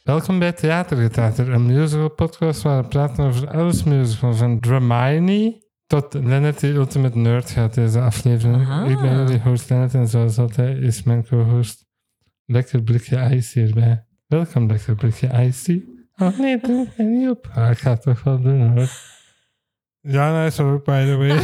Welkom bij Theatergetater, een musical podcast waar we praten over alles musical. Van Hermione tot Leonard die Ultimate Nerd gaat deze aflevering. Aha. Ik ben jullie host Leonard en zoals altijd is mijn co-host Lekker Blikje Ice hierbij. Welkom Lekker Blikje Ice. Oh nee, doe ik niet op. Ik ga het toch wel doen hoor. Jana is er ook by the way.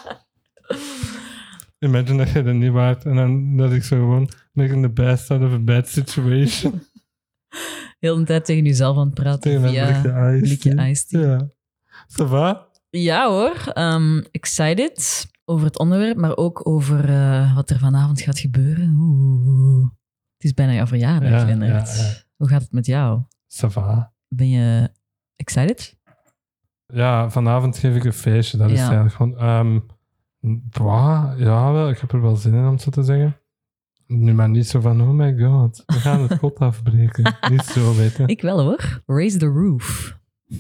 Imagine dat je er niet waart en dan dat ik zo gewoon making the best out of a bad situation. Heel de tijd tegen jezelf aan het praten Tegen mijn via blikje iced tea. Ja. Ça va? Ja hoor, excited over het onderwerp, maar ook over wat er vanavond gaat gebeuren. Oeh. Het is bijna jouw verjaardag, Leonard. Ja. Hoe gaat het met jou? Ça va? Ben je excited? Ja, vanavond geef ik een feestje. Dat is Ja. eigenlijk gewoon... ja, wel, ik heb er wel zin in om het zo te zeggen. Nu maar niet zo van, oh my god, we gaan het kot afbreken. Niet zo weten. Ik wel hoor. Raise the roof.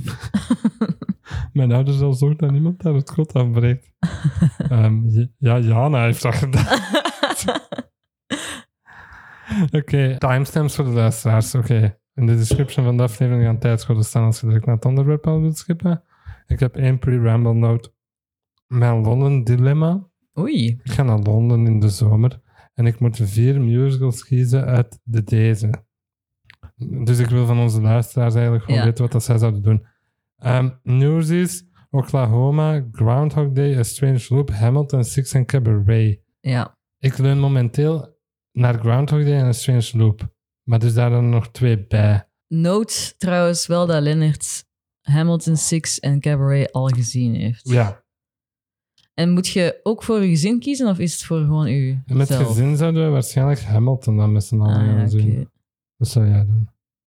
Mijn ouders zal zorgen dat niemand daar het kot afbreekt. Jana heeft dat gedaan. Oké, timestamps voor de luisteraars. Oké, in de description van de aflevering gaan tijdscodes staan als je direct naar het onderwerp al wilt skippen. Ik heb 1 pre-ramble note. Mijn Londen dilemma. Oei. Ik ga naar Londen in de zomer en ik moet 4 musicals kiezen uit deze. Dus ik wil van onze luisteraars eigenlijk gewoon weten wat dat zij zouden doen. Newsies, Oklahoma, Groundhog Day, A Strange Loop, Hamilton, Six en Cabaret. Ja. Ik leun momenteel naar Groundhog Day en A Strange Loop. Maar dus daar dan nog 2 bij. Note trouwens wel dat Leonard Hamilton, Six en Cabaret al gezien heeft. Ja, En moet je ook voor je gezin kiezen of is het voor gewoon u en met zelf? gezin zouden we waarschijnlijk Hamilton dan met z'n allen gaan zien. oké. Wat zou jij doen?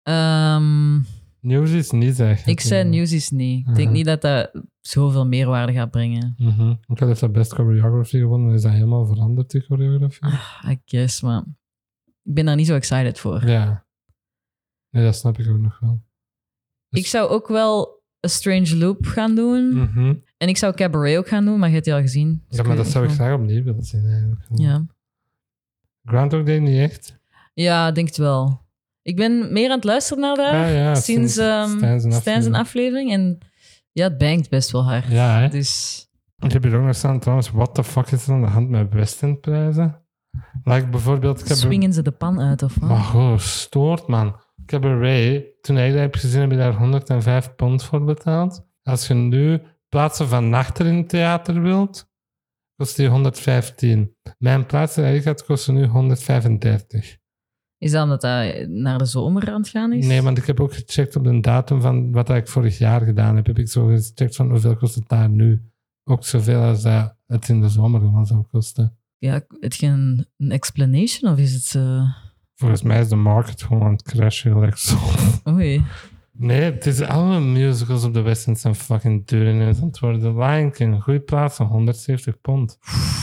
Newsies niet, zeg. Ik zei Newsies niet. Ik denk niet dat dat zoveel meerwaarde gaat brengen. Ook al heeft dat best choreography gewonnen, is dat helemaal veranderd, die choreografie. I guess, maar ik ben daar niet zo excited voor. Ja. Nee, dat snap ik ook nog wel. Ik zou ook wel A Strange Loop gaan doen. En ik zou Cabaret ook gaan doen, maar je hebt die al gezien. Dus Ja, maar dat weet zou ik niet graag opnieuw willen zien, eigenlijk. Ja. Groundhog Day niet echt. Ja, ik denk het wel. Ik ben meer aan het luisteren naar daar Ja, sinds Stijn zijn aflevering. En ja, het bangt best wel hard. Ja, hè? Dus Ik heb hier ook nog staan, trouwens, what the fuck is er aan de hand met West End prijzen? Like bijvoorbeeld... swingen ze de pan uit of wat? Maar gewoon stoort, man. Cabaret, toen ik dat heb gezien, heb je daar 105 pond voor betaald. Als je nu plaatsen van achter in het theater wilt, kost die 115. Mijn plaatsen die ik had, kosten nu 135. Is dat omdat dat naar de zomer aan het gaan is? Nee, want ik heb ook gecheckt op de datum van wat ik vorig jaar gedaan heb. Heb ik zo gecheckt van hoeveel kost het daar nu. Ook zoveel als dat het in de zomer gewoon zou kosten. Ja, het geen een explanation of is het... Volgens mij is de market gewoon aan het crashen. Gelijk zo. Oei. Nee, het is alle musicals op de West End zijn fucking duur in het antwoorden. The Lion King, goede plaatsen, 170 pond.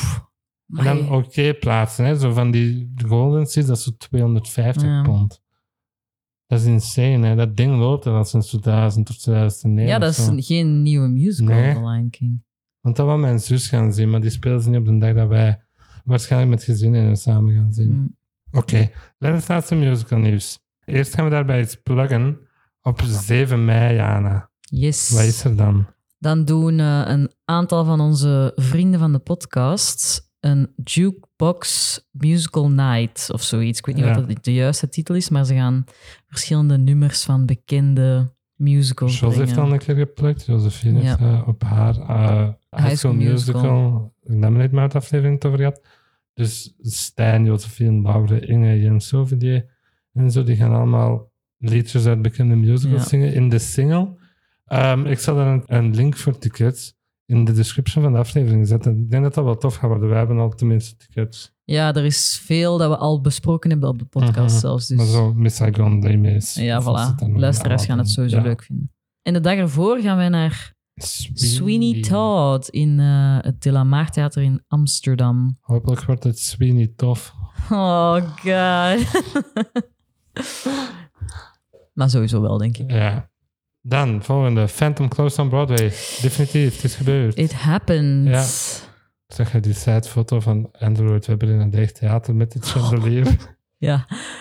En dan oké plaatsen, hè? Zo van die Golden Seeds, dat is zo 250 pond. Dat is insane, hè? Dat ding loopt al sinds 2000 of 2009. Ja, dat is geen nieuwe musical, Nee. The Lion King. Want dat wou mijn zus gaan zien, maar die speelde ze niet op de dag dat wij waarschijnlijk met gezinnen samen gaan zien. Oké, laatste musical nieuws. Eerst gaan we daarbij iets pluggen. Op 7 mei, Jana. Yes. Wat is er dan? Dan doen een aantal van onze vrienden van de podcast een Jukebox Musical Night of zoiets. Ik weet niet wat de juiste titel is, maar ze gaan verschillende nummers van bekende musicals Jos heeft brengen. al een keer geplukt. Josephine heeft op haar High School Musical Lemonade Mouth aflevering het over gehad. Dus Stijn, Josephine, Laure, Inge, Jens, Sovedier en zo, die gaan allemaal liedjes uit bekende musicals zingen in de single. Ik zal daar een link voor tickets in de description van de aflevering zetten. Ik denk dat dat wel tof gaat worden. Wij hebben al tenminste tickets. Ja, er is veel dat we al besproken hebben op de podcast zelfs. Dus. Maar zo Miss Saigon, Dreamies. Ja, voilà. Luisteraars gaan het sowieso leuk vinden. En de dag ervoor gaan wij naar Sweeney Todd in het De La Mar Theater in Amsterdam. Hopelijk wordt het Sweeney tof. Oh god. Maar sowieso wel, denk ik. Ja. Dan, volgende. Phantom Close on Broadway. Definitief, het is gebeurd. It happened. Ja. Zeg je die sidefoto van Andrew Lloyd Webber in een leeg theater met dit chandelier? Ja.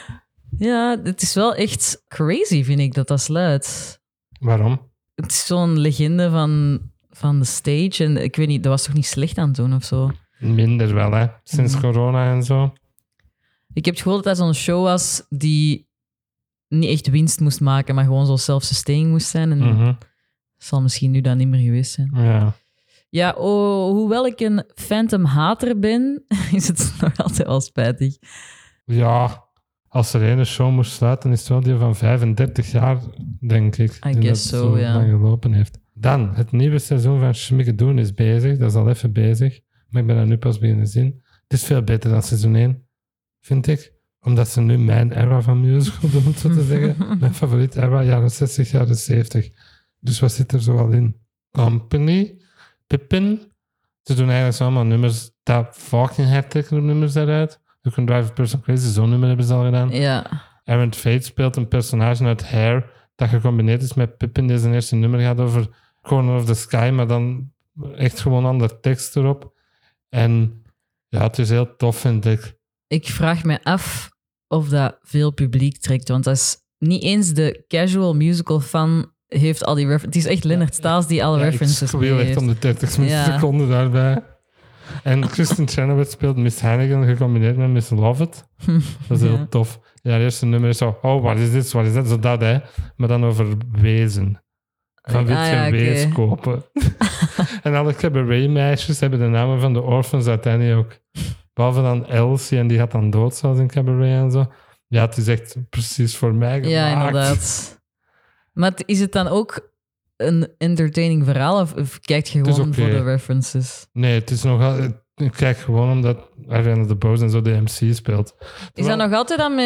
Ja, het is wel echt crazy, vind ik, dat sluit. Waarom? Het is zo'n legende van de stage. En ik weet niet, dat was toch niet slecht aan het doen of zo? Minder wel, hè. Sinds corona en zo. Ik heb het gevoel dat dat zo'n show was die niet echt winst moest maken, maar gewoon zo self-sustaining moest zijn. En dat zal misschien nu dan niet meer geweest zijn. Ja. Ja, hoewel ik een Phantom-hater ben, is het nog altijd wel spijtig. Ja, als er één show moest sluiten, is het wel die van 35 jaar, denk ik. I guess dat so, ja. lang gelopen heeft. Dan, het nieuwe seizoen van Schmigadoon is bezig. Dat is al even bezig. Maar ik ben er nu pas beginnen zien. Het is veel beter dan seizoen 1, vind ik. Omdat ze nu mijn era van musical doen, om het zo te zeggen. Mijn favoriet era, jaren 60, jaren 70. Dus wat zit er zoal in? Company, Pippin. Ze doen eigenlijk zo allemaal nummers. Dat fucking hectic nummers daaruit. You Can Drive a Person Crazy, zo'n nummer hebben ze al gedaan. Ja. Aaron Tveit speelt een personage uit Hair dat gecombineerd is met Pippin. Deze eerste nummer gaat over Corner of the Sky, maar dan echt gewoon ander tekst erop. En ja, het is heel tof, vind ik. Ik vraag me af of dat veel publiek trekt, want dat is niet eens de casual musical fan heeft al die references. Het is echt Leonard Staals die alle references mee heeft. Ik echt om de 30 seconden daarbij. En Kristen Chenoweth speelt Miss Hannigan gecombineerd met Miss Lovett. Dat is heel tof. Ja, het eerste nummer is zo, oh, wat is dit, wat is dat? Zo dat, hè. Maar dan over wezen. Van wil je wees kopen? En alle cabaret-meisjes hebben de namen van de orphans uit Annie ook. Behalve dan Elsie, en die gaat dan dood, zoals in cabaret en zo. Ja, het is echt precies voor mij gemaakt. Ja, inderdaad. Maar is het dan ook een entertaining verhaal, of kijk je gewoon voor de references? Nee, het is nogal... Ik kijk gewoon omdat Ariana DeBose en zo de MC speelt. Is dat nog altijd dan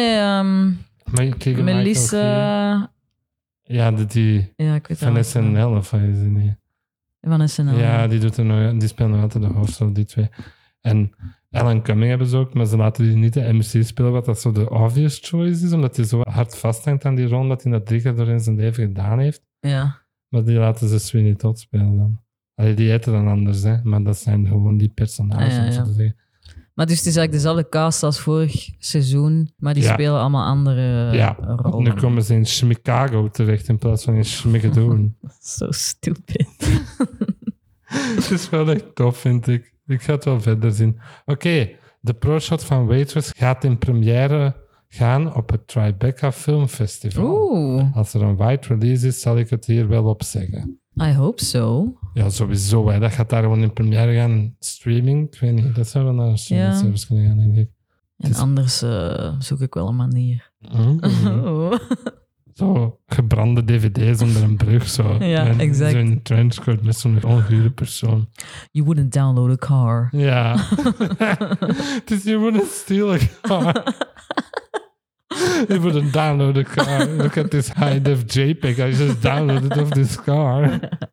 met Melissa... Ja, die van SNL, of wat is die niet? Van SNL. Ja, die speelt nog altijd de hoofdrol, die twee. En Alan Cumming hebben ze ook, maar ze laten die niet de MC spelen, wat dat zo de obvious choice is, omdat hij zo hard vasthangt aan die rol, dat hij dat 3 keer door in zijn leven gedaan heeft. Ja. Maar die laten ze Sweeney Todd spelen dan. Allee, die heten dan anders, hè, maar dat zijn gewoon die personages, om zo te zeggen. Maar dus het is eigenlijk dezelfde cast als vorig seizoen, maar die spelen allemaal andere rollen. Nu komen ze in Chicago terecht in plaats van in Schmigadoon. Zo stupid. Het is wel echt tof, vind ik. Ik ga het wel verder zien. Oké, de pro-shot van Waitress gaat in première gaan op het Tribeca Film Festival. Oeh. Als er een wide release is, zal ik het hier wel op zeggen. I hope so. Ja, sowieso. Hè. Dat gaat daar gewoon in première gaan. Streaming, ik weet niet. Dat zou wel naar een streaming service kunnen gaan, denk ik. En anders zoek ik wel een manier. Oh. Zo gebrande dvd's onder een brug. Zo. Ja, exact. Zo in een trenchcoat met zo'n ongure persoon. You wouldn't download a car. Ja. Dus you wouldn't steal a car. You wouldn't download a car. Look at this high-def JPEG. I just downloaded of this car.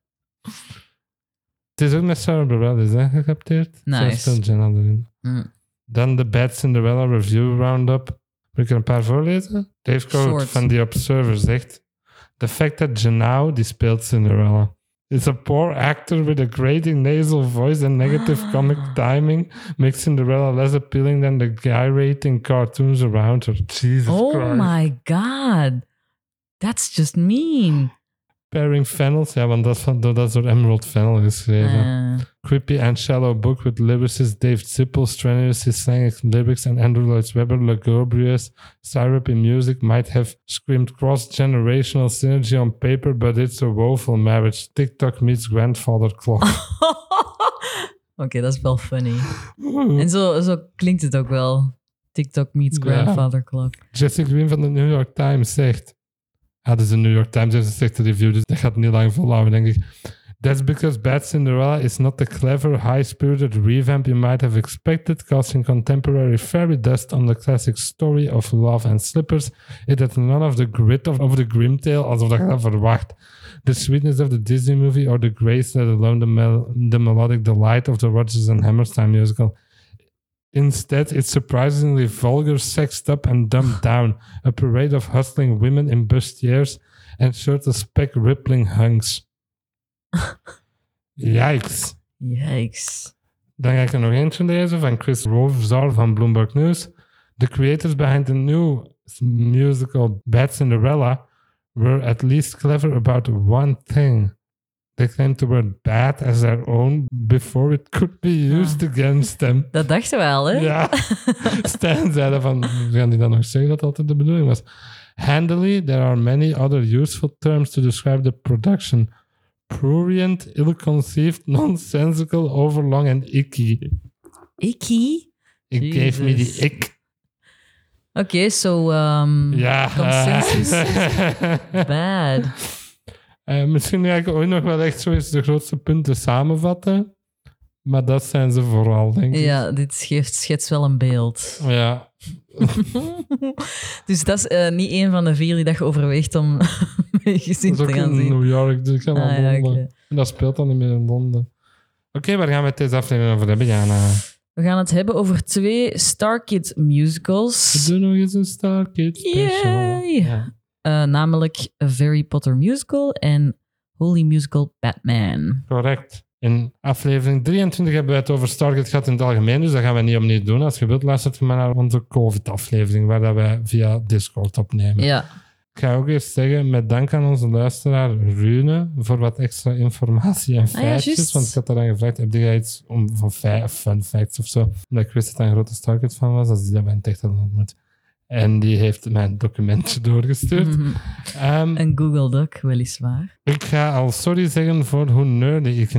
Het is ook met Sarah Bareilles, hè, gecapteerd. Nice. Zo speelt Jenna erin. Dan de Bad Cinderella Review Roundup. Moet ik er een paar voorlezen? Dave Coate van The Observer zegt... The fact that Janau, die speelt Cinderella, is a poor actor with a grating nasal voice and negative comic timing makes Cinderella less appealing than the gyrating cartoons around her. Jesus Christ. Oh my God. That's just mean. Pairing Fennels, ja, want dat is door Emerald Fennel geschreven. Creepy and shallow book with lyricist Dave Zippel, strenuously slang lyrics, and Andrew Lloyd Webber, lugubrious syrup in music might have screamed cross-generational synergy on paper, but it's a woeful marriage. TikTok meets grandfather clock. Oké, dat is wel funny. En zo klinkt het ook wel. TikTok meets grandfather clock. Jesse Green van de New York Times zegt... Hadden ze de New York Times in een slechte review, dus dat gaat niet lang volhouden, denk ik. That's because Bad Cinderella is not the clever, high-spirited revamp you might have expected, casting contemporary fairy dust on the classic story of Love and Slippers. It had none of the grit of the grim tale, alsof dat je dat verwacht. The sweetness of the Disney movie or the grace, let alone the melodic delight of the Rodgers and Hammerstein musical. Instead, it's surprisingly vulgar, sexed up and dumbed down. A parade of hustling women in bustiers and shirtless-speck rippling hunks. Yikes. Dan ga ik er nog eentje lezen van Chris Rovzar van Bloomberg News. The creators behind the new musical Bad Cinderella were at least clever about one thing. They claimed the word bad as their own before it could be used against them. Dat dachten we al, hè? Ja. Stan zei van, gaan die dan nog zeggen dat altijd de bedoeling was? Handily, there are many other useful terms to describe the production. Prurient, ill-conceived, nonsensical, overlong and icky. Icky? It gave me the ick. Oké, so consensus bad. Misschien ga ik ooit nog wel echt zo eens de grootste punten samenvatten. Maar dat zijn ze vooral, denk ik. Ja, dit schetst wel een beeld. Ja. Dus dat is niet een van de 4 die dat je overweegt om met je gezin te gaan zien. Dat is ook in New York, dus ik ga naar Londen. Okay. En dat speelt dan niet meer in Londen. Oké, waar gaan we het deze aflevering over hebben, Jana? We gaan het hebben over 2 Star Kid musicals. We doen nog eens een Star Kid special. Ja. Namelijk A Harry Potter Musical en Holy Musical Batman. Correct. In aflevering 23 hebben we het over Star Kid gehad in het algemeen, dus dat gaan we niet opnieuw doen. Als je wilt, luistert maar naar onze COVID-aflevering, waar dat wij via Discord opnemen. Ja. Ik ga ook eerst zeggen, met dank aan onze luisteraar Rune, voor wat extra informatie en feitjes. Want ik had daaraan gevraagd, heb jij iets van fun facts of zo? Omdat ik wist dat hij een grote Star Kid fan was, als hij dat bij een tech had ontmoet. En die heeft mijn documentje doorgestuurd. Een Google Doc, weliswaar. Ik ga al sorry zeggen voor hoe nerdy ik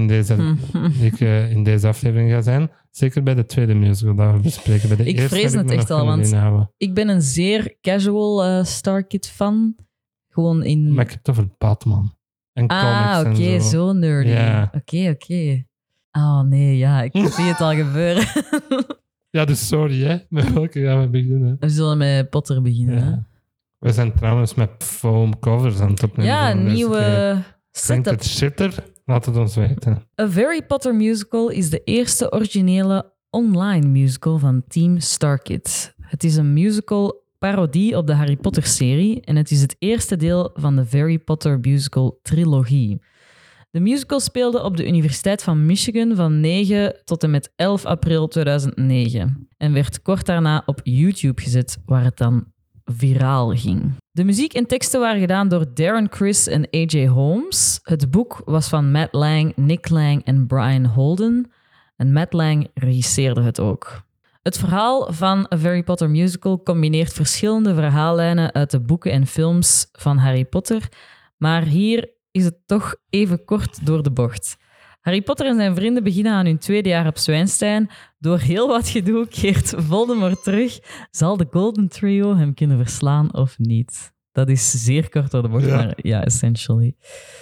in deze aflevering ga zijn. Zeker bij de tweede musical dat we bespreken. Bij de ik eerste vrees het echt al, want ik ben een zeer casual Star Kid fan. Gewoon in... Maar ik heb het over Batman. En comics en oké, zo nerdy. Ja. Oké. Oh nee, ja, ik zie het al gebeuren. Ja, dus sorry, hè. Met welke gaan we beginnen? We zullen met Potter beginnen. Ja. Hè? We zijn trouwens met foam covers aan het opnemen. Ja, een nieuwe setup. Klinkt het shitter? Laat het ons weten. A Harry Potter Musical is de eerste originele online musical van Team Star Kid. Het is een musical parodie op de Harry Potter-serie en het is het eerste deel van de Harry Potter musical trilogie. De musical speelde op de Universiteit van Michigan van 9 tot en met 11 april 2009 en werd kort daarna op YouTube gezet, waar het dan viraal ging. De muziek en teksten waren gedaan door Darren Criss en A.J. Holmes. Het boek was van Matt Lang, Nick Lang en Brian Holden. En Matt Lang regisseerde het ook. Het verhaal van A Harry Potter Musical combineert verschillende verhaallijnen uit de boeken en films van Harry Potter, maar hier is het toch even kort door de bocht. Harry Potter en zijn vrienden beginnen aan hun 2e jaar op Zwijnstein. Door heel wat gedoe keert Voldemort terug. Zal de Golden Trio hem kunnen verslaan of niet? Dat is zeer kort door de bocht, maar ja, essentially.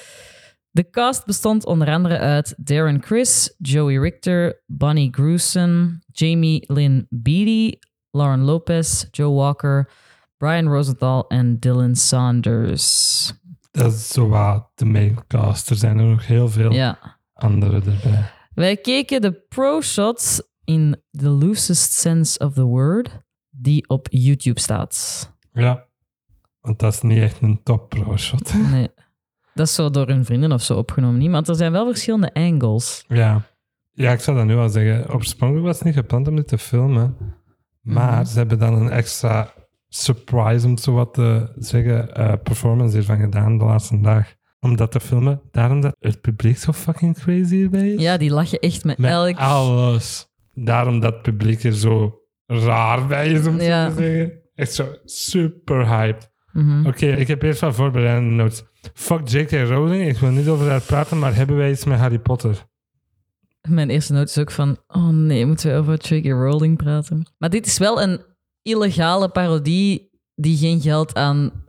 De cast bestond onder andere uit Darren Criss, Joey Richter, Bonnie Gruson, Jamie Lynn Beatty, Lauren Lopez, Joe Walker, Brian Rosenthal en Dylan Saunders. Dat is zo wat de main cast. Er zijn er nog heel veel andere erbij. Wij keken de pro-shots in the loosest sense of the word, die op YouTube staat. Ja, want dat is niet echt een top pro-shot. Nee, dat is zo door hun vrienden of zo opgenomen. Niet, want er zijn wel verschillende angles. Ja, ik zou dat nu al zeggen. Oorspronkelijk was het niet gepland om dit te filmen, maar ze hebben dan een extra surprise, om zo wat te zeggen, performance hiervan gedaan de laatste dag. Om dat te filmen. Daarom dat het publiek zo fucking crazy hierbij is. Ja, die lachen echt met elk... alles. Daarom dat het publiek er zo raar bij is, om zo te zeggen. Echt zo super hyped. Oké, ik heb eerst wat voorbereidende notes. Fuck J.K. Rowling. Ik wil niet over haar praten, maar hebben wij iets met Harry Potter? Mijn eerste noot is ook van... Oh nee, moeten we over J.K. Rowling praten? Maar dit is wel een illegale parodie die geen geld aan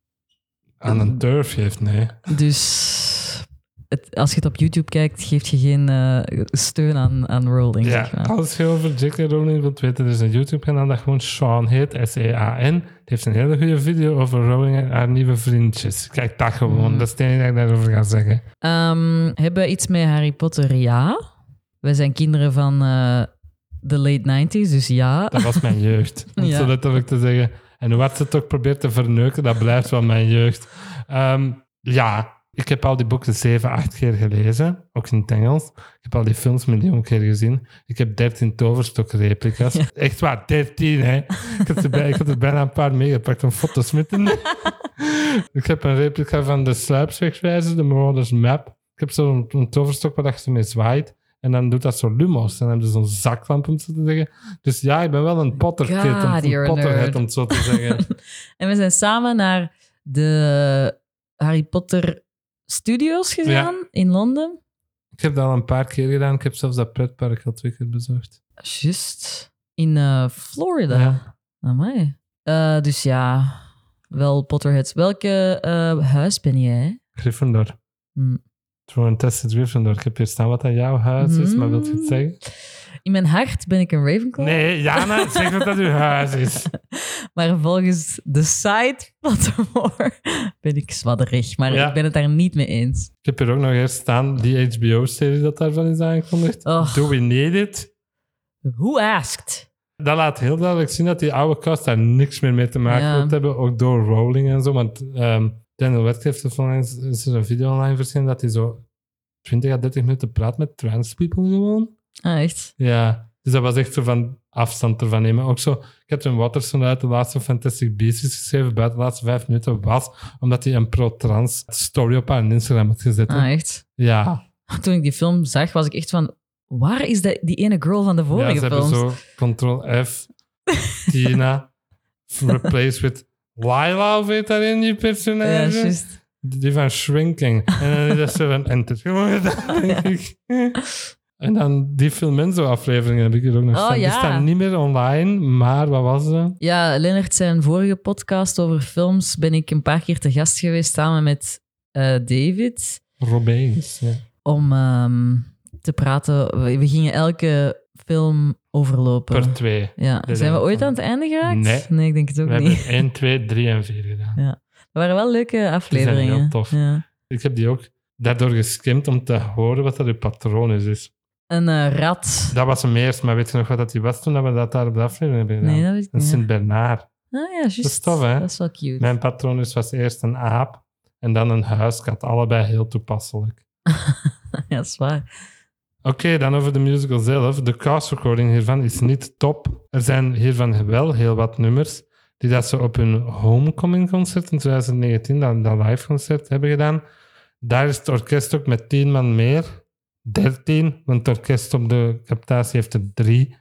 een turf geeft, nee. Dus als je het op YouTube kijkt, geeft je geen steun aan Rowling. Ja, zeg maar. Als je over J.K. Rowling wilt weten, er is een YouTube-kanaal dat gewoon Sean heet, S-E-A-N. Die heeft een hele goede video over Rowling en haar nieuwe vriendjes. Kijk, dat gewoon. Dat is het enige dat ik daarover ga zeggen. Hebben we iets met Harry Potter? Ja. Wij zijn kinderen van de late 90s, dus ja. Dat was mijn jeugd. Om zo letterlijk te zeggen. En hoe hard ze het ook probeert te verneuken, dat blijft wel mijn jeugd. Ja, Ik heb al die boeken 7, 8 keer gelezen, ook in het Engels. Ik heb al die films 1 miljoen keer gezien. Ik heb 13 toverstok-replica's. Ja. Echt waar, 13, hè. Ik had er bijna een paar meegepakt om foto's met te nemen. Ik heb een replica van de sluipswegwijzer, de Marauders Map. Ik heb zo'n toverstok waar je zo mee zwaait. En dan doet dat zo lumos. En dan heb je zo'n zaklamp, om zo te zeggen. Dus ja, ik ben wel een Potterkid, een Potterhead, om het zo te zeggen. En we zijn samen naar de Harry Potter Studios gegaan in Londen. Ik heb dat al een paar keer gedaan. Ik heb zelfs dat pretpark al 2 keer bezocht. Juist. In Florida. Ja. Amai. Dus ja, wel Potterheads. Welke huis ben jij? Gryffindor. Gewoon Tested Gryffindor. Ik heb hier staan wat dat jouw huis is, maar wilt je het zeggen? In mijn hart ben ik een Ravenclaw. Nee, Jana, zeg dat dat uw huis is. Maar volgens de site Pottermore ben ik zwadderig. Maar ik ben het daar niet mee eens. Ik heb hier ook nog eerst staan, die HBO-serie dat daarvan is aangekondigd. Do we need it? Who asked? Dat laat heel duidelijk zien dat die oude cast daar niks meer mee te maken moet hebben. Ook door Rowling en zo. Want Daniel Radcliffe heeft onlangs is er een video online verschenen dat hij zo 20 à 30 minuten praat met trans people gewoon. Ah, echt? Ja, dus dat was echt zo van afstand ervan nemen. Ook zo, Catherine Watterson uit de laatste Fantastic Beasts is geschreven buiten de laatste 5 minuten was, omdat hij een pro-trans story op haar Instagram had gezet. Ah, echt? Ja. Toen ik die film zag, was ik echt van, waar is die ene girl van de vorige films? Ja, ze hebben zo Ctrl-F, Tina, replaced with Lila, of weet daarin die personage? Ja, juist. Die van Shrinking. En dan is dat zo van Enter. Denk ik. En dan die Filmenzo-afleveringen heb ik hier ook nog staan. Die staan niet meer online, maar wat was dat? Ja, Lennart, zijn vorige podcast over films ben ik een paar keer te gast geweest samen met David. Robeins, ja. Om te praten. We gingen elke film overlopen. Per 2. Ja. Zijn we ooit aan het einde geraakt? Nee, ik denk het ook niet. We hebben 1, 2, 3 en 4 gedaan. Ja. Dat waren wel leuke afleveringen. Die zijn heel tof. Ja. Ik heb die ook daardoor geskimd om te horen wat dat uw patroon is. Een rat. Dat was hem eerst, maar weet je nog wat dat die was toen dat we dat daar op de aflevering hebben gedaan? Nee, dat weet ik niet. Een Sint-Bernard. Ah ja, juist. Dat is tof, hè? Dat is wel cute. Mijn patroon was eerst een aap en dan een huiskat. Allebei heel toepasselijk. Ja, dat is waar. Oké, dan over de musical zelf. De cast recording hiervan is niet top. Er zijn hiervan wel heel wat nummers die dat ze op hun Homecoming concert in 2019, dat live concert, hebben gedaan. Daar is het orkest ook met 10 man meer. 13, want het orkest op de captatie heeft er 3.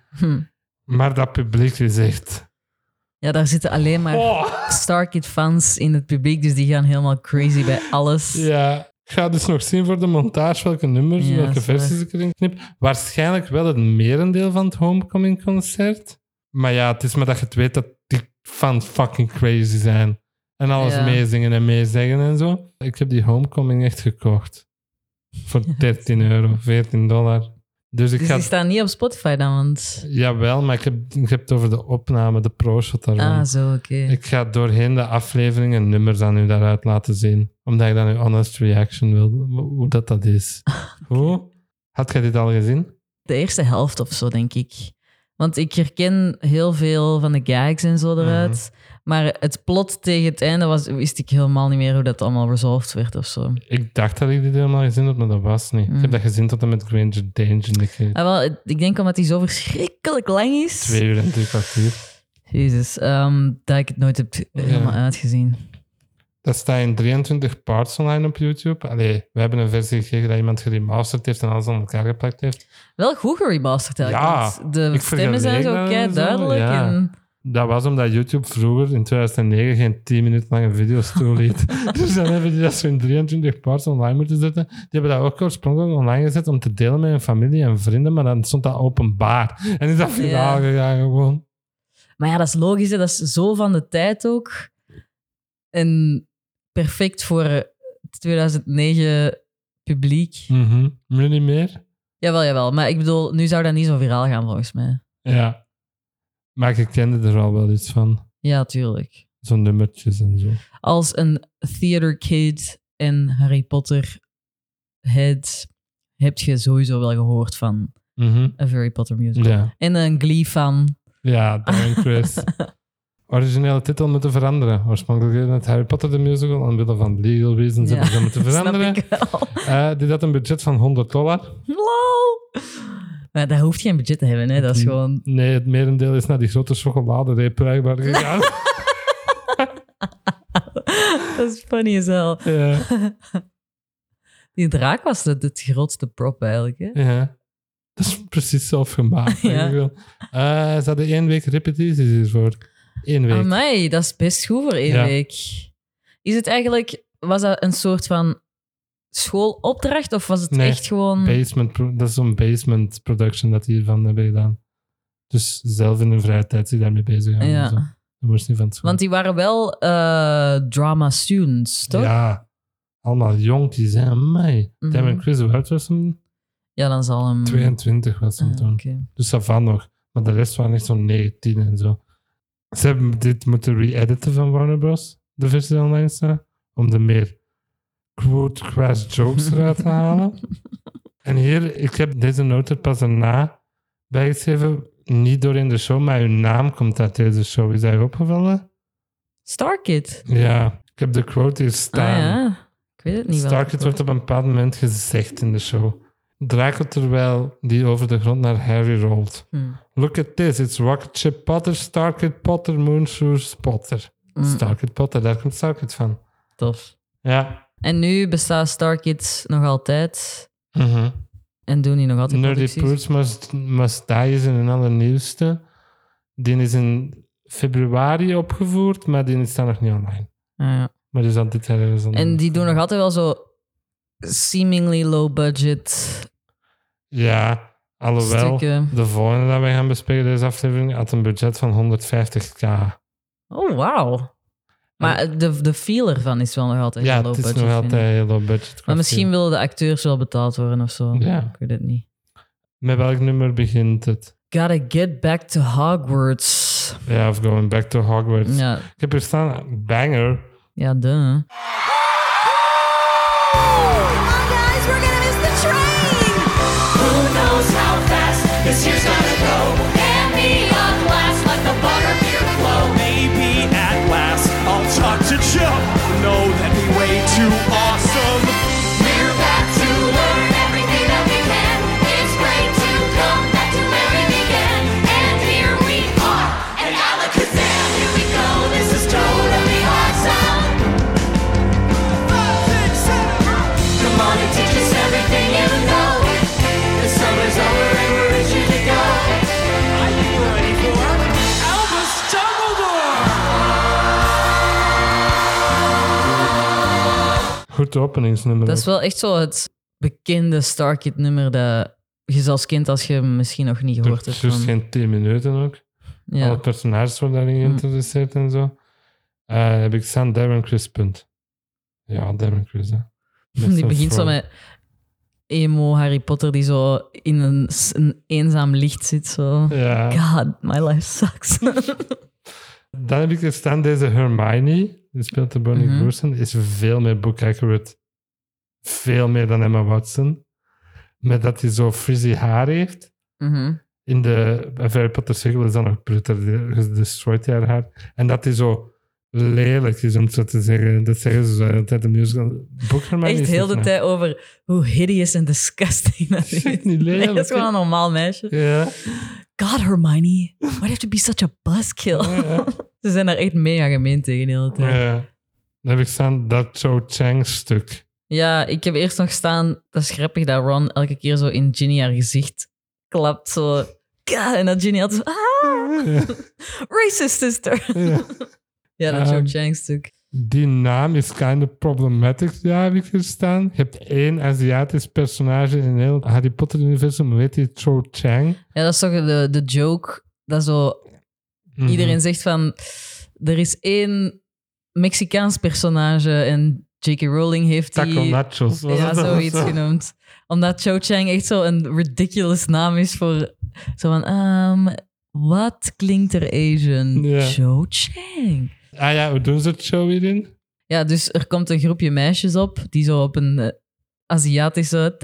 Maar dat publiek is echt... Ja, daar zitten alleen maar Starkid-fans in het publiek, dus die gaan helemaal crazy bij alles. Ja, ik ga dus nog zien voor de montage welke nummers, welke versies ik erin knip. Waarschijnlijk wel het merendeel van het Homecoming-concert. Maar ja, het is maar dat je het weet dat die fans fucking crazy zijn. En alles meezingen en meezeggen en zo. Ik heb die Homecoming echt gekocht. Voor €13, $14. Dus die staan niet op Spotify dan, want... Jawel, maar ik heb het over de opname, de pro-shot daarvan. Ah, zo, oké. Ik ga doorheen de afleveringen nummers aan u daaruit laten zien. Omdat ik dan uw honest reaction wil, hoe dat is. Okay. Hoe? Had jij dit al gezien? De eerste helft of zo, denk ik. Want ik herken heel veel van de gags en zo eruit. Maar het plot tegen het einde wist ik helemaal niet meer hoe dat allemaal resolved werd of zo. Ik dacht dat ik dit helemaal gezien had, maar dat was niet. Ik heb dat gezien tot en met Granger Danger. Ik denk omdat hij zo verschrikkelijk lang is. 2 uur en 3 kwartier. Jezus, dat ik het nooit heb helemaal uitgezien. Dat staat in 23 parts online op YouTube. Allee, we hebben een versie gekregen dat iemand geremasterd heeft en alles aan elkaar geplakt heeft. Wel goed geremasterd eigenlijk. Ja, de stemmen zijn zo kei duidelijk. Ja. En... Dat was omdat YouTube vroeger in 2009 geen 10 minuten lange video's toeliet. Dus dan hebben die dat zo in 23 parts online moeten zetten. Die hebben dat ook oorspronkelijk online gezet om te delen met hun familie en vrienden, maar dan stond dat openbaar. En is dat viraal gegaan gewoon. Maar ja, dat is logisch. Hè? Dat is zo van de tijd ook. En perfect voor 2009 publiek. Nu niet meer? Jawel. Maar ik bedoel, nu zou dat niet zo viraal gaan volgens mij. Ja. Maar ik kende er al wel iets van. Ja, tuurlijk. Zo'n nummertjes en zo. Als een theater kid en Harry Potter head heb je sowieso wel gehoord van een Harry Potter musical. Ja. En een Glee fan. Ja, Darren Criss. originele titel moeten veranderen. Oorspronkelijk het Harry Potter the Musical, omwille van legal reasons hebben ze moeten veranderen. Snap ik wel. Die had een budget van $100. Lol! Maar dat hoeft geen budget te hebben, hè. Dat is gewoon... Nee, het merendeel is naar die grote chocoladereep blijkbaar gegaan. Dat is funny as hell. Ja. Die draak was het grootste prop eigenlijk, hè. Ja. Dat is precies zelf gemaakt. Ja. Ze hadden 1 week repetities hiervoor. 1 week. Amai, dat is best goed voor 1 week. Is het eigenlijk... Was dat een soort van schoolopdracht of was het echt gewoon... Dat is zo'n basement production dat die hiervan hebben gedaan. Dus zelf in hun vrije tijd zich daarmee bezig gaan. Ja. Zo. Dat moest niet van het school. Want die waren wel drama students, toch? Ja. Allemaal jonkies, hè. Amai. Mhm. Damon Chris, hoe oud was hem? Ja, dan zal hem... 22 was hem toen. Okay. Dus dat van nog. Maar de rest waren echt zo'n 19 en zo. Ze hebben dit moeten re-editen van Warner Bros. De versie online staan. Om de meer crash jokes eruit te halen. En hier, ik heb deze note pas erna bijgeschreven. Niet door in de show, maar uw naam komt uit deze show. Is dat opgevallen? Starkid? Ja, ik heb de quote hier staan. Ja. Ik weet het niet wel. Starkid wordt op een bepaald moment gezegd in de show. Draco terwijl die over de grond naar Harry rolt. Look at this, it's Rocket Ship Potter, Starkid Potter, Moonshoes Potter. Starkid Potter, daar komt Starkid van. Tof. Ja. En nu bestaat Starkid nog altijd. En doen die nog altijd Nerdy producties? Poots Must Die is in een allernieuwste. Die is in februari opgevoerd, maar die staat nog niet online. Ja. Maar die is al dit jaar ergens online. En die doen nog altijd wel zo seemingly low budget Ja, alhoewel stukken. de volgende dat wij gaan bespreken deze aflevering had een budget van 150k. Oh, wauw. Maar de feel ervan is wel nog altijd Ja, low het is budget. nog vind ik. altijd heel low budget. Maar misschien willen de acteurs wel betaald worden of zo. Ja. Ik weet het niet. Met welk nummer begint het? Gotta get back to Hogwarts. Ja, of Going Back to Hogwarts. Ja, Ik heb hier staan, banger. ja, duh. Guys, we're gonna miss the train! Who knows how fast this year's gonna go? And neon glass, let the butterbeer flow. Maybe at last I'll talk to Joe. No, that'd be way too awesome. We're back to learn everything that we can. It's great to come back to where we began. And here we are, and Alakazam, here we go. This is totally awesome. Come on and teach us everything you know. The summer's over and we're ready to go. Are you ready for Albus Dumbledore? Goed openingsnummer. Dat is wel echt zo het bekende Starkid-nummer dat je als kind, als je hem misschien nog niet gehoord hebt. Dus van- geen 10 minuten ook. Ja. Alle personages worden daarin geïntroduceerd en zo. Heb ik staan Darren Criss, punt. Ja, Darren Criss, hè. Met Die zijn begint zo vrouw. met emo Harry Potter die zo in een eenzaam licht zit. Zo. Ja. God, my life sucks. Dan heb ik er staan deze Hermione, die speelt de Bonnie Mhm. Grierson, is veel meer book accurate. Veel meer dan Emma Watson. Met dat hij zo frizzy haar heeft. Mhm. In de Harry Potter sequel is dat nog bruter. Destroyed hij haar haar. En dat hij zo lelijk is, om het zo te zeggen. Dat zeggen ze zo de hele tijd in de musical. Boek Hermione Echt is heel niet de naar. tijd over hoe hideous en disgusting dat is. Echt niet lelijk. Nee, dat is gewoon een normaal meisje. Ja. God, Hermione, why do you have to be such a buzzkill? Ja. Ze zijn daar echt mega gemeen tegen de hele tijd. Ja. Dan heb ik staan dat Cho Chang stuk. Ja, ik heb eerst nog staan, dat is grappig dat Ron elke keer zo in Ginny haar gezicht klapt. Zo, God, en dat Ginny altijd zo, Ja. racist sister. Ja. Ja, dat Cho Chang stuk. Die naam is kind of problematic, ja, heb ik hier staan. Je hebt 1 Aziatisch personage in heel Harry Potter-universum, hoe heet die? Cho Chang. Ja, dat is toch de joke, dat zo Mhm. iedereen zegt van, er is 1 Mexicaans personage en J.K. Rowling heeft Taco die... Nachos. was Ja, het dan zoiets zo? genoemd. Omdat Cho Chang echt zo een ridiculous naam is voor... Zo van, wat klinkt er Asian? Ja. Cho Chang. Ah ja, hoe doen ze het show hierin? Ja, dus er komt een groepje meisjes op die zo op een Aziatische...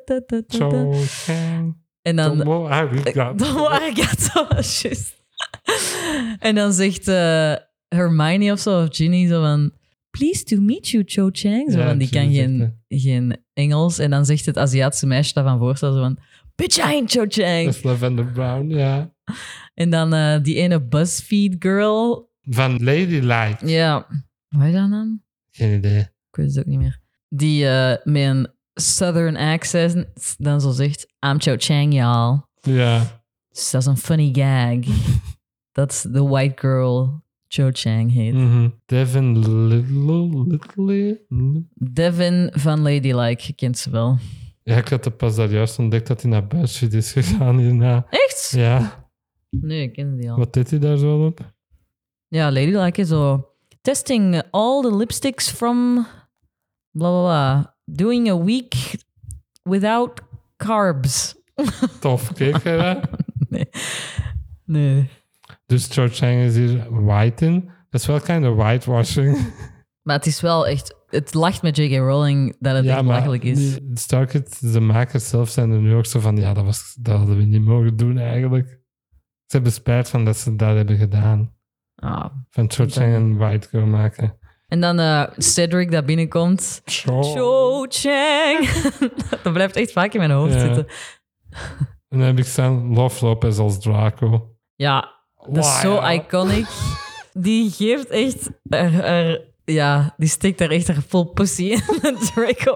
Cho Chang. En dan... Tomo arigato. Domo arigato, juist. En dan zegt Hermione of zo, of Ginny, zo van... Pleased to meet you, Cho Chang. Zo Ja, van, die kan Ginny geen Engels. En dan zegt het Aziatische meisje daarvan voorstel, zo van... Bitch, I ain't Cho Chang. Dat is Lavender Brown, ja. En dan die ene BuzzFeed girl. Van Ladylike. Ja, wat is dat dan? Geen idee. Ik weet het ook niet meer. Die met een southern accent dan zo zegt... I'm Cho Chang, y'all. Ja. Dus dat is een funny gag. Dat is de white girl Cho Chang heet. Devin Littley? Devin van Ladylike, je kent ze wel. Ja, ik had het pas daar juist ontdekt dat hij naar BuzzFeed is gegaan hierna. Echt? Ja. Nee, ik ken die al. Wat deed hij daar zo op? Ja, Ladylike is zo... Testing all the lipsticks from... Bla, bla, bla. Doing a week without carbs. Tof, kijk je dat? Nee. Dus Cho Chang is hier white in. Dat is wel kind of whitewashing. Maar het is wel echt... Het lacht met J.K. Rowling dat het echt belachelijk is. Starkid, de makers zelf zijn er nu ook zo van... Ja, dat hadden we niet mogen doen eigenlijk. Ze hebben spijt van dat ze dat hebben gedaan. Ah. Van Cho Chang een white girl maken. En dan Cedric dat binnenkomt. Cho Chang. Dat blijft echt vaak in mijn hoofd zitten. En dan heb ik staan Love Lopez als Draco. Ja, dat is zo iconic. Die geeft echt... die steekt daar echt haar full pussy in, Draco.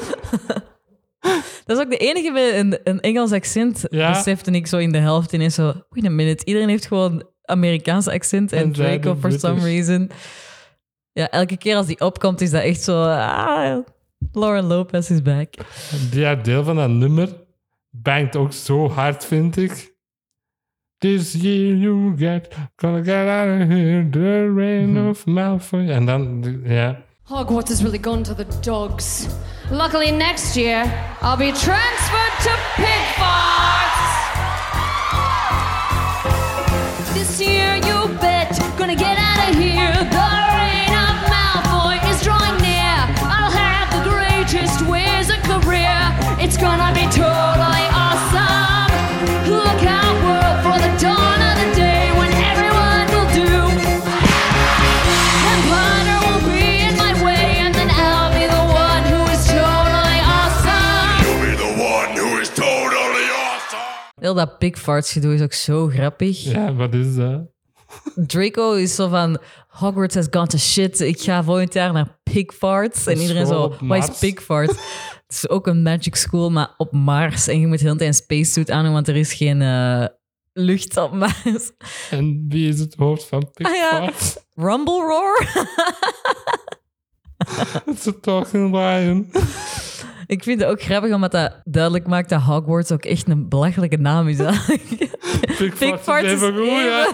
Dat is ook de enige met een Engels accent, besefte ik zo in de helft ineens zo... Wait a minute, iedereen heeft gewoon Amerikaans accent en Draco for some reason. Ja, elke keer als die opkomt is dat echt zo... Lauren Lopez is back. Ja, deel van dat nummer bangt ook zo hard, vind ik. This year you gonna get out of here, the rain of Malfoy. En dan, ja. Hogwarts has really gone to the dogs. Luckily next year, I'll be transferred to Pigfarts. This year you bet, gonna get out of here. The reign of Malfoy is drawing near. I'll have the greatest wizard career. It's gonna be totally awesome. Look out, world, for the dawn of the day when everyone will do. And Potter will be in my way, and then I'll be the one who is totally awesome. You'll be the one who is totally awesome. Heel dat Pigfarts gedoe is ook zo grappig. Ja, wat is dat? Draco is zo van... Hogwarts has gone to shit. Ik ga volgend jaar naar Pigfarts. En iedereen zo... Wat is Pigfarts? Het is ook een magic school, maar op Mars. En je moet de hele tijd een spacesuit aan doen, want er is geen lucht op Mars. En wie is het hoofd van Pigfarts? Rumble Roar? It's a talking lion. Ik vind het ook grappig, omdat dat duidelijk maakt dat Hogwarts ook echt een belachelijke naam is. Pigfarts is even goed, ja.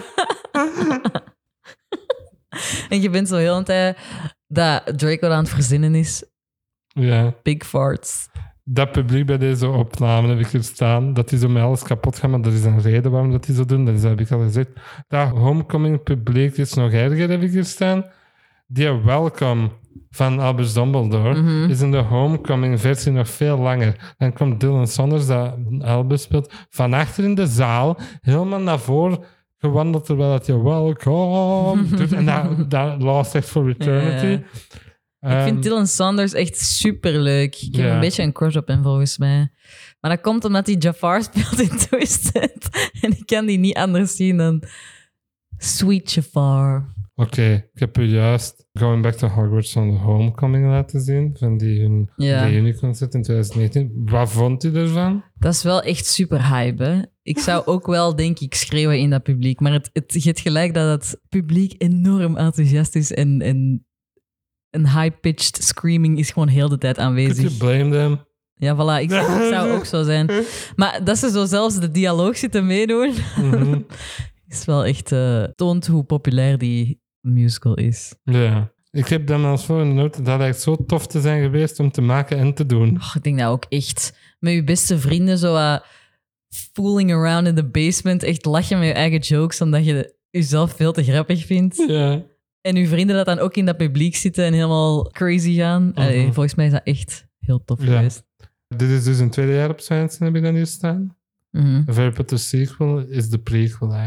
En je bent zo heel de tijd dat Draco aan het verzinnen is. Ja. Pigfarts. Dat publiek bij deze opname heb ik hier staan, dat die zo met alles kapot gaan, maar er is een reden waarom dat die zo doen. Dat heb ik al gezegd. Dat homecoming publiek is nog erger, heb ik hier staan. Die welcome van Albus Dumbledore is in de homecoming versie nog veel langer. Dan komt Dylan Saunders, dat Albus speelt, van achter in de zaal, helemaal naar voren gewandeld, terwijl dat je welcome doet. En dat last echt for eternity. Ik vind Dylan Saunders echt superleuk. Ik heb een beetje een crush op hem, volgens mij. Maar dat komt omdat hij Jafar speelt in Twisted. En ik kan die niet anders zien dan Sweet Jafar. Oké, ik heb u juist Going Back to Hogwarts van de Homecoming laten zien. Van die hun reunieconcert in 2019. Wat vond u ervan? Dat is wel echt super hype, hè? Ik zou ook wel, denk ik, schreeuwen in dat publiek. Maar je hebt gelijk dat het publiek enorm enthousiast is en een high-pitched screaming is gewoon heel de tijd aanwezig. Could you blame them? Ja, voilà. Ik zou ook zo zijn. Maar dat ze zo zelfs de dialoog zitten meedoen, is wel echt... toont hoe populair die musical is. Ja. Ik heb dan als volgende noot dat lijkt zo tof te zijn geweest om te maken en te doen. Oh, ik denk dat ook echt. Met je beste vrienden zo fooling around in the basement. Echt lachen met je eigen jokes, omdat je jezelf veel te grappig vindt. Ja. En uw vrienden dat dan ook in dat publiek zitten en helemaal crazy gaan. Allee, volgens mij is dat echt heel tof geweest. Dit is dus een tweede jaar op Science, heb ik dan hier staan. Harry Potter sequel is de prequel eigenlijk.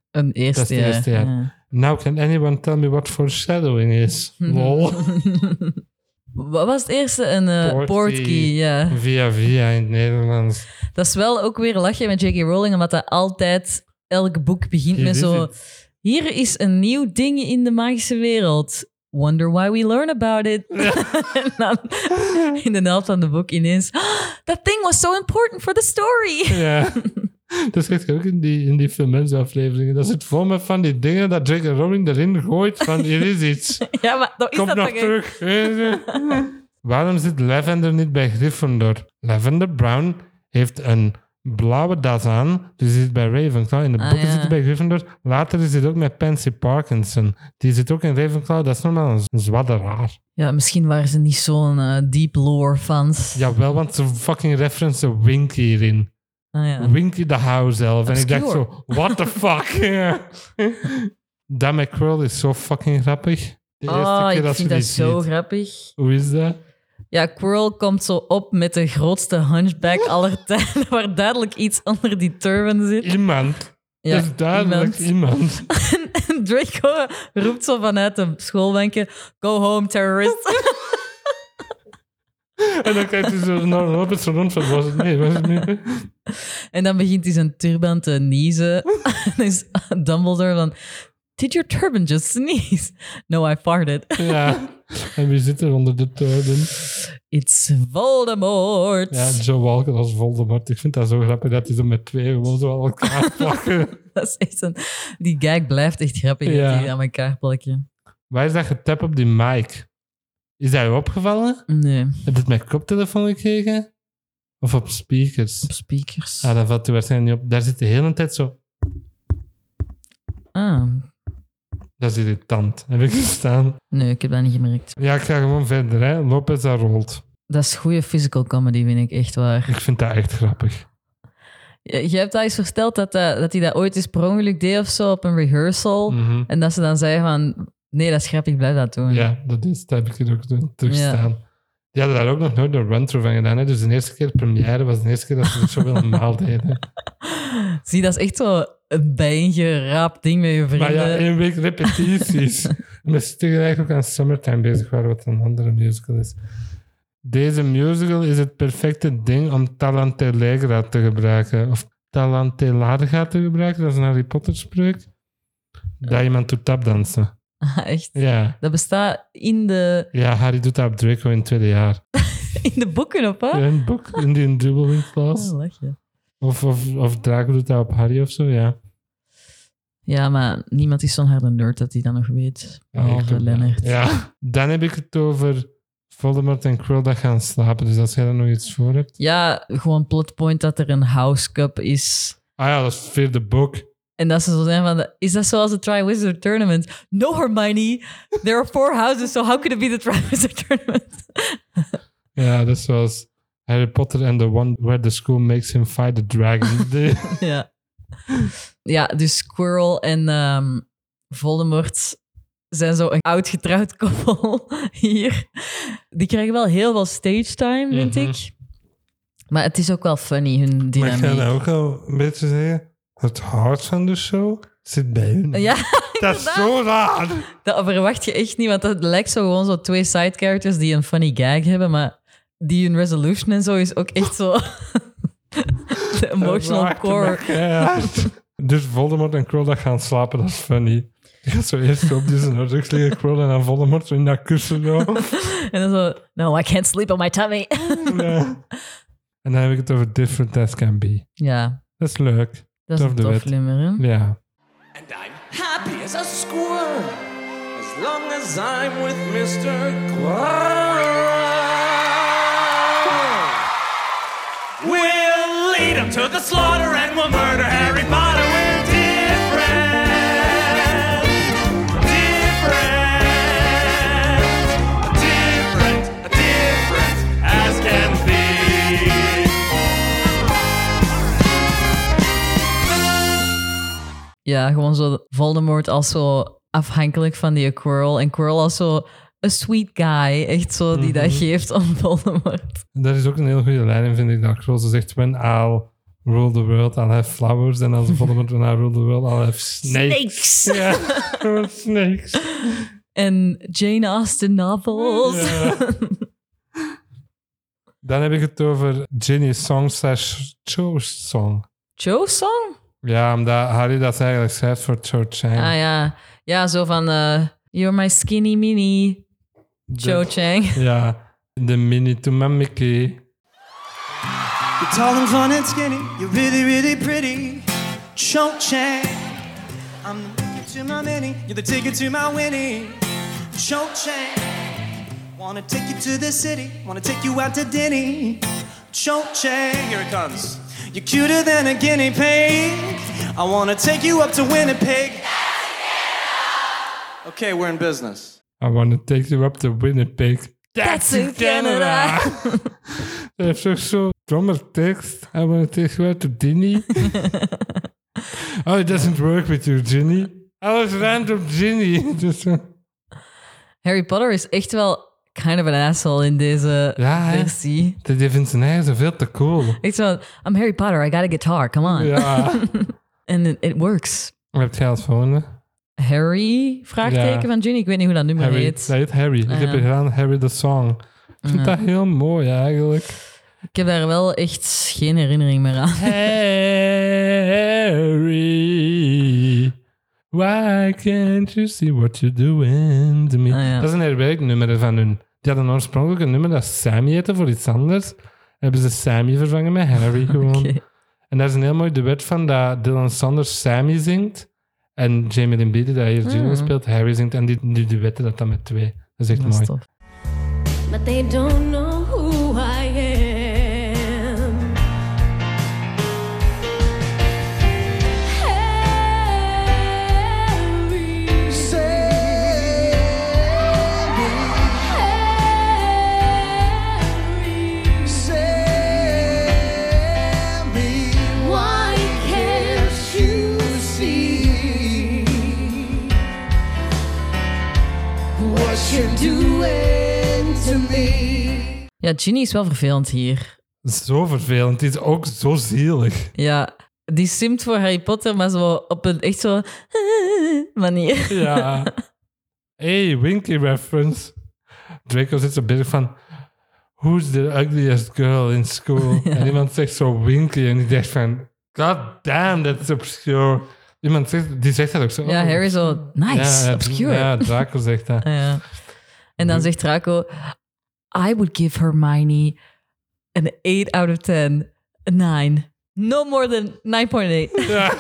Een eerste, Dat is het eerste jaar. Ja. Now can anyone tell me what foreshadowing is? Lol. Wat was het eerste? Een portkey, ja. Via in het Nederlands. Dat is wel ook weer lachen met J.K. Rowling, omdat dat altijd... Elk boek begint Hier met is zo... het. Hier is een nieuw ding in de magische wereld. Wonder why we learn about it. En dan in de helft van het boek ineens... That thing was so important for the story. Ja. Dat zegt je ook in die filmafleveringen. Dat zit vol met van die dingen dat J.K. Rowling erin gooit van hier is iets. Ja, maar dat is Kom dat nog toch... terug. Waarom zit Lavender niet bij Gryffindor? Lavender Brown heeft een blauwe das aan. Dus die zit bij Ravenclaw. In de boeken zit hij bij Gryffindor. Later is het ook met Pansy Parkinson. Die zit ook in Ravenclaw. Dat is normaal een zwadderaar. Ja, misschien waren ze niet zo'n deep lore fans. Jawel, want ze fucking referencen Winky hierin. Ah, ja. Winky de house elf. En ik dacht Obscure. zo, what the fuck? Dat McQuirl is zo fucking grappig. De eerste keer Ik dat vind ze dat die zo ziet. grappig. Hoe is dat? Ja, Quirrell komt zo op met de grootste hunchback aller tijden, waar duidelijk iets onder die turban zit. Iemand. Ja, dat is duidelijk iemand. En Draco roept zo vanuit de schoolbanken, go home, terrorist. En dan kijkt hij zo naar Robert zo rond van, was het niet? En dan begint hij zijn turban te niezen. En dan is Dumbledore van, did your turban just sneeze? No, I farted. Ja. En wie zit er onder de turban? It's Voldemort. Ja, Joe Walker als Voldemort. Ik vind dat zo grappig dat hij zo met twee gewoon zo aan elkaar plakken. Dat is echt een... Die gag blijft echt grappig, Ja. dat die aan elkaar plakken. Waar is dat getap op die mic? Is dat je opgevallen? Nee, Heb je het met koptelefoon gekregen? Of op speakers? op speakers. Ah, dat valt u waarschijnlijk niet op. Daar zit de hele tijd zo... Ah, Dat is irritant. Heb ik gestaan. nee, ik heb dat niet gemerkt. Ja, ik ga gewoon verder. Hè. Lopez dat rolt. Dat is goede physical comedy, vind ik echt waar. Ik vind dat echt grappig. Je hebt al eens verteld dat hij dat ooit eens per ongeluk deed of zo op een rehearsal. Mhm. En dat ze dan zei van, nee, dat is grappig, blijf dat doen. Ja, dat heb ik hier ook terugstaan. Die hadden daar ook nog nooit een run-through van gedaan. Hè. Dus de eerste keer première was de eerste keer dat ze het zo helemaal deden. Zie, dat is echt zo een bijeengeraapt ding met je vrienden. Maar ja, 1 week repetities. We zitten eigenlijk ook aan Summertime bezig, waar wat een andere musical is. Deze musical is het perfecte ding om Talantelarga te gebruiken. Of Talantelarga te gebruiken, dat is een Harry Potter spreuk. Dat iemand doet tapdansen. Echt? Ja. Dat bestaat in de Harry doet dat op Draco in het tweede jaar. boeken op, hè? Ja, in het boek, in die dubbelwinkels. Oh, lach je. Of Draco doet dat op Harry of zo, ja. Ja, maar niemand is zo'n harde nerd dat hij dat nog weet. Ja, ik Behalve doe dat. Lennart. Ja. Dan heb ik het over Voldemort en Quirrell dat gaan slapen. Dus als jij er nog iets voor hebt. Ja, gewoon plotpoint dat er een house cup is. Ah ja, dat is het vierde boek. En dat ze zo zijn van, is dat zoals de Triwizard Tournament? No, Hermione. There are 4 houses, so how could it be the Triwizard Tournament? Ja, dat is zoals Harry Potter and the one where the school makes him fight the dragon. Ja. Ja, dus Squirrel en Voldemort zijn zo een oud getrouwd koppel hier. Die krijgen wel heel veel stage time, vind ik. Maar het is ook wel funny, hun Maar ik dynamiek. ga nou ook al een beetje zeggen, het hart van de show zit bij hun. Ja, Dat is zo raar. dat verwacht je echt niet, want dat lijkt zo gewoon zo 2 side characters die een funny gag hebben, maar die hun resolution en zo is ook echt zo de emotional Dat maakt core. me keihard. Dus Voldemort en Quirrell dat gaan slapen, dat is funny. Je gaat zo eerst zo op die zijn rug liggen, Quirrell, en dan Voldemort zo in dat kussen. Zo. En dan zo, no, I can't sleep on my tummy. Ja. En dan heb ik het over Different As Can Be. Ja, Dat is leuk. dat is Tof een de tof wet. nummer, hè? Ja. And I'm happy as a squirrel as long as I'm with Mr. Quirrell. We'll lead him to the slaughter and we'll murder Harry Potter. We're different, different as can be. Ja, gewoon zo Voldemort als zo afhankelijk van die Quirrell. En Quirrell als zo een sweet guy. Echt zo, die dat geeft om Voldemort. En daar is ook een heel goede lijn in, vind ik, dat Quirrell zo zegt, when I'll Rule the world, I'll have flowers. En als de volgende wordt naar Rule the world, I'll have snakes. Ja, gewoon snakes. En Jane Austen novels. Ja. Dan heb ik het over Ginny's song / Joe's song. Joe's song? Ja, omdat Harry dat eigenlijk schrijft voor Cho Chang. Ah ja. Ja, zo van... You're my skinny mini. Cho Chang. Ja, de mini to my Mickey. You're tall and fun and skinny. You're really, really pretty. Cho Chang. I'm the ticket to my Minnie. You're the ticket to my Winnie. Cho Chang. Wanna take you to the city. Wanna take you out to dinner. Cho Chang. Here it comes. You're cuter than a guinea pig. I wanna take you up to Winnipeg. Okay, we're in business. I want to take you up to Winnipeg. That's in Canada. Dat heeft toch zo drummer tekst. I want to take you out to Dinny. Oh, it doesn't work with you, Ginny. I was random Ginny. Dus, Harry Potter is echt wel kind of an asshole in deze versie. Die vindt zijn eigen zoveel te cool. Echt zo, I'm Harry Potter, I got a guitar, come on. Ja. And it works. Heb jij als volgende? Harry, vraagteken van Ginny. Ik weet niet hoe dat nummer Harry, heet. dat heet Harry. Ik heb er gedaan Harry the Song. Ik vind dat heel mooi eigenlijk. Ik heb daar wel echt geen herinnering meer aan. Harry, why can't you see what you're doing to me? Ja. Dat is een werknummer van hun. Die hadden oorspronkelijk een nummer dat Sammy heette voor iets anders. Hebben ze Sammy vervangen met Harry gewoon. Okay. En daar is een heel mooi duet van dat Dylan Sanders Sammy zingt. En Jamie Lynn Beatty, dat hier Ginny speelt, Harry zingt. En die duetten dat dan met 2. Dat is echt mooi. Tof. But they don't know who I am. Harry, Harry, why can't you see what you're doing to me? Ja, Ginny is wel vervelend hier. Zo vervelend. Het is ook zo zielig. Ja, die simt voor Harry Potter, maar zo op een echt zo manier. Ja. Hey, Winky reference. Draco zit zo bezig van... Who's the ugliest girl in school? En iemand zegt zo Winky. En die zegt van... God damn, that's obscure. Iemand zegt, die zegt dat ook zo. Ja, Harry zo, nice, obscure. Ja, Draco zegt dat. Ja. En dan zegt Draco, I would give Hermione an 8 out of 10, a 9. No more than 9.8. Ja.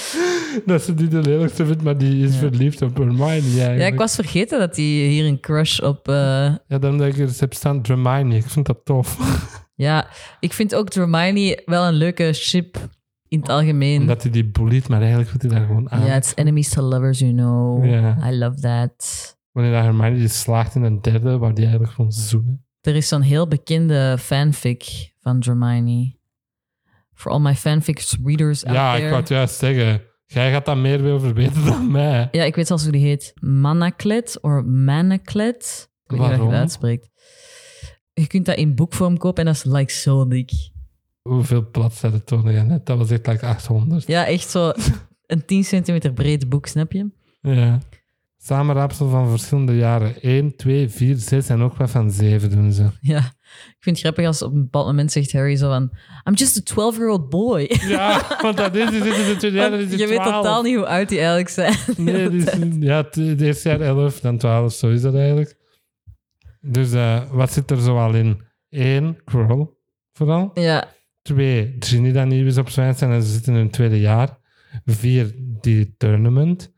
Dat ze die de lelijkste vindt, maar die is verliefd op Hermione eigenlijk. Ja, ik was vergeten dat hij hier een crush op... Ja, dan denk ik, ze heb staan Hermione. Ik vind dat tof. Ja, ik vind ook Hermione wel een leuke ship in het algemeen. Omdat hij die bulliet, maar eigenlijk doet hij daar gewoon aan. Ja, it's enemies to lovers, you know. Ja. I love that. Wanneer dat Hermione die slaagt in een derde, waar die eigenlijk gewoon zoenen. Er is zo'n heel bekende fanfic van Hermione. For all my fanfics readers out Ja, there. ik wou het juist zeggen. Jij gaat daar meer over weten dan mij. Ja, ik weet zelfs hoe die heet. Manaclet of Manaclet. Ik weet niet hoe je Waarom? dat uitspreekt. Je kunt dat in boekvorm kopen en dat is like zo dik. Hoeveel bladzijden toonde je net? Dat was echt like 800. Ja, echt zo een 10 centimeter breed boek, snap je? Ja. Samenraapsel van verschillende jaren. 1, 2, 4, 6 en ook wat van 7 doen ze. Ja, ik vind het grappig als op een bepaald moment zegt Harry zo van... I'm just a 12-year-old boy. Ja, want dat is, die zit in de tweede jaar, dat is Je weet totaal niet hoe oud die eigenlijk zijn. Nee, die is, ja, het eerste jaar 11, dan 12, zo is dat eigenlijk. Dus wat zit er zoal in? 1, Quirrell, vooral. Ja, 2, Ginny dat nieuw is op Zwijnstein en ze zitten in hun tweede jaar. 4, die tournament.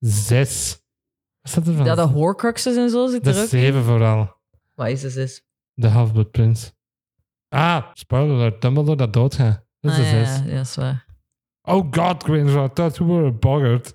6, wat staat er van? ja, de Horcruxes en zo zit Dat er is ook in. 7 vooral. Wat is het? De Half-Blood Prince. Ah, spoiler alert, Dumbledore dat doodgaat. Dat is de 6. Ja, dat is waar. Oh god, Granger, I thought you were a boggart.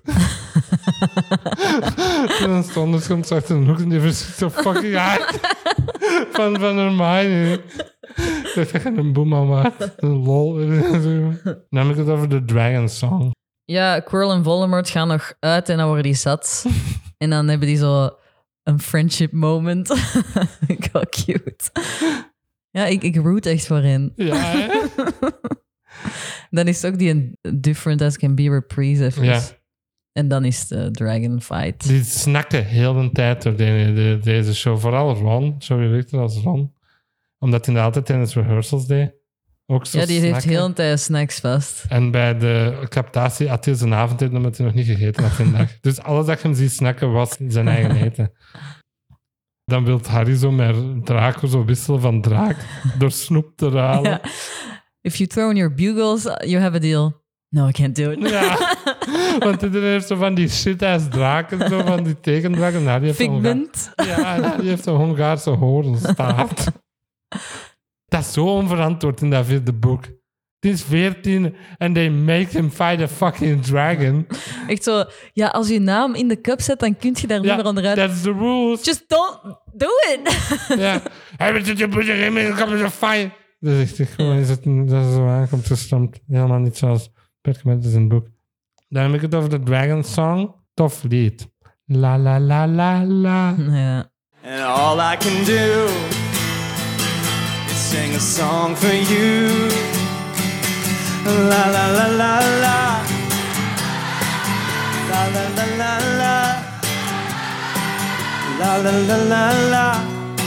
En dan stond het soms achter een hoek en die verschiet zo fucking hard van Hermione. Dat je een boom aan maakt. Een lol. Dan heb ik het over de Dragon Song. Ja, Quirrell en Voldemort gaan nog uit en dan worden die zat. En dan hebben die zo een friendship moment. Ik wel cute. Ja, ik root echt voor hen. Ja, hè? Dan is het ook die Different As Can Be reprise even. Ja. En dan is de Dragon Fight. Die snakte heel de tijd door deze show. Vooral Ron, Joey Richter als Ron. Omdat hij dat altijd tijdens rehearsals deed. Ook zo Ja, die heeft snacken. heel een tijd snacks vast. En bij de captatie had hij zijn avondeten omdat hij nog niet gegeten had die dag. Dus alles dat je hem ziet snacken was zijn eigen eten. Dan wil Harry zo met Draco zo wisselen van draak door snoep te ruilen. Ja. If you throw in your bugles, you have a deal. No, I can't do it. Ja, want iedereen heeft zo van die shit-ass draken, zo van die tekendraken. Nou, die heeft Figment. die heeft een Hongaarse hoornstaart. Dat is zo onverantwoord in dat 4e boek. Het is 14 en they make him fight a fucking dragon. Echt zo, ja, als je naam in de cup zet, dan kun je daar niet meer onderuit. That's the rules. Just don't do it. Ja. Hij weet dat je boetje geen meer kan met fight. Dat is echt gewoon dat is zo aankomt gestampt. Helemaal niet zoals perkament is in het boek. Dan heb ik het over de Dragon Song. Tof lied. La la la la la. Ja. And all I can do is sing a song for you. La la la la la. La la la la la. La la la la la.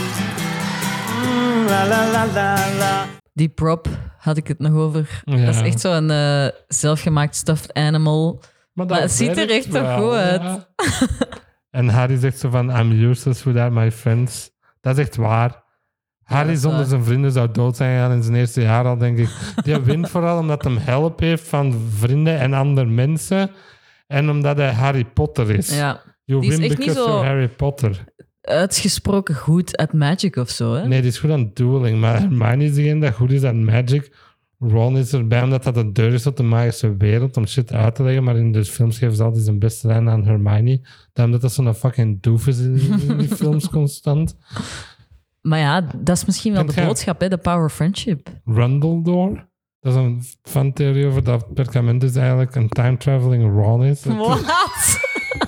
La la la la la. Die prop had ik het nog over. Ja. Dat is echt zo'n zelfgemaakt stuffed animal. Maar het ziet er werkt echt toch wel, goed uit. ja. En Harry zegt zo van, I'm useless without my friends. Dat is echt waar. Harry dat is zonder waar. zijn vrienden zou dood zijn gegaan in zijn eerste jaar al, denk ik. Die wint vooral omdat hij help heeft van vrienden en andere mensen. En omdat hij Harry Potter is. Ja. You Die is win echt niet because zo- you're Harry Potter. Uitgesproken goed at Magic of zo, hè? Nee, die is goed aan dueling. Maar Hermione is degene dat goed is aan magic. Ron is erbij omdat dat de deur is tot de magische wereld om shit uit te leggen. Maar in de films geven ze altijd zijn beste lijn aan Hermione. Daarom dat zo'n fucking doof is in die films constant. Maar ja, dat is misschien wel Kent de jij- boodschap, hè? De power of friendship. Rundledore. Dat is een fantheorie over dat perkament is eigenlijk een time-traveling Ron is. What?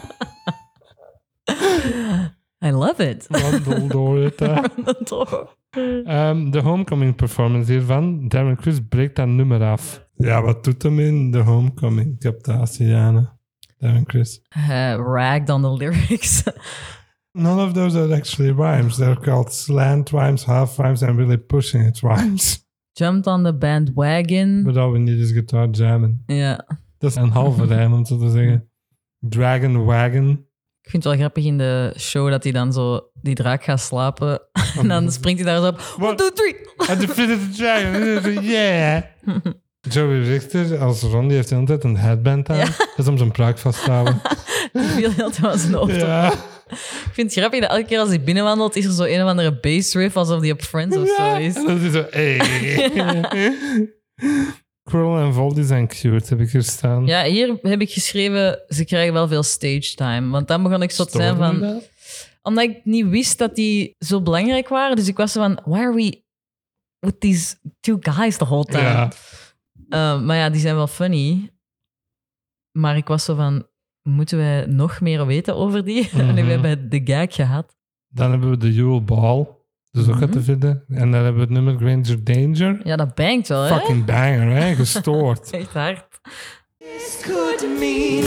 I love it. Rundledore heet dat. De homecoming performance hiervan. Darren Criss breekt dat nummer af. Ja, wat doet hem in de homecoming captatie, Jana? Darren Criss. Ragged on the lyrics. None of those are actually rhymes. They're called slant rhymes, half rhymes, and really pushing it rhymes. Jumped on the bandwagon. But all we need is guitar jamming. Ja. Dat is een halve rijm, om zo te zeggen. Dragon wagon. Ik vind het wel grappig in de show dat hij dan zo die draak gaat slapen. En dan springt hij daar zo op. 1, 2, 3. I defeated the dragon. Yeah. Joey Richter als Ron, die heeft de hele tijd een headband aan. Ja. Dat is om zijn pruik vast te houden. Die viel heel te aan zijn hoofd op. Ja. Ik vind het grappig dat elke keer als hij binnenwandelt, is er zo een of andere bass riff alsof die op Friends of zo is. En dan is hij zo, hey. Quirrell en Voldy zijn cute, heb ik hier staan. Ja, hier heb ik geschreven, ze krijgen wel veel stage time. Want dan begon ik zo te zijn Stoorde van... dat? Omdat ik niet wist dat die zo belangrijk waren. Dus ik was zo van, why are we with these 2 guys the whole time? Ja. Maar ja, die zijn wel funny. Maar ik was zo van, moeten wij nog meer weten over die? Mhm. Nu, we hebben de gag gehad. Dan hebben we de Yule Ball. Dus ook uit te vinden. En dan hebben we het nummer Granger Danger. Ja, dat bangt wel, hè? Fucking banger, hè? Gestoord. Echt hard. This could mean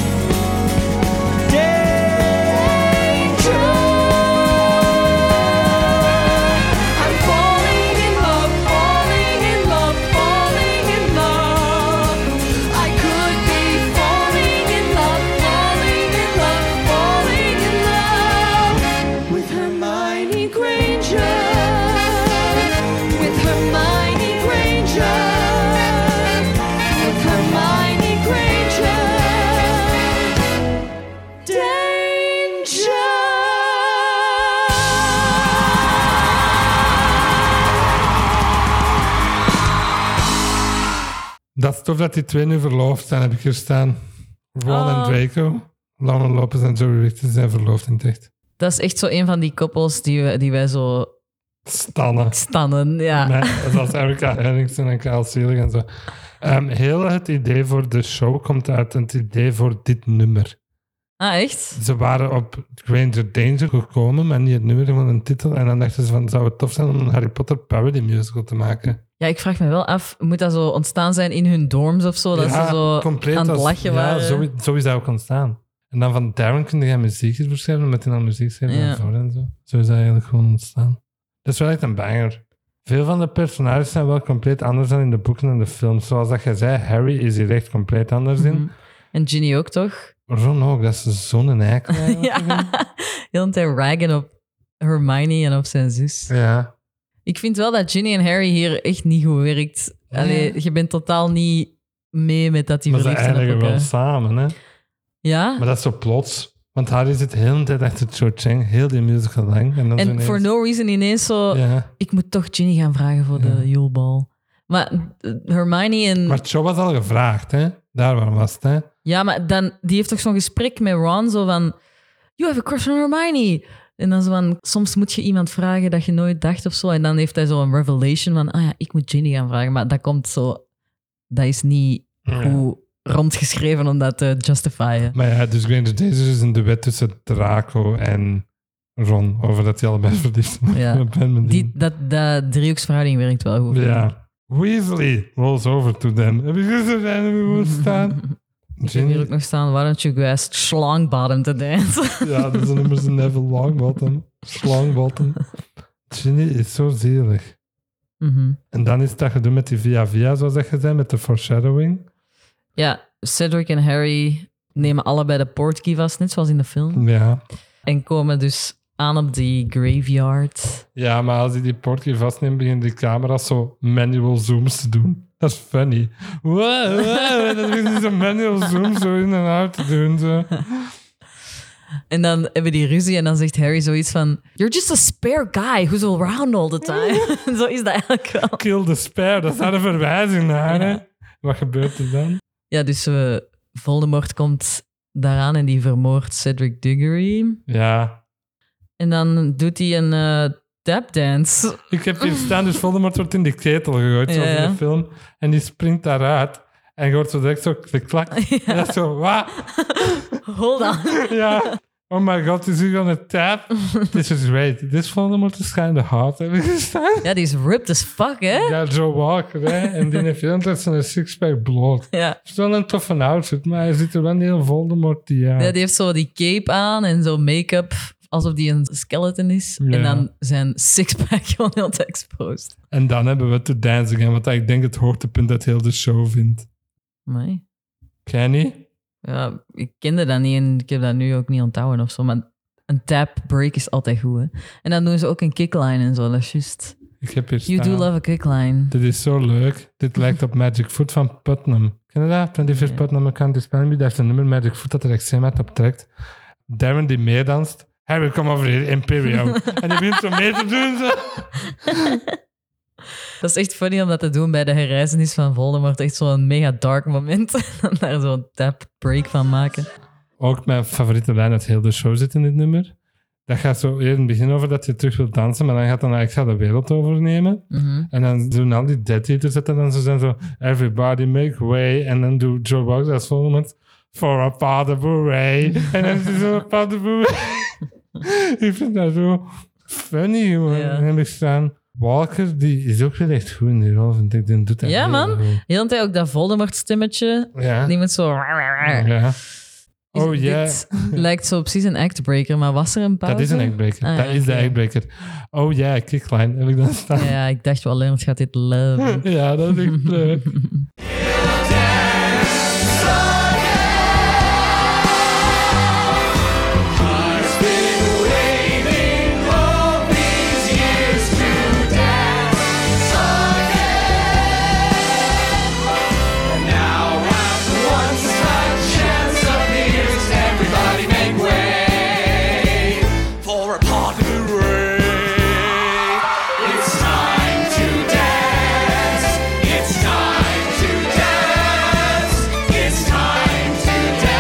danger. I'm falling in love, falling in love, falling in love. I could be falling in love, falling in love, falling in love with Hermione Granger, with Hermione Granger, with Hermione Granger. Dat is tof dat die 2 nu verloofd zijn, heb ik hier staan. Ron en Draco. Lana Lopez en Joey Richter zijn verloofd in het echt. Dat is echt zo een van die koppels die wij zo Stannen. stannen. Ja. Zoals Erica Henningsen en Kyle Seelig en zo. Heel het idee voor de show komt uit het idee voor dit nummer. Ah, echt? Ze waren op Granger Danger gekomen, maar niet het nummer, gewoon een titel. En dan dachten ze van, zou het tof zijn om een Harry Potter parody musical te maken? Ja, ik vraag me wel af, moet dat zo ontstaan zijn in hun dorms of zo? Dat ze zo compleet aan het lachen waren? Ja, zo is dat ook ontstaan. En dan van Darren kun je muziek schrijven, met die dan muziek schrijven en zo en zo. Zo is dat eigenlijk gewoon ontstaan. Dat is wel echt een banger. Veel van de personages zijn wel compleet anders dan in de boeken en de films. Zoals dat je zei, Harry is hier echt compleet anders in. En Ginny ook, toch? Ron ook, dat is zo'n eikel. Ja, heel een tijd raggen op Hermione en op zijn zus. Ja. Ik vind wel dat Ginny en Harry hier echt niet goed werkt. Allee, je bent totaal niet mee met dat die maar ze verliefd zijn op eindigen wel elkaar. samen, hè. Ja? Maar dat is zo plots. Want Harry zit de hele tijd achter Cho Chang, heel die musical lang. En, dan En ineens... for no reason ineens zo... Ja. Ik moet toch Ginny gaan vragen voor de Yule-ball. Maar Hermione en... Maar Cho was al gevraagd, hè. Daar waar was het, hè. Ja, maar dan, die heeft toch zo'n gesprek met Ron, zo van... You have a crush on Hermione. En dan zo van... Soms moet je iemand vragen dat je nooit dacht of zo. En dan heeft hij zo'n revelation van... Ah ja, ik moet Ginny gaan vragen. Maar dat komt zo... Dat is niet goed rondgeschreven om dat te justifyen. Maar ja, dus Granger deze is een duet tussen Draco en Ron. Over dat die allebei verliefd zijn. Ja. Dat driehoeksverhouding werkt wel goed. Ja. Weasley rolls over to them. Heb je gezien waar we gewoon staan? Ik heb hier ook nog staan... Why don't you go ask Schlongbottom to dance? Ja, dat is een nummer van Neville Longbottom. Longbottom. Ginny is zo zielig. En dan is dat gedoe met die via-via, zoals dat je zei, met de foreshadowing. Ja, Cedric en Harry nemen allebei de portkey vast, net zoals in de film. Ja. En komen dus aan op die graveyard. Ja, maar als hij die portkey vastneemt, beginnen die camera's zo manual zooms te doen. Dat is funny. Wow, dat is zo'n manual zoom zo in en uit te doen. Zo. En dan hebben die ruzie en dan zegt Harry zoiets van... You're just a spare guy who's around all the time. Zo is dat eigenlijk wel. Kill the spare, dat is daar een verwijzing naar. Hè? Wat gebeurt er dan? Ja, dus Voldemort komt daaraan en die vermoordt Cedric Diggory. Ja. En dan doet hij een tapdance. Ik heb hier staan, dus Voldemort wordt in die ketel gegooid, zoals in de film. En die springt daaruit. En je hoort zo direct zo klik-klak. En dat is zo, wat? Hold on. Ja. Oh my god, is hier on a tap? This is great. This Voldemort is kind of hot, heb ik gestaan. Ja, die is ripped as fuck, hè? Ja, Joe Walker, hè. En die heeft heel tijd zo'n sixpack bloot. Ja. Het is wel een toffe outfit, maar hij ziet er wel heel Voldemort die Ja, die heeft zo die cape aan en zo make-up, alsof die een skeleton is. Ja. En dan zijn sixpack gewoon heel te exposed. En dan hebben we To Dance Again, wat ik denk het hoogtepunt uit heel de show vind. Nee. Kenny? Ja, ik kende dat niet en ik heb dat nu ook niet onthouden of zo. Maar een tap break is altijd goed, hè. En dan doen ze ook een kickline en zo, dat is juist. Ik heb hier You staan. do love a kickline. Dit is zo leuk. Dit lijkt op Magic Foot van Putnam. Ken je dat? 25 Putnam Accounting Spelling Bee. Daar heeft een nummer Magic Foot dat er extreem uit op trekt. Darren die meedanst. Harry, kom over hier, Imperium. En die begint zo mee te doen. Zo. Dat is echt funny om dat te doen bij de herreizenis van Voldemort. Echt zo'n mega dark moment. En daar zo'n tap break van maken. Ook mijn favoriete lijn uit heel de show zit in dit nummer. Dat gaat zo eerder in het begin over dat je terug wilt dansen, maar dan gaat dan ik ga de wereld overnemen. En dan doen al die Death Eaters dat en dan zo zijn zo everybody make way. En dan doet Joe Box als volgende for a part of a way. En dan is het zo a part of a way. Ik vind dat zo funny, jongen. Ja. En heb ik staan... Walker, die is ook wel echt goed in die rol, vind ik. Die doet dat Ja, heel man. goed. De hele tijd ook dat Voldemort-stemmetje. Ja. Die met zo... Ja. Oh, ja. Dit lijkt zo precies een actbreaker, maar was er een pauze? Dat is een actbreaker. Ah, Dat ja, is de oké. actbreaker. Oh ja, kickline heb ik dan staan. Ja, ik dacht wel, Leonard gaat dit love. Ja, dat is echt leuk. For a part of the way. It's time to dance. It's time to dance. It's time to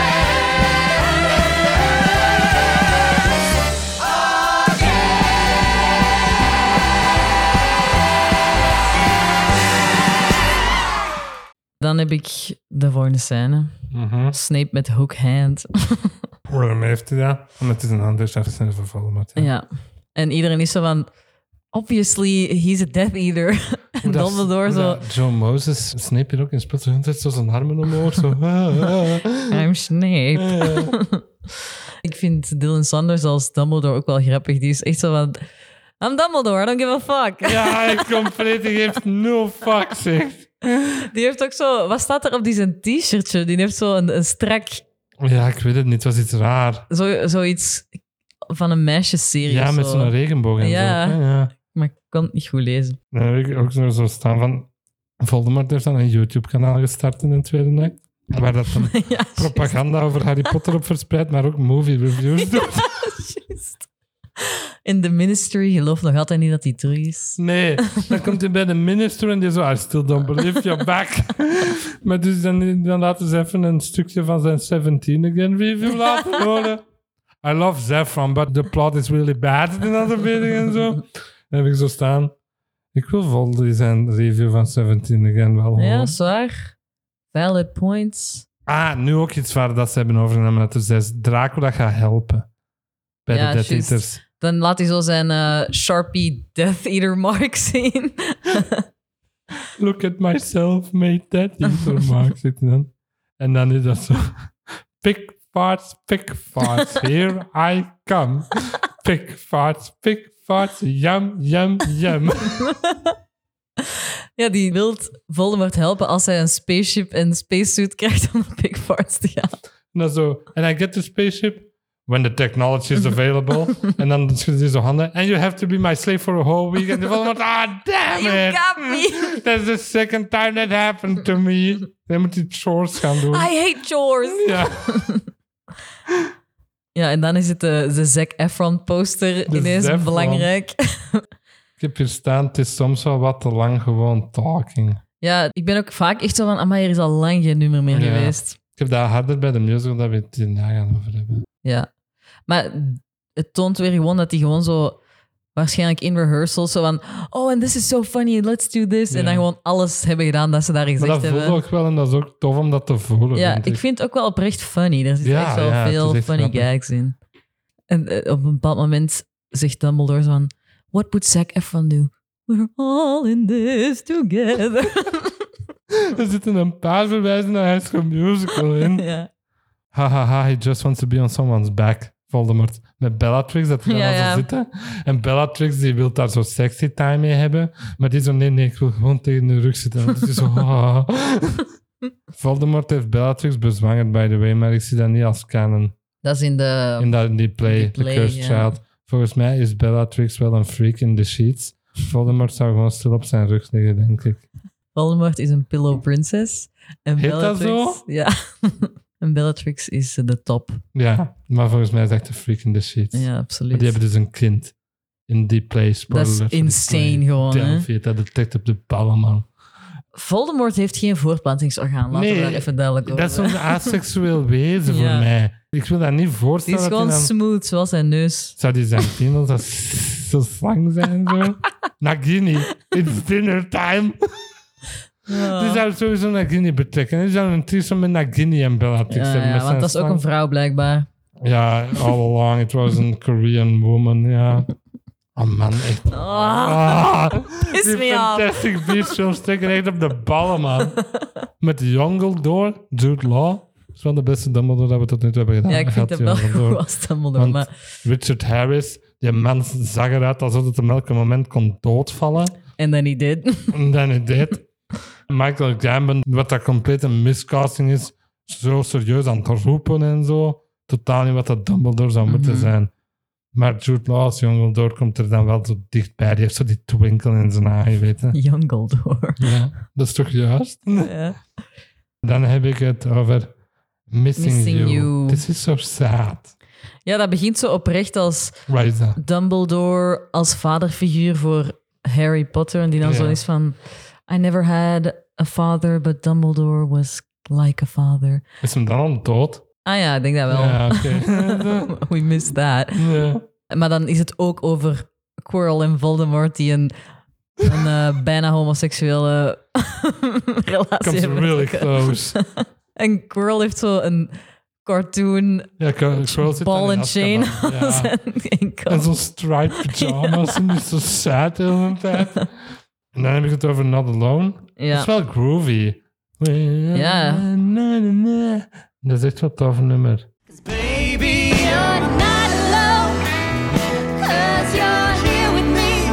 dance. Dan heb ik de volgende scène. Snape met hook hand. Waarom heeft hij dat? Want het is een ander afsnijden van Voldemort. Ja. En iedereen is zo van... obviously, he's a Death Eater. En Dumbledore zo... John Moses, Snape hier ook in speelt, zo zijn armen omhoog, zo... I'm Snape. Ik vind Dylan Sanders als Dumbledore ook wel grappig. Die is echt zo van... I'm Dumbledore, I don't give a fuck. Ja, compleet, die heeft no fuck, zeg. Die heeft ook zo... Wat staat er op die zijn t-shirtje? Die heeft zo een strak... Ja, ik weet het niet, het was iets raar. Zoiets van een meisjesserie. Ja, met zo'n regenboog en Ja. zo. Ja. Maar ik kan het niet goed lezen. Dan heb ik ook zo staan van... Voldemort heeft dan een YouTube-kanaal gestart in de tweede act. Waar dat dan Ja, propaganda over Harry Potter op verspreidt, maar ook movie reviews doet. juist. In The Ministry geloof nog altijd niet dat hij terug is. Nee, dan komt hij bij de minister en die zo... I still don't believe you're back. Maar dus dan laten ze even een stukje van zijn 17 Again review laten horen. I love Zephron, but the plot is really bad. In dat mening en zo. Dan heb ik zo staan... Ik wil Voldy zijn review van 17 Again wel horen. Ja, zwaar. Valid points. Nu ook iets waar dat ze hebben overgenomen. Dat er zes Draco dat gaat helpen. Bij Ja, de Death juist. Eaters. Dan laat hij zo zijn Sharpie Death Eater mark zien. Look at myself, made Death Eater mark zit hij dan. En dan is dat zo... Pick farts, here I come. Pick farts, yum, yum, yum. Ja, die wil Voldemort helpen als hij een spaceship en spacesuit krijgt om naar Big Farts te gaan. En dan zo... And I get the spaceship when the technology is available. En dan schudt hij zo handen. And you have to be my slave for a whole week. En die Voldemort... Damn You it! got me! That's the second time that happened to me. Dan moet hij chores gaan doen. I hate chores! Ja. Ja, en dan is het de Zac Efron poster ineens Efron. belangrijk. Ik heb hier staan, het is soms wel wat te lang gewoon talking. Ja, ik ben ook vaak echt zo van, amai, er is al lang geen nummer meer Ja. geweest. Ik heb dat harder bij de musical dat we het hierna gaan over hebben. Ja. Maar het toont weer gewoon dat hij gewoon zo... Waarschijnlijk in rehearsals zo van... Oh, and this is so funny, let's do this. Ja. En dan gewoon alles hebben gedaan dat ze daar Maar gezegd dat voelt hebben. ook wel en dat is ook tof om dat te voelen. Ja, vind ik vind het ook wel oprecht funny. Er zitten Ja, echt wel ja, het veel is echt funny grappig. gags in. En op een bepaald moment zegt Dumbledore zo van... What would Zac Efron do? We're all in this together. Er zitten een paar verwijzen naar High School Musical in. Ja. Hahaha, he just wants to be on someone's back. Voldemort. Met Bellatrix, dat hij Ja, dan ja. zo zitten. En Bellatrix, die wil daar zo sexy time mee hebben. Maar die zo, nee, ik wil gewoon tegen de rug zitten. Dus die zo, Voldemort heeft Bellatrix bezwangerd, by the way, maar ik zie dat niet als canon. Dat is in de... In die play, The Cursed ja. Child. Volgens mij is Bellatrix wel een freak in the sheets. Voldemort zou gewoon stil op zijn rug liggen, denk ik. Voldemort is een pillow princess. En Heet dat zo? Ja. En Bellatrix is de top. Ja, maar volgens mij is het echt een freak in the sheets. Ja, Maar absoluut. die hebben dus een kind in die play. Dat Spoiler is voor die insane play. gewoon, hè? Damn, dat detect op de ballen, man. Voldemort heeft geen voortplantingsorgaan. Laten we Nee, daar even duidelijk over Dat is zo'n aseksueel wezen voor Ja. mij. Ik wil dat niet Die voorstellen. is dat gewoon hij dan... smooth, zoals zijn neus. Zou die zijn piemel zo slang zijn? Zo? Nagini, it's dinner time. Die zou sowieso Nagini betrekken. Die zou een threesome met Nagini en Bellatrix hebben. met want zijn dat is ook slang. een vrouw blijkbaar. Ja, all along. It was a Korean woman, ja. Oh man, echt. Piss Die me off. Fantastic Beasts films trekken echt op de ballen, man. Met Dumbledore, Jude Law. Dat is wel de beste Dumbledore dat we tot nu toe hebben gedaan. Ja, ik vind Gehad, hem wel Dumbledore. goed als Dumbledore. Want Maar... Richard Harris, die man zag eruit alsof het op elk moment kon doodvallen. En then he did. En dan hij deed. Michael Gambon, wat dat compleet een miscasting is, zo serieus aan het roepen en zo. Totaal niet wat dat Dumbledore zou moeten zijn. Maar Jude Law als Dumbledore komt er dan wel zo dichtbij. Die heeft zo die twinkel in zijn ogen, weet je. Youngledore. Ja, dat is toch juist? Ja. Dan heb ik het over Missing Missing You. This is so sad. Ja, dat begint zo oprecht als Waar is dat? Dumbledore als vaderfiguur voor Harry Potter. En die dan Ja. zo is van... I never had a father, but Dumbledore was like a father. Is hem dan al dood? Ah ja, ik denk dat wel. Ja, oké. We missed that. Ja. Maar dan is het ook over Quirrell en Voldemort die een bijna homoseksuele relatie Comes hebben. really close. En Quirrell heeft zo een cartoon Quirrell zit ball dan in and chain Azkaban. aan zijn enkel. En zo'n striped pyjama's en die is zo sad de hele tijd. En dan heb ik het over Not Alone. Ja. Dat is wel groovy. Ja. Dat is echt wel een tof nummer. Baby, you're not alone, 'cause you're here with me.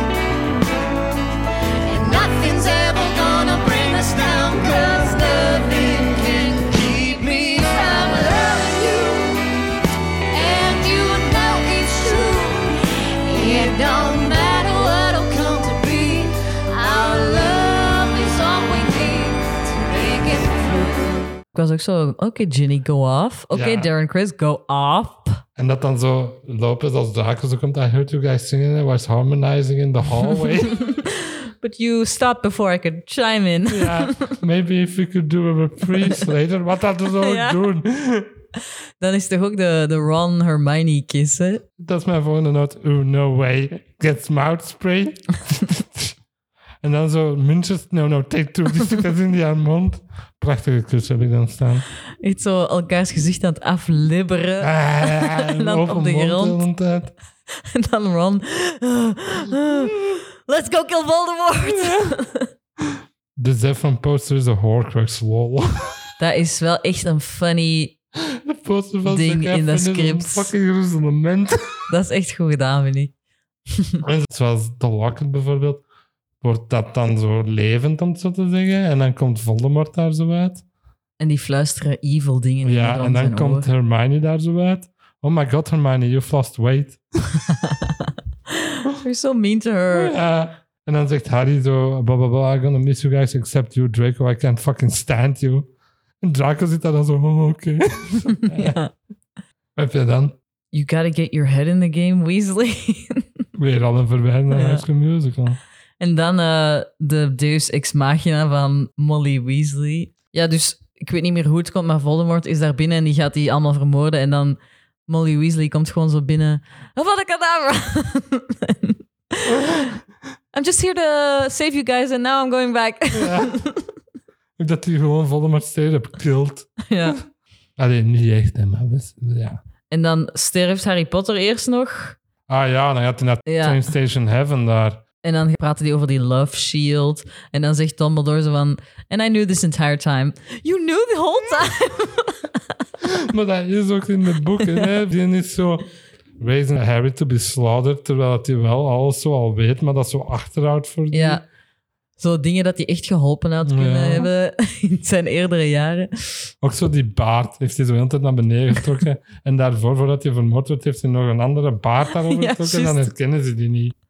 And nothing's ever gonna bring us down, 'cause nothing can keep me from loving you. And you know it's true. It don't matter what'll come to be. Our love is all we need to make it through. Ik was ook zo, oké, Ginny, go off. Oké, Ja. Darren Criss, go off. En dat dan zo Lopez als Draco zo komt. I heard you guys singing. I was harmonizing in the hallway. But you stopped before I could chime in. Ja, maybe if we could do a reprise later. Wat hadden ze ook Ja. doen? Dan is toch ook de Ron Hermione kiss, hè? Dat is mijn volgende noot. Oh, no way. Gets mouth spray. En dan zo muntjes. No, take two. Die stikken in die haar mond. Prachtige kus heb ik dan staan. Echt zo elkaars gezicht aan het aflibberen. En dan open op de mond grond. de hele tijd. En dan Ron. Let's go kill Voldemort. De Zef van poster is een Horcrux, lol. Dat is wel echt een funny... De poster van Ding Zac in de Efron is een script. fucking gruzelement. Dat is echt goed gedaan, vind ik. En zoals The Locket bijvoorbeeld, wordt dat dan zo levend, om het zo te zeggen. En dan komt Voldemort daar zo uit. En die fluisteren evil dingen in Ja, en dan zijn komt oor. Hermione daar zo uit. Oh my god, Hermione, you've lost weight. You're so mean to her. Ja. En dan zegt Harry zo, blah, blah, blah, I'm gonna miss you guys except you, Draco. I can't fucking stand you. En Draco zit daar dan zo, oh, oké. Ja. Wat heb je dan? You gotta get your head in the game, Weasley. Weer al een verwijzing naar Ja. High School Musical. En dan de Deus Ex Machina van Molly Weasley. Ja, dus ik weet niet meer hoe het komt, maar Voldemort is daar binnen en die gaat die allemaal vermoorden. En dan Molly Weasley komt gewoon zo binnen. Avada Kedavra! I'm just here to save you guys and now I'm going back. Ja. Ik dat hij gewoon Voldemort steeds heb gekillt. Ja. Allee, niet echt, hè, maar ja. En dan sterft Harry Potter eerst nog. Ah ja, dan gaat hij naar Ja. Train Station Heaven daar. En dan praten die over die love shield. En dan zegt Dumbledore zo van... And I knew this entire time. You knew the whole time? Maar dat is ook in de boeken, hè. Die is zo... Raising Harry to be slaughtered, terwijl hij wel alles zo al weet, maar dat zo achterhoudt voor die. Ja. Zo dingen dat hij echt geholpen had kunnen Ja. hebben in zijn eerdere jaren. Ook zo die baard heeft hij zo de hele tijd naar beneden getrokken. En daarvoor, voordat hij vermoord wordt, heeft hij nog een andere baard daarover Ja, getrokken. En dan juist. herkennen ze die niet.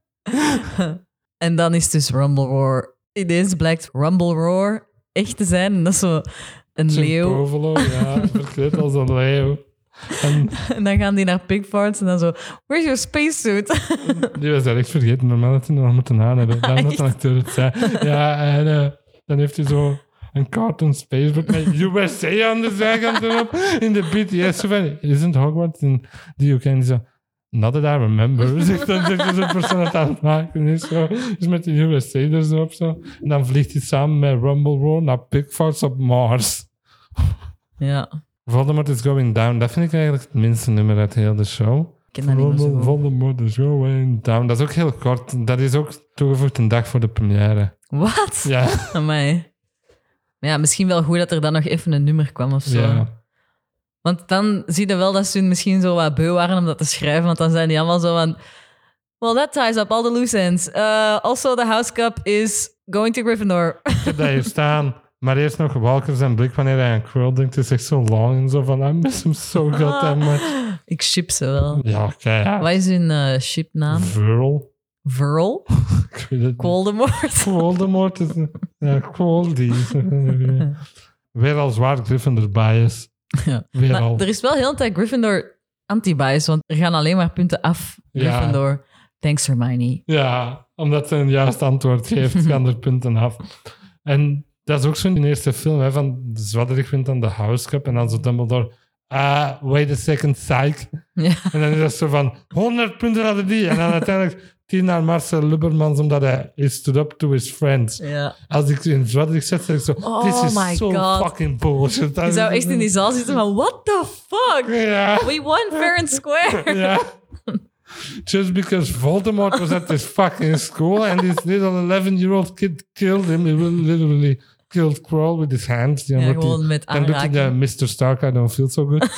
En dan is dus Rumble Roar. Ineens blijkt Rumble Roar echt te zijn. En dat is zo een Jim leeuw. Povolo, ja, verkleed als een leeuw. En En dan gaan die naar Pigfarts en dan zo... Where's your spacesuit? die was echt vergeten. Normaal had hij nog moeten aan hebben. Daarom dat de Echt? acteur het zei. Ja, en dan heeft hij zo een cartoon spacebook met USA aan de zijkant erop. In de BTS. Zo van, isn't Hogwarts in the UK? En die zo, not that I remember. Zegt dan zegt hij zo'n persoon het aan het maken is. Zo, dus met de USA er zo op zo. En dan vliegt hij samen met Rumble Roar naar Pigfarts op Mars. Ja, Voldemort is going down. Dat vind ik eigenlijk het minste nummer uit heel de show. ik ken dat niet meer zo goed. Voldemort is going down. Dat is ook heel kort. Dat is ook toegevoegd een dag voor de première. Wat? Ja. Amai. Maar ja, misschien wel goed dat er dan nog even een nummer kwam of zo. Ja. Want dan zie je wel dat ze misschien zo wat beu waren om dat te schrijven. Want dan zijn die allemaal zo van... Well, that ties up all the loose ends. Also, the House Cup is going to Gryffindor. Ik heb dat hier staan. Maar eerst nog Walker zijn blik wanneer hij aan Quirrell denkt. Het is echt zo lang en zo van... I miss him so goddamn much. Ik ship ze wel. Ja, oké. Wat is hun shipnaam? Virl. Verl? Ik weet het niet. Voldemort? Voldemort is... Ja, Qualdy. Weer al zwaar Gryffindor bias. Ja. Weer Maar al. er is wel heel de tijd Gryffindor anti-bias, want er gaan alleen maar punten af. Ja. Gryffindor. Thanks, Hermione. Ja, omdat ze een juist antwoord geeft, gaan er punten af. En dat is ook zo in de eerste film, hè, van Zwadderig wint dan de House Cup en dan zo Dumbledore, wait a second, psych. Ja. En dan is dat zo van, 100 punten hadden die. En dan uiteindelijk kies naar Marcel Lubbermans omdat hij stood up to his friends. Ja. Als ik in Zwadrik zet, zeg ik zo... This is my so God. fucking bullshit. Je zou echt in die zaal zitten van, what the fuck? Ja. We won fair and square. Ja. Just because Voldemort was at this fucking school and this little 11-year-old kid killed him. He literally killed Quirrell with his hands. Ja, gewoon met dan doet hij de aanraking. Mr. Stark, I don't feel so good.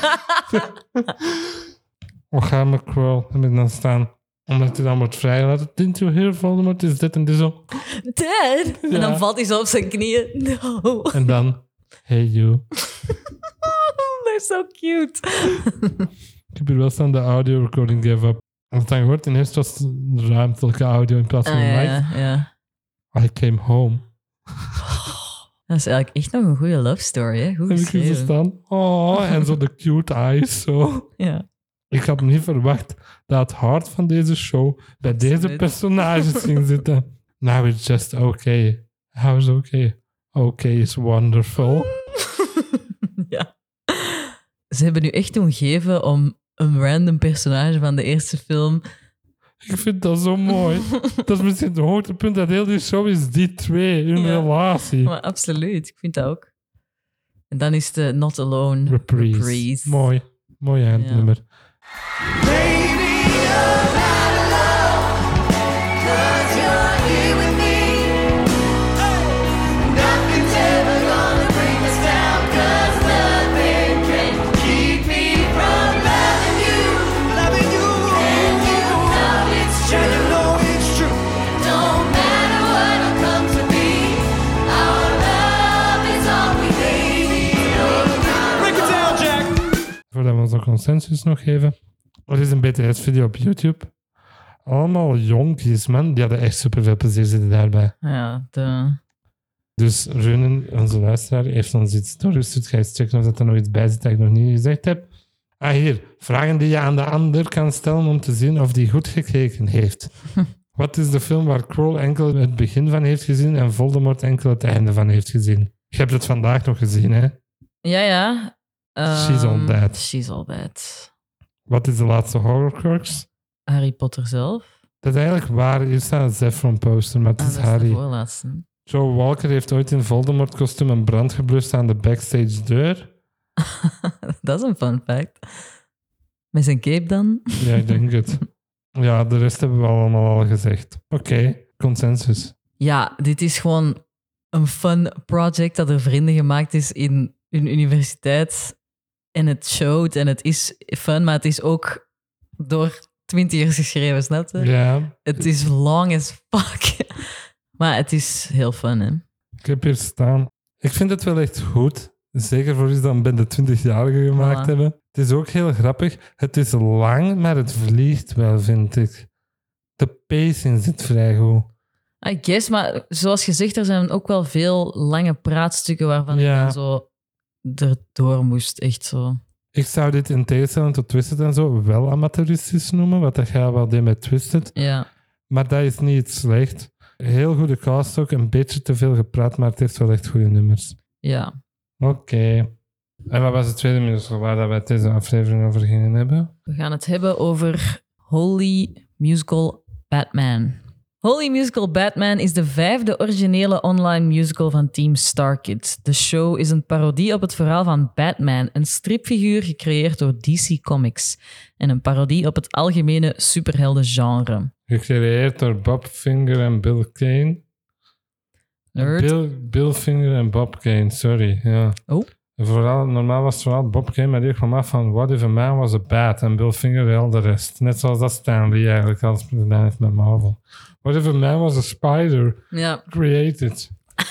We gaan met Quirrell en dan staan. Omdat hij dan wordt vrijgelaten. Didn't you hear Voldemort is dit en dit zo. Dead? En Ja. dan valt hij zo op zijn knieën. No. En dan, hey you. They're so cute. Ik heb hier wel staan de audio recording gave up. Als het dan gehoord, en eerst was het ruimtelijke audio in plaats van live. Ja. I came home. Dat is eigenlijk echt nog een goede love story, hè? Goed En ik zie ze geschreven. staan. Oh, en zo de cute eyes, zo. Ja. Ik had niet verwacht dat het hart van deze show bij deze Absoluut. personages ging zitten. Now it's just okay. How is okay? Okay is wonderful. Ja. Ze hebben nu echt omgeven om een random personage van de eerste film... Ik vind dat zo mooi. Dat is misschien het hoogtepunt dat heel die show is, die twee, hun Ja. relatie. Maar absoluut, ik vind dat ook. En dan is de Not Alone Reprise. Mooi. Mooi eindnummer. Baby, you're not alone, 'cause you're here with me. Nothing's ever gonna bring us down, 'cause nothing can keep me from loving you. Loving you. And you know it's true. And you know it's true. No matter what will come to be, our love is all we need. Break it down, Jack. Voordat we onze consensus nog geven. Er is een BTS-video op YouTube. Allemaal jonkies, man. Die hadden echt superveel plezier zitten daarbij. Ja, Dus Runen, onze luisteraar, heeft ons iets doorgestuurd. Ga eens checken of er nog iets bij zit dat ik nog niet gezegd heb. Ah, hier. Vragen die je aan de ander kan stellen om te zien of die goed gekeken heeft. Wat is de film waar Quirrell enkel het begin van heeft gezien en Voldemort enkel het einde van heeft gezien? Je hebt het vandaag nog gezien, hè? ja. She's All That. She's All That. Wat is de laatste Horcrux? Harry Potter zelf. Dat is eigenlijk waar is dat een Zephron poster, maar het Ah, is dat is de Harry. voorlaatste. Joe Walker heeft ooit in Voldemort-kostuum een brand geblust aan de backstage deur. Dat is een fun fact. Met zijn cape dan? Ja, ik denk het. Ja, de rest hebben we allemaal al gezegd. Oké, consensus. Ja, dit is gewoon een fun project dat er vrienden gemaakt is in hun universiteit. En het showt en het is fun, maar het is ook door 20ers geschreven, snap je? Ja, Het is long as fuck. Maar het is heel fun, hè? ik heb hier staan. Ik vind het wel echt goed. Zeker voor iets dat we bij de 20-jarigen gemaakt Voilà. hebben. Het is ook heel grappig. Het is lang, maar het vliegt wel, vind ik. De pacing zit vrij goed. I guess, maar zoals gezegd, er zijn ook wel veel lange praatstukken waarvan Ja. ik dan zo erdoor moest, echt zo. Ik zou dit in tegenstelling tot Twisted en zo wel amateuristisch noemen, wat dat gaat wel deed met Twisted. Ja. Maar dat is niet slecht. Heel goede cast ook, een beetje te veel gepraat, maar het heeft wel echt goede nummers. Ja. Oké. En wat was het tweede musical waar dat wij het deze aflevering over gingen hebben? We gaan het hebben over Holy Musical Batman. Holy Musical Batman is de 5e originele online musical van Team StarKid. De show is een parodie op het verhaal van Batman, een stripfiguur gecreëerd door DC Comics. En een parodie op het algemene superheldengenre. Gecreëerd door Bob Finger en Bill Kane. Nerd. Bill Finger en Bob Kane, sorry. Ja. Oh. Vooral, normaal was het vooral Bob Kane, maar die kwam af van What if a man was a bat? En Bill Finger heel de rest. Net zoals dat Stan Lee eigenlijk al gedaan heeft met Marvel. What if a man was a spider? Ja. Created.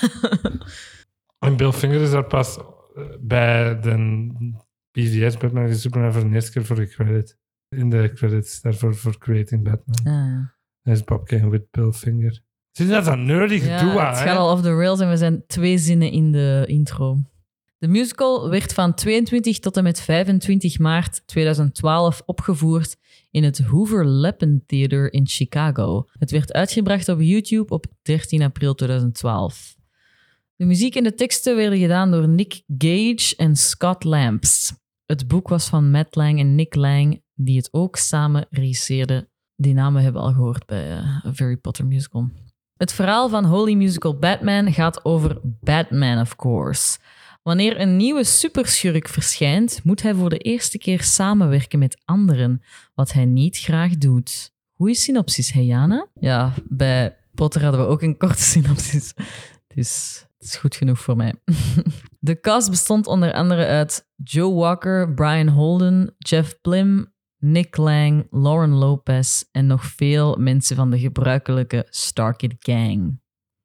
En Bill Finger is daar pas bij de BVS Batman v Superman voor de eerste keer voor gecredit. In de credits daarvoor voor creating Batman. Ah. Dat is Bob Kane with Bill Finger. Zie je dat een nerdy gedoe Ja, aan, het hè? gaat al off the rails en we zijn 2 zinnen in de intro. De musical werd van 22 tot en met 25 maart 2012 opgevoerd in het Hoover Leppen Theater in Chicago. Het werd uitgebracht op YouTube op 13 april 2012. De muziek en de teksten werden gedaan door Nick Gage en Scott Lamps. Het boek was van Matt Lang en Nick Lang, die het ook samen regisseerden die namen hebben we al gehoord bij A Harry Potter Musical. Het verhaal van Holy Musical Batman gaat over Batman, of course. Wanneer een nieuwe superschurk verschijnt, moet hij voor de eerste keer samenwerken met anderen, wat hij niet graag doet. Goeie synopsis, hè Jana? Ja, bij Potter hadden we ook een korte synopsis. Dus het is goed genoeg voor mij. De cast bestond onder andere uit Joe Walker, Brian Holden, Jeff Blim, Nick Lang, Lauren Lopez en nog veel mensen van de gebruikelijke Starkid Gang.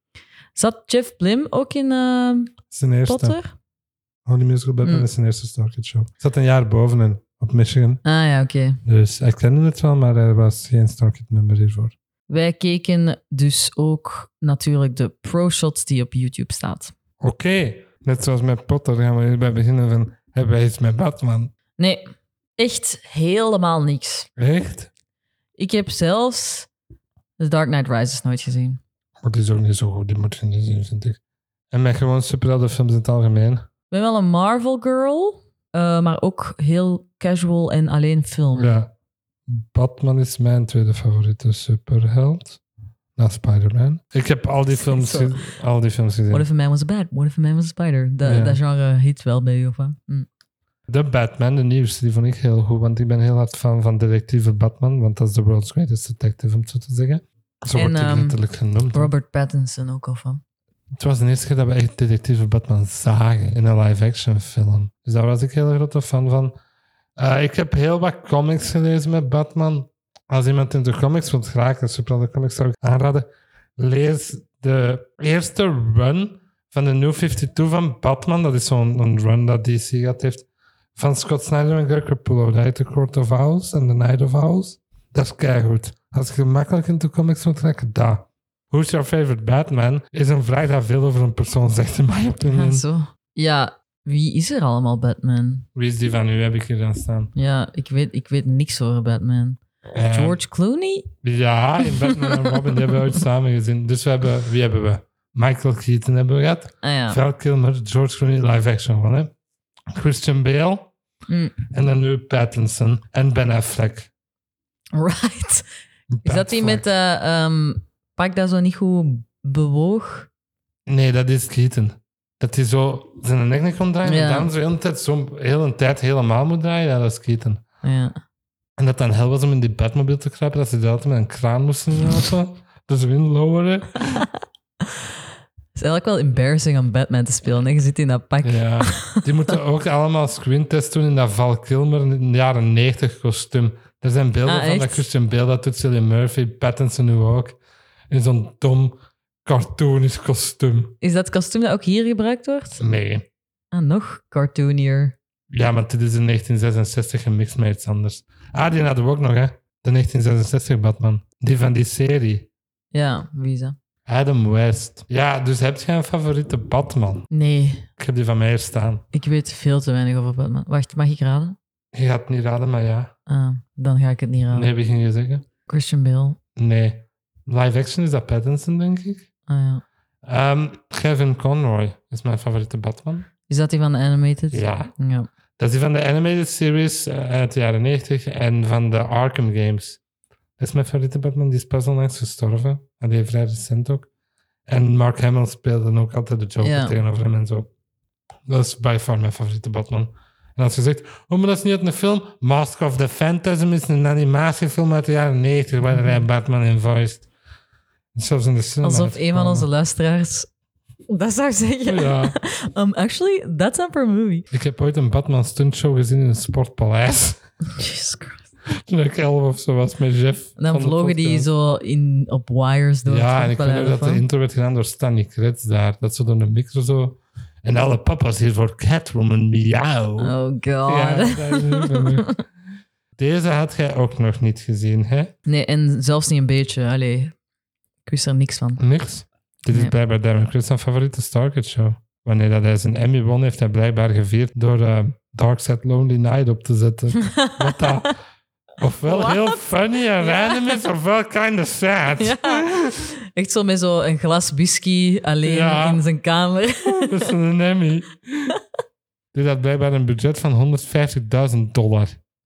Zat Jeff Blim ook in Zijn eerste. Potter? Holy Musical Batman is zijn eerste Starkid show. Ik zat een jaar bovenin op Michigan. Ah ja, oké. Dus hij kende het wel, maar hij was geen Starkid member hiervoor. Wij keken dus ook natuurlijk de pro-shots die op YouTube staat. Oké. Net zoals met Potter gaan we hierbij beginnen van... Hebben wij iets met Batman? Nee, echt helemaal niks. Echt? Ik heb zelfs The Dark Knight Rises nooit gezien. Maar die is ook niet zo goed. Die moet je niet zien, vind ik. En met gewoon superheldenfilms in het algemeen. Ik ben wel een Marvel girl, maar ook heel casual en alleen film. Ja. Batman is mijn tweede favoriete superheld. Na Spider-Man. Ik heb al die films gezien. What if a man was a bat? What if a man was a spider? Dat genre hit wel bij je, of wat? De Batman, de nieuwste, die vond ik heel goed. Want ik ben heel hard fan van detectieve Batman. Want dat is de world's greatest detective, om het zo te zeggen. Zo wordt hij letterlijk genoemd. Robert Pattinson ook al van. Het was de eerste keer dat we echt detectieve Batman zagen in een live-action film. Dus daar was ik heel grote fan van. Ik heb heel wat comics gelezen met Batman. Als iemand in de comics wilt geraken, de superhelden comics zou ik aanraden. Lees de eerste run van de New 52 van Batman. Dat is zo'n run dat DC gehad heeft. Van Scott Snyder en Greg Capullo. Dat heet The Court of Owls en The Night of Owls. Dat is keigoed. Als je gemakkelijk in de comics wilt geraken, dat. Who's your favorite Batman? Is een vraag dat veel over een persoon zegt, in mijn opinie. Ja, zo. Ja, wie is er allemaal Batman? Wie is die van u, heb ik hier aan staan? Ja, ik weet niks over Batman. George Clooney? Ja, in Batman en Robin, die hebben we ooit samen gezien. Dus wie hebben we? Michael Keaton hebben we gehad. Ah ja. Val Kilmer, George Clooney, live action van, hè? Christian Bale. En dan nu Pattinson en Ben Affleck. Right. Is dat die met pak dat zo niet goed bewoog? Nee, dat is Keaton. Dat hij zo zijn nek niet kon draaien en dan zo heel een tijd helemaal moet draaien. Ja, dat is Keaton. Ja. En dat dan hel was om in die Batmobile te kruipen, dat ze die altijd met een kraan moesten helpen. Dus wind loweren. Het is eigenlijk wel embarrassing om Batman te spelen. Hè? Je zit in dat pak. Ja, die moeten ook allemaal screentest doen in dat Val Kilmer in de jaren 90 kostuum. Er zijn beelden van dat Christian Bale dat doet, Cillian Murphy, Pattinson nu ook. In zo'n dom, cartoonisch kostuum. Is dat kostuum dat ook hier gebruikt wordt? Nee. Nog cartoonier. Ja, maar dit is in 1966 gemixt met iets anders. Die hadden we ook nog, hè. De 1966 Batman. Die van die serie. Ja, wie is dat? Adam West. Ja, dus heb je een favoriete Batman? Nee. Ik heb die van mij hier staan. Ik weet veel te weinig over Batman. Wacht, mag ik raden? Je gaat het niet raden, maar ja. Dan ga ik het niet raden. Nee, wie ging je zeggen? Christian Bale. Nee. Live action is dat Pattinson, denk ik. Ja. Kevin Conroy is mijn favoriete Batman. Is dat die van de animated? Ja. Ja. Dat is die van de animated series uit de jaren 90 en van de Arkham games. Dat is mijn favoriete Batman. Die is pas onlangs gestorven. En die heeft vrij recent ook. En Mark Hamill speelde ook altijd de Joker tegenover hem en zo. Dat is by far mijn favoriete Batman. En als je zegt, maar dat is niet uit een film. Mask of the Phantasm is een animatiefilm uit de jaren 90 waar hij Batman in voiced. Zelfs in de cinema. Alsof een van onze luisteraars dat zou zeggen. Ja. Actually, that's not per movie. Ik heb ooit een Batman stuntshow gezien in een sportpaleis. Jesus Christ. Toen ik 11 of zo was met Jeff. Dan vlogen die zo op wires door. Ja, en ik weet ook dat de intro werd gedaan door Stanley Kretz daar. Dat zo door de micro zo... En alle papa's hier voor Catwoman, miauw. Oh god. Ja, deze had jij ook nog niet gezien, hè? Nee, en zelfs niet een beetje. Allee, ik wist er niks van. Niks? Dit is blijkbaar Darren Criss zijn favoriete Starkid show. Wanneer dat hij zijn Emmy won, heeft hij blijkbaar gevierd door Darkseid Lonely Night op te zetten. Wat dat ofwel heel funny en random is, ofwel kind of sad. Ja. Echt zo met zo een glas whisky alleen in zijn kamer. Dat is een Emmy. Dit had blijkbaar een budget van $150,000.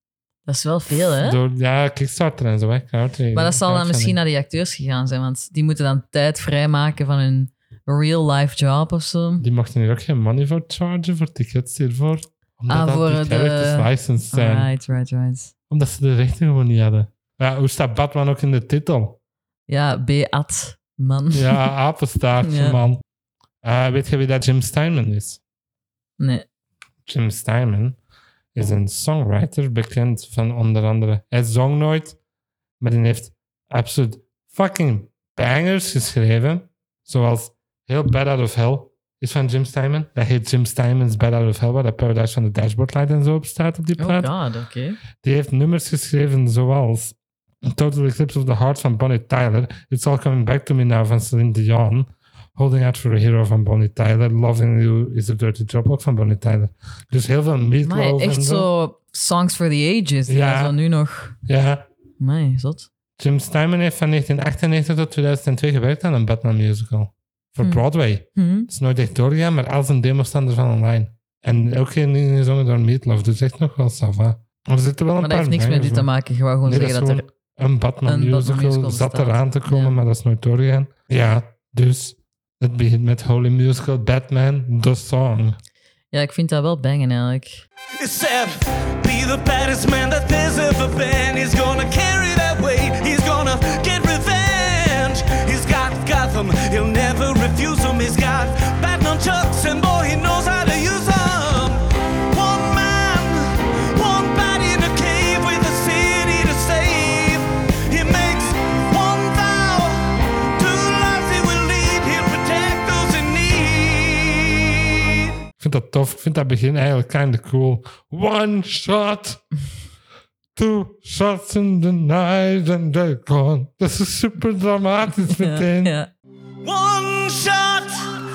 Dat is wel veel, hè? Ja, Kickstarter en zo, hè. Maar dat zal dan misschien naar die acteurs gegaan zijn, want die moeten dan tijd vrijmaken van hun real-life job of zo. Die mochten hier ook geen money voor chargen, voor tickets hiervoor. Omdat voor die characters licensed zijn. Right. Omdat ze de rechten gewoon niet hadden. Ja, hoe staat Batman ook in de titel? Ja, B.A.T. man. Ja, apenstaartje, Ja. man. Weet je wie dat Jim Steinman is? Nee. Jim Steinman is een songwriter, bekend van onder andere... Hij zong nooit, maar hij heeft absoluut fucking bangers geschreven. Zoals Heel Bad Out of Hell is van Jim Steinman. Dat heet Jim Steinman's Bad Out of Hell, waar dat Paradise van de Dashboard Light en zo op staat op die plaat. Oh god, oké. Die heeft nummers geschreven zoals Total Eclipse of the Heart van Bonnie Tyler, It's All Coming Back to Me Now van Celine Dion, Holding Out for a Hero van Bonnie Tyler, Loving You is a Dirty Job ook van Bonnie Tyler. Dus heel veel Meatloaf Maar echt en zo songs for the ages. Die Ja. zo nu nog... Ja, Amai, zot. Jim Steinman heeft van 1998 tot 2002 gewerkt aan een Batman musical. Voor Broadway. Het is nooit echt doorgegaan, maar al zijn demos staan ervan online. En ook geen dingen gezongen door Meatloaf, dus echt nog wel sava. Er zitten wel een Maar dat paar heeft niks met bangers dit te op. maken. Je wou gewoon Nee, dat zeggen is dat er... gewoon een Batman een Batman musical musical zat bestaat. eraan te komen, Ja. maar dat is nooit doorgegaan. Ja, dus het begint met Holy Musical Batman, the song. Ja, ik vind dat wel bangen eigenlijk. It said, be the baddest man that there's ever been. He's gonna carry that weight. He's gonna get revenge. He's got Gotham. He'll never refuse them. He's got Batman chucks, and boy, he knows how to use them. One man, one body in a cave with a city to save. He makes one vow, two lives he will lead. He'll protect those in need. Ik vind dat tof. Ik vind dat begin eigenlijk kinda cool. One shot. Two shots in the night and they're gone. Dat is super dramatisch meteen. Ja. One shot,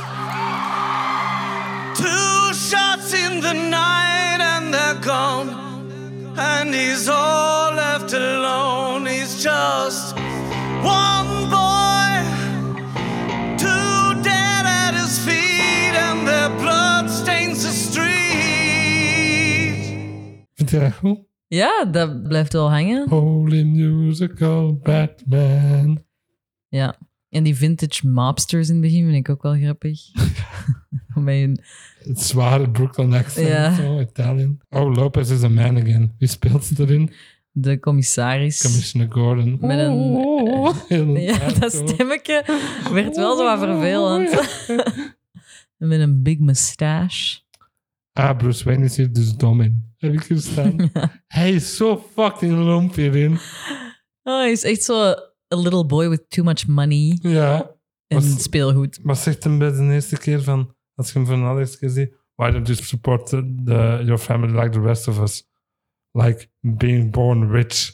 two shots in the night, and they're gone. And he's all left alone. He's just one boy, two dead at his feet, and their blood stains the street. Vind je dat goed? Ja, dat blijft wel hangen. Holy Musical Batman. Ja. En die vintage mobsters in het begin vind ik ook wel grappig. Met een... Het zware Brooklyn accent, Ja. zo, Italian. Oh, Lopez is a man again. Wie speelt ze erin? De commissaris. Commissioner Gordon. Met een... Heel een Ja, tijd dat zo. stemmetje werd wel zo wat vervelend. Met een big mustache. Bruce Wayne is hier dus dom in. Heb ik hier staan. Hij is zo fucking lomp hierin. Oh, hij is echt zo a little boy with too much money Ja. en Was- speelgoed. Maar zegt hem bij de eerste keer van, als je hem voor de allereerste keer ziet, why don't you support your family like the rest of us? Like being born rich.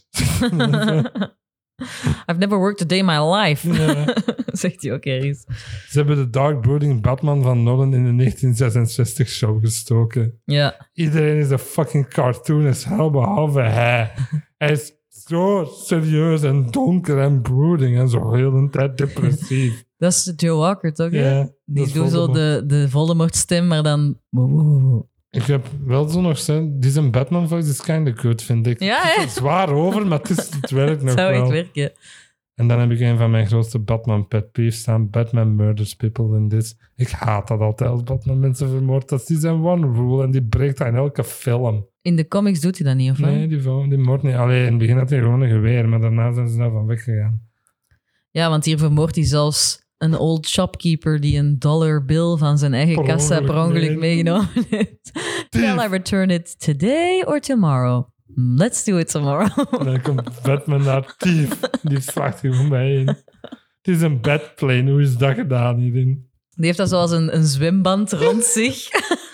I've never worked a day in my life. Ja. Zegt hij ook ergens. Ze hebben de Dark Brooding Batman van Nolan in de 1966 show gestoken. Ja. Iedereen is een fucking cartoonist, hell behalve hij. Hij is zo serieus en donker en brooding en zo heel de tijd depressief. Dat is Joe Walker, toch? hè? Ja, dat Die is doet zo Voldemort. de Voldemort-stem, maar dan... Ik heb wel zo nog zijn, die zijn Batman voice is kinda good, vind ik. Ja, Het hè? is zwaar over, maar het werkt nog Zou echt wel. werken. En dan heb ik een van mijn grootste Batman pet peeves staan. Batman murders people in this. Ik haat dat altijd als Batman mensen vermoordt. Dat is die zijn one rule en die breekt dat in elke film. In de comics doet hij dat niet, of wat? Nee, die moordt niet. Allee, in het begin had hij gewoon een geweer, maar daarna zijn ze daarvan weggegaan. Ja, want hier vermoordt hij zelfs een old shopkeeper die een dollarbill van zijn eigen Per kassa per ongeluk ongeluk meegenomen heeft. Shall I return it today or tomorrow? Let's do it tomorrow. En dan komt Batman naar Thief. Die slaagt gewoon bij in. Het is een bedplane. Hoe is dat gedaan hierin? Die heeft dat zoals een zwemband rond zich.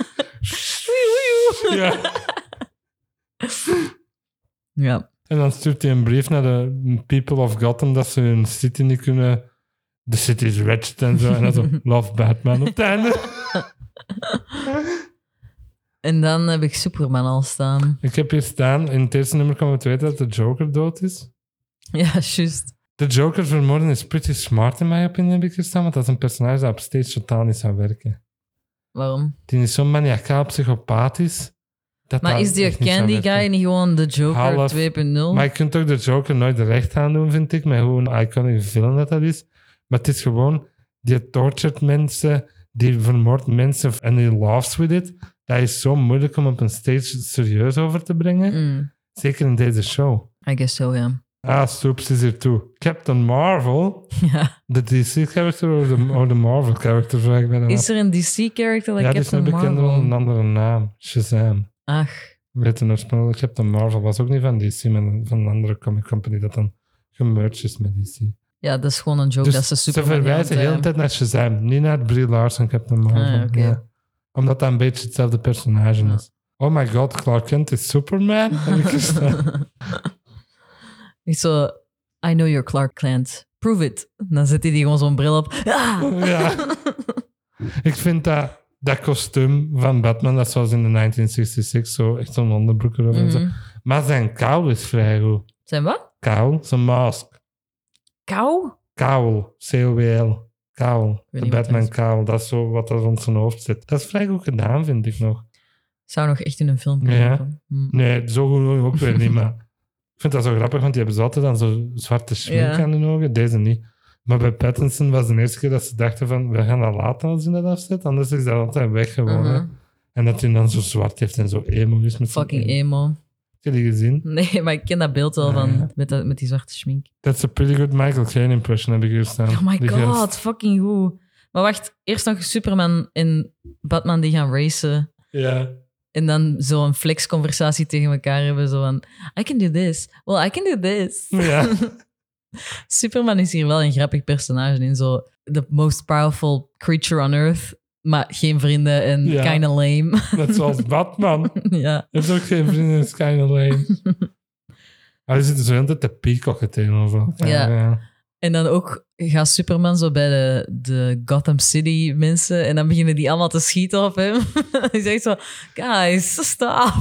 Ja. Ja. En dan stuurt hij een brief naar de people of Gotham dat ze hun city niet kunnen... De city is wretched en zo. En dan zo, love Batman op het einde. En dan heb ik Superman al staan. Ik heb hier staan, in het eerste nummer komen we te weten dat de Joker dood is. Ja, juist. De Joker vermoorden is pretty smart in mijn opinie, heb ik hier staan, want dat is een personage dat op stage totaal niet zou werken. Waarom? Die is zo maniacaal psychopathisch Maar is die echt niet Candy zou werken. Guy niet gewoon de Joker Half. 2.0? Maar je kunt ook de Joker nooit recht aan doen, vind ik, met hoe een iconic film dat is. Maar het is gewoon, die tortured mensen, die vermoordt mensen en die laughs with it. Dat is zo moeilijk om op een stage serieus over te brengen. Zeker in deze show. I guess so, ja. Stoops is hier toe. Captain Marvel, Ja. de DC-character of de Marvel-character, vraag ik mij dan af. Is er een DC-character like Ja, die is Captain een bekende Marvel? een andere naam. Shazam. Ach, Weet je, oorspronkelijk Captain Marvel was ook niet van DC, maar van een andere comic company dat dan gemerged is met DC. ja, dat is gewoon een joke Dus dat ze ze Superman verwijzen de hele tijd naar Shazam, niet naar Brie Larson Captain Marvel. Ah, oké. Ja. Omdat dat een beetje hetzelfde personage is. Oh my god, Clark Kent is Superman? Heb ik gestaan. Ik zo, I know you're Clark Kent. Prove it. Dan zet hij die gewoon zo'n bril op. Ah! Ja. Ik vind dat kostuum van Batman, dat is zoals in de 1966, zo echt zo'n onderbroek erover en zo. Maar zijn kowl is vrij goed. Zijn wat? Kowl, zijn mask. Kou? Kowl, C-O-W-L. Kowl, de niet wat dat Batman is. kowl, dat is zo wat er rond zijn hoofd zit. Dat is vrij goed gedaan, vind ik nog. Zou nog echt in een film kunnen. Ja. komen. Nee, zo goed ook weer niet, maar ik vind dat zo grappig, want die hebben ze altijd dan zo zwarte schmink Ja. aan hun ogen. Deze niet. Maar bij Pattinson was de eerste keer dat ze dachten van, we gaan dat laten als hij dat afzet, anders is dat altijd weg gewoon. hè. En dat hij dan zo zwart heeft en zo emo is. Met zijn Fucking emo. Heb je die gezien? Nee, maar ik ken dat beeld wel van Ja. met die zwarte schmink. That's a pretty good Michael Caine impression, heb ik hier staan. Oh my Die god, gast. fucking goed. Maar wacht, eerst nog Superman en Batman die gaan racen. Ja. En dan zo'n flex-conversatie tegen elkaar hebben. Zo van, I can do this. Well, I can do this. Ja. Superman is hier wel een grappig personage in. Zo, the most powerful creature on earth. Maar geen vrienden en Ja. kinda lame. Net zoals Batman. Ja. Heeft ook geen vrienden, is kind of lame. Maar die zitten zo heel de tijd te peacocken tegenover elkaar. Ja. En dan ook gaat Superman zo bij de Gotham City mensen en dan beginnen die allemaal te schieten op hem. Hij zegt zo, guys, stop.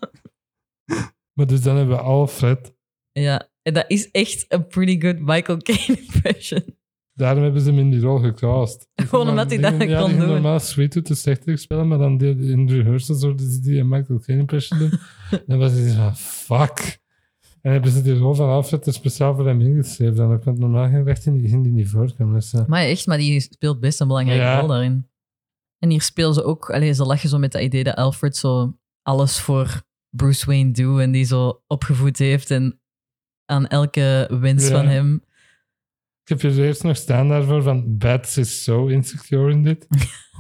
Maar dus dan hebben we Alfred. Ja, en dat is echt een pretty good Michael Caine impression. Daarom hebben ze hem in die rol gecast. Gewoon omdat hij dat Ja, kon die doen. normaal Sweet Tooth de slechterik spelen, maar dan in de rehearsals zouden ze die een Michael Caine impression doen. Dan was hij zo van, fuck. En hebben ze die rol van Alfred er speciaal voor hem ingeschreven. Dan ook, want normaal ging die niet voorkomen. Dus, Maar echt, maar die speelt best een belangrijke Ja. rol daarin. En hier spelen ze ook, ze lachen zo met dat idee dat Alfred zo alles voor Bruce Wayne doet en die zo opgevoed heeft en aan elke wens Ja. van hem. ik heb je eerst nog staan daarvoor van Bats is so insecure in dit.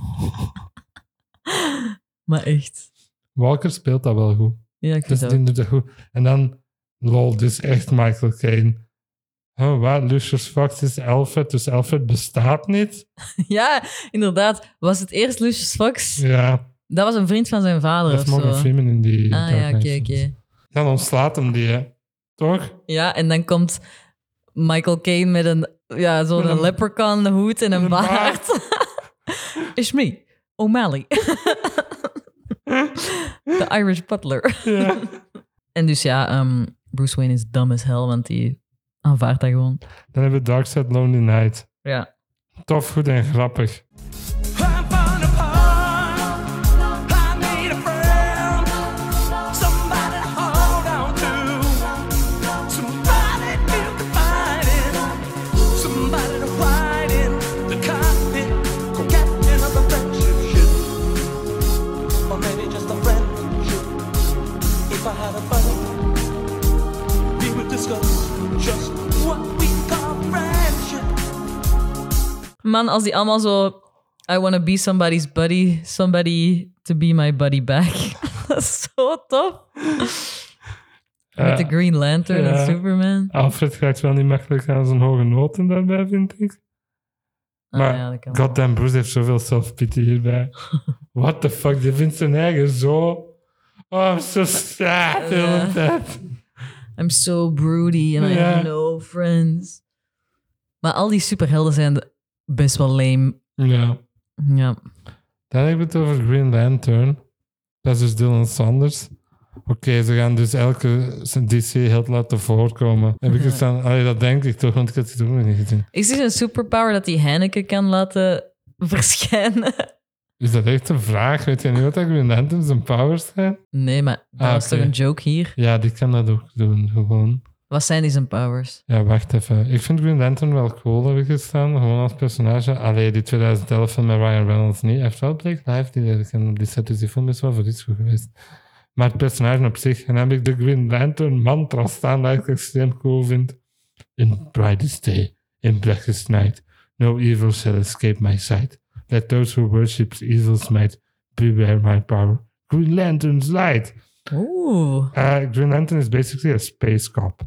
Maar echt. Walker speelt dat wel goed. Ja, ik Dus vind die dat. doet dat goed. En dan, lol, dus echt Michael Caine. Oh, wat? Lucius Fox is Alfred, dus Alfred bestaat niet? Ja, inderdaad. Was het eerst Lucius Fox? Ja, Dat was een vriend van zijn vader dat of is Morgan zo. Freeman in die... Ah Dark ja, oké, Knight films. oké. Dan ontslaat hem die, hè. Toch? Ja, en dan komt Michael Caine met een, ja, zo'n Met een- leprechaun hoed en een een baard. It's me, O'Malley. The Irish butler. Ja. En dus ja, Bruce Wayne is dumb as hell, want die aanvaardt dat gewoon. Dan hebben we Darkseid Lonely Night. Ja. Tof, goed en grappig. I'm falling apart. I need a friend, somebody to hold on to, somebody to confide in, somebody to ride in the cockpit, co-captain of a friendship ship, or maybe just a friendship. If I had a buddy, we would discuss just what we call friendship. Man, als die allemaal zo... I want to be somebody's buddy, somebody to be my buddy back. Dat is zo tof. Met de Green Lantern ja. en Superman. Alfred gaat wel niet makkelijk aan zijn hoge noten daarbij, vind ik. Maar ja, dat kan wel. goddamn, Bruce heeft zoveel self-pity hierbij. What the fuck, die vindt zijn eigen zo... Oh, I'm so sad de hele tijd. I'm so broody and I Ja. have no friends. Maar al die superhelden zijn best wel lame. Ja. Ja. Dan hebben we het over Green Lantern. Dat is dus Dylan Sanders. Oké, ze gaan dus elke DC-held laten voorkomen. Heb ik het dan... Allee, dat denk ik toch, want ik had het ook nog niet gezien. Is dit een superpower dat die Heineken kan laten verschijnen? Is dat echt een vraag? Weet je niet wat Green Lantern zijn powers zijn? Nee, maar dat was oké. toch een joke hier? Ja, die kan dat ook doen, gewoon. Wat zijn die zijn powers? Ja, wacht even. Ik vind Green Lantern wel cool, heb ik gestaan. Gewoon als personage. Allee, die 2011 film met Ryan Reynolds niet. Hij heeft wel Blake Lively leren kennen op die set, dus die film is wel voor iets goed geweest. Maar het personage op zich. En dan heb ik de Green Lantern mantra staan, dat ik extreem cool vind. In brightest day, in blackest night, no evil shall escape my sight. Let those who worship evil's might beware my power. Green Lantern's light. Oeh, Green Lantern is basically a space cop.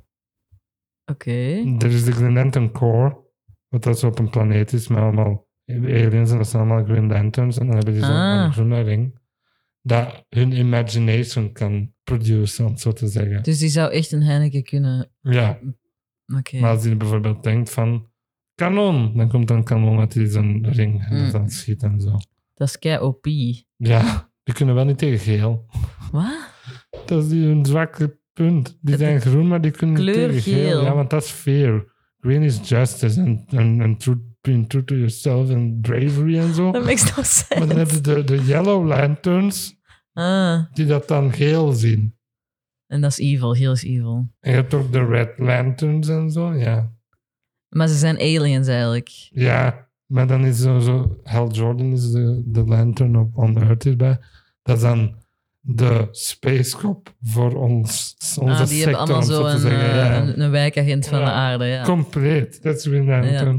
oké. Er is de Green Lantern Corps, wat dat zo op een planeet is met allemaal aliens en dat zijn allemaal Green Lanterns. En dan hebben die zo'n groene ring dat hun imagination kan produceren, om het zo te zeggen. Dus die zou echt een Heineken kunnen... Ja, Oké. maar als je bijvoorbeeld denkt van kanon, dan komt een kanon uit die zijn ring en dan schiet en zo. Dat is kei OP. Ja, die kunnen wel niet tegen geel. Wat? Dat is hun zwakke punt. Die zijn groen, maar die kunnen niet kleur tegen geel. geel. Ja, want dat is fear. Green is justice en being true to yourself en bravery en zo. Dat makes no sense. Maar dan heb je de Yellow Lanterns die dat dan geel zien. En dat is evil, heel is evil. En je hebt ook de Red Lanterns en zo, ja. Maar ze zijn aliens eigenlijk. Ja, maar dan is zo Hal Jordan is de lantern op On Earth hierbij. Dat is dan de Space Cop voor onze Die sector, hebben allemaal om zo te zeggen. Ja. een wijkagent van Ja. de aarde. Ja. Compleet, dat is Green Lantern.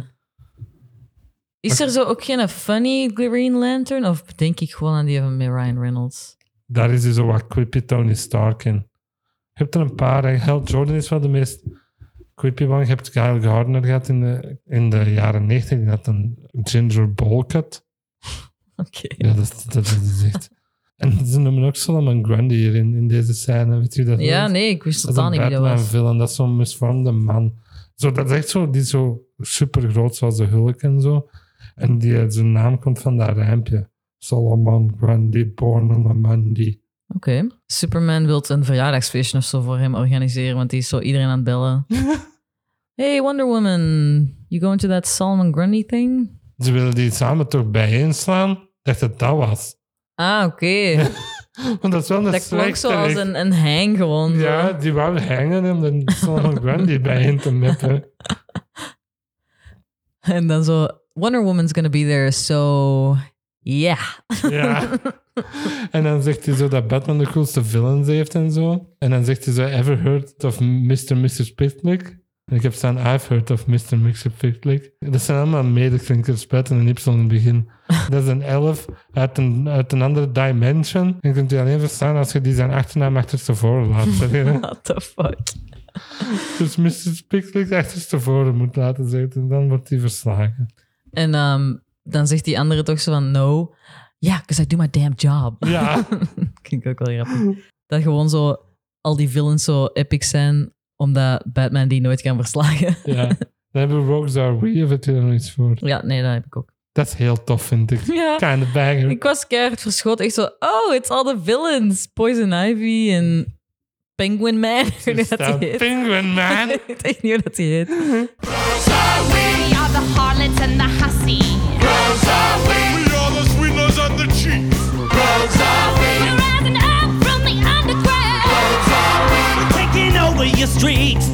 Is er zo ook geen funny Green Lantern? Of denk ik gewoon aan die van Ryan Reynolds? Daar is dus zo wat quippy Tony Stark in. Je hebt er een paar. En Hal Jordan is wel de meest quippy one. Je hebt Kyle Gardner gehad in de jaren 90. Die had een ginger bowl cut. Oké. Ja, dat is echt... En ze noemen ook Solomon Grundy hier in deze scène. Weet je dat? Ja, is? nee, ik wist Dat is totaal een niet wie dat was. Batman-villain. Dat is zo'n misvormde man. Zo, dat is echt zo, die is zo super groot zoals de Hulk en zo. En zijn naam komt van dat rijmpje. Solomon Grundy, born on a Monday. Oké. Superman wil een verjaardagsfeestje of zo voor hem organiseren, want die is zo iedereen aan het bellen. Hey Wonder Woman, you going to that Solomon Grundy thing? Ze willen die samen toch bijeenslaan? Ik dacht dat dat was. Ah, oké. Want dat is wel een Dat klonk zo als slechterik. een hang gewoon. Zo. Ja, die wou hangen om de Solomon Grundy bijeen te meppen. En dan zo, Wonder Woman's gonna be there, so yeah. Ja. En dan zegt hij zo dat Batman de coolste villains heeft en zo. En dan zegt hij zo, ever heard of Mr. Mrs. Picklick? En ik heb staan, I've heard of Mr. Mr. Picklick. Dat zijn allemaal medeklinkers, buiten een Y in het begin. Dat is een elf uit een andere dimension. En je kunt die alleen verstaan als je die zijn achternaam achterstevoren laat zeggen. What the fuck? Dus Mrs. Picklick achterstevoren moet laten zeggen. En dan wordt hij verslagen. En dan zegt die andere toch zo van, no. Ja, because I do my damn job. Ja. Klinkt ook wel grappig. Dat gewoon zo, al die villains zo epic zijn, omdat Batman die nooit kan verslagen. Ja. Dan hebben we Rogues Are We, of heb je daar nog iets voor? Ja, nee, dat heb ik ook. Dat is heel tof, vind ik. Ja. Kind of banger. Ik was keihard verschoten. Echt zo, oh, it's all the villains. Poison Ivy en Penguin Man. Ik weet niet hoe dat die heet. Penguin Man. Ik weet echt niet hoe dat die heet. We are the harlots and the hussy. We are the sweeteners and the cheats. We're rising up from the underground. We're taking over your streets.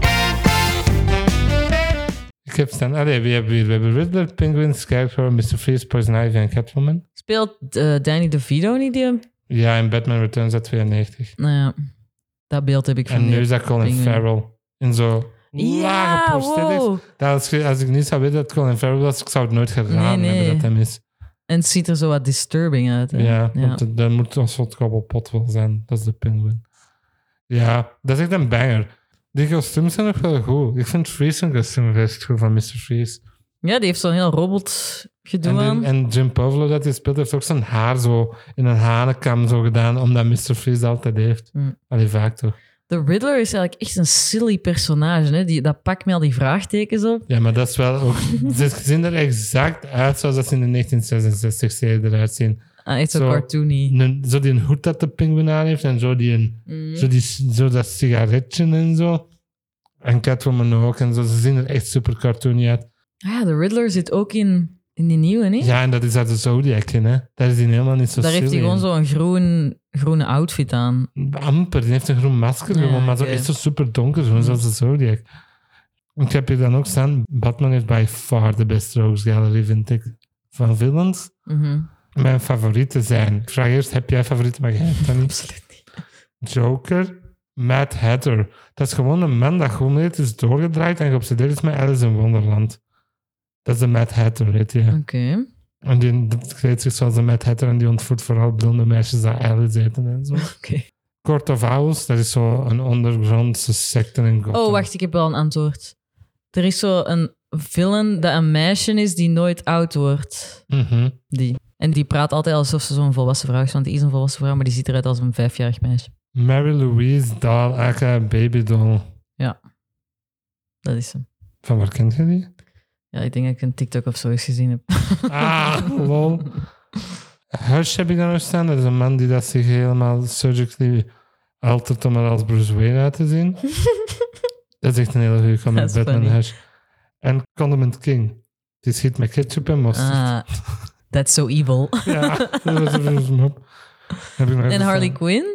Ik heb staan... Allee, wie hebben we hier? We hebben Riddler, Penguin, Scarecrow, Mr. Freeze, Poison Ivy en Catwoman. Speelt Danny DeVito niet die? Ja, in Batman Returns uit 92. Nou ja, dat beeld heb ik van En nu die is dat Colin Penguin. Farrell. In zo lage Ja, prosthetics. wow. Dat als ik niet zou weten dat Colin Farrell was, ik zou het nooit geraden Nee. hebben dat hem is. En het ziet er zo wat disturbing uit. Hè? Ja, want dat moet een soort koppelpot wel zijn. Dat is de Penguin. Ja, dat is echt een banger. Die kostuums zijn nog wel goed. Ik vind Freeze een kostuum best goed van Mr. Freeze. Ja, die heeft zo'n heel robot gedoe aan. En Jim Pavlo dat hij speelt, heeft ook zijn haar zo in een hanenkam zo gedaan, omdat Mr. Freeze dat altijd heeft. Allee, vaak toch. De Riddler is eigenlijk echt een silly personage. Hè? Dat pakt me al die vraagtekens op. Ja, maar dat is wel ook... Ze zien er exact uit zoals dat ze in de 1966-serie eruit zien. Echt zo Zo. cartoony. Zo die een hoed dat de Penguin aan heeft en zo dat sigaretje en zo. En Catwoman ook en zo. Ze zien er echt super cartoony uit. Ah ja, de Riddler zit ook in In die nieuwe, niet? Ja, en dat is uit de Zodiac in, hè. Daar is hij helemaal niet zo Daar heeft hij silly gewoon in. zo'n groene outfit aan. Amper, die heeft een groen masker Ja, gewoon, maar zo oké. echt zo super donker, zoals de Zodiac. Ik heb hier dan ook staan, Batman heeft by far de beste Rogues Gallery, vind ik, van villains. Mhm. Mijn favorieten zijn... Ik vraag eerst, heb jij favorieten, maar jij hebt dat niet. Absoluut niet. Joker, Mad Hatter. Dat is gewoon een man dat gewoon net is doorgedraaid en geobsedeerd is met Alice in Wonderland. Dat is de Mad Hatter, weet je. Oké. En die kleedt zich zoals een Mad Hatter en die ontvoert vooral blonde meisjes dat Alice eten en zo. Oké. Court of Owls, dat is zo een ondergrondse secte in Gotham. Oh, wacht, ik heb wel een antwoord. Er is zo een villain dat een meisje is die nooit oud wordt. Mhm. Die. En die praat altijd alsof ze zo'n volwassen vrouw is, want die is een volwassen vrouw, maar die ziet eruit als een 5-jarig meisje. Mary Louise Dahl, aka Baby Doll. Dat is hem. Van waar kent je die? Ja, ik denk dat ik een TikTok of zo eens gezien heb. Ah, lol. Hush heb ik daar nog staan. Dat is een man die dat zich helemaal surgically altert om er als Bruce Wayne uit te zien. Dat is echt een hele goede Dat comment, is Batman funny. Hush. En Condiment King. Die schiet met ketchup en mosterd. Ah, that's so evil. Ja, dat was een mop. Heb ik nog En even Harley staan. Quinn?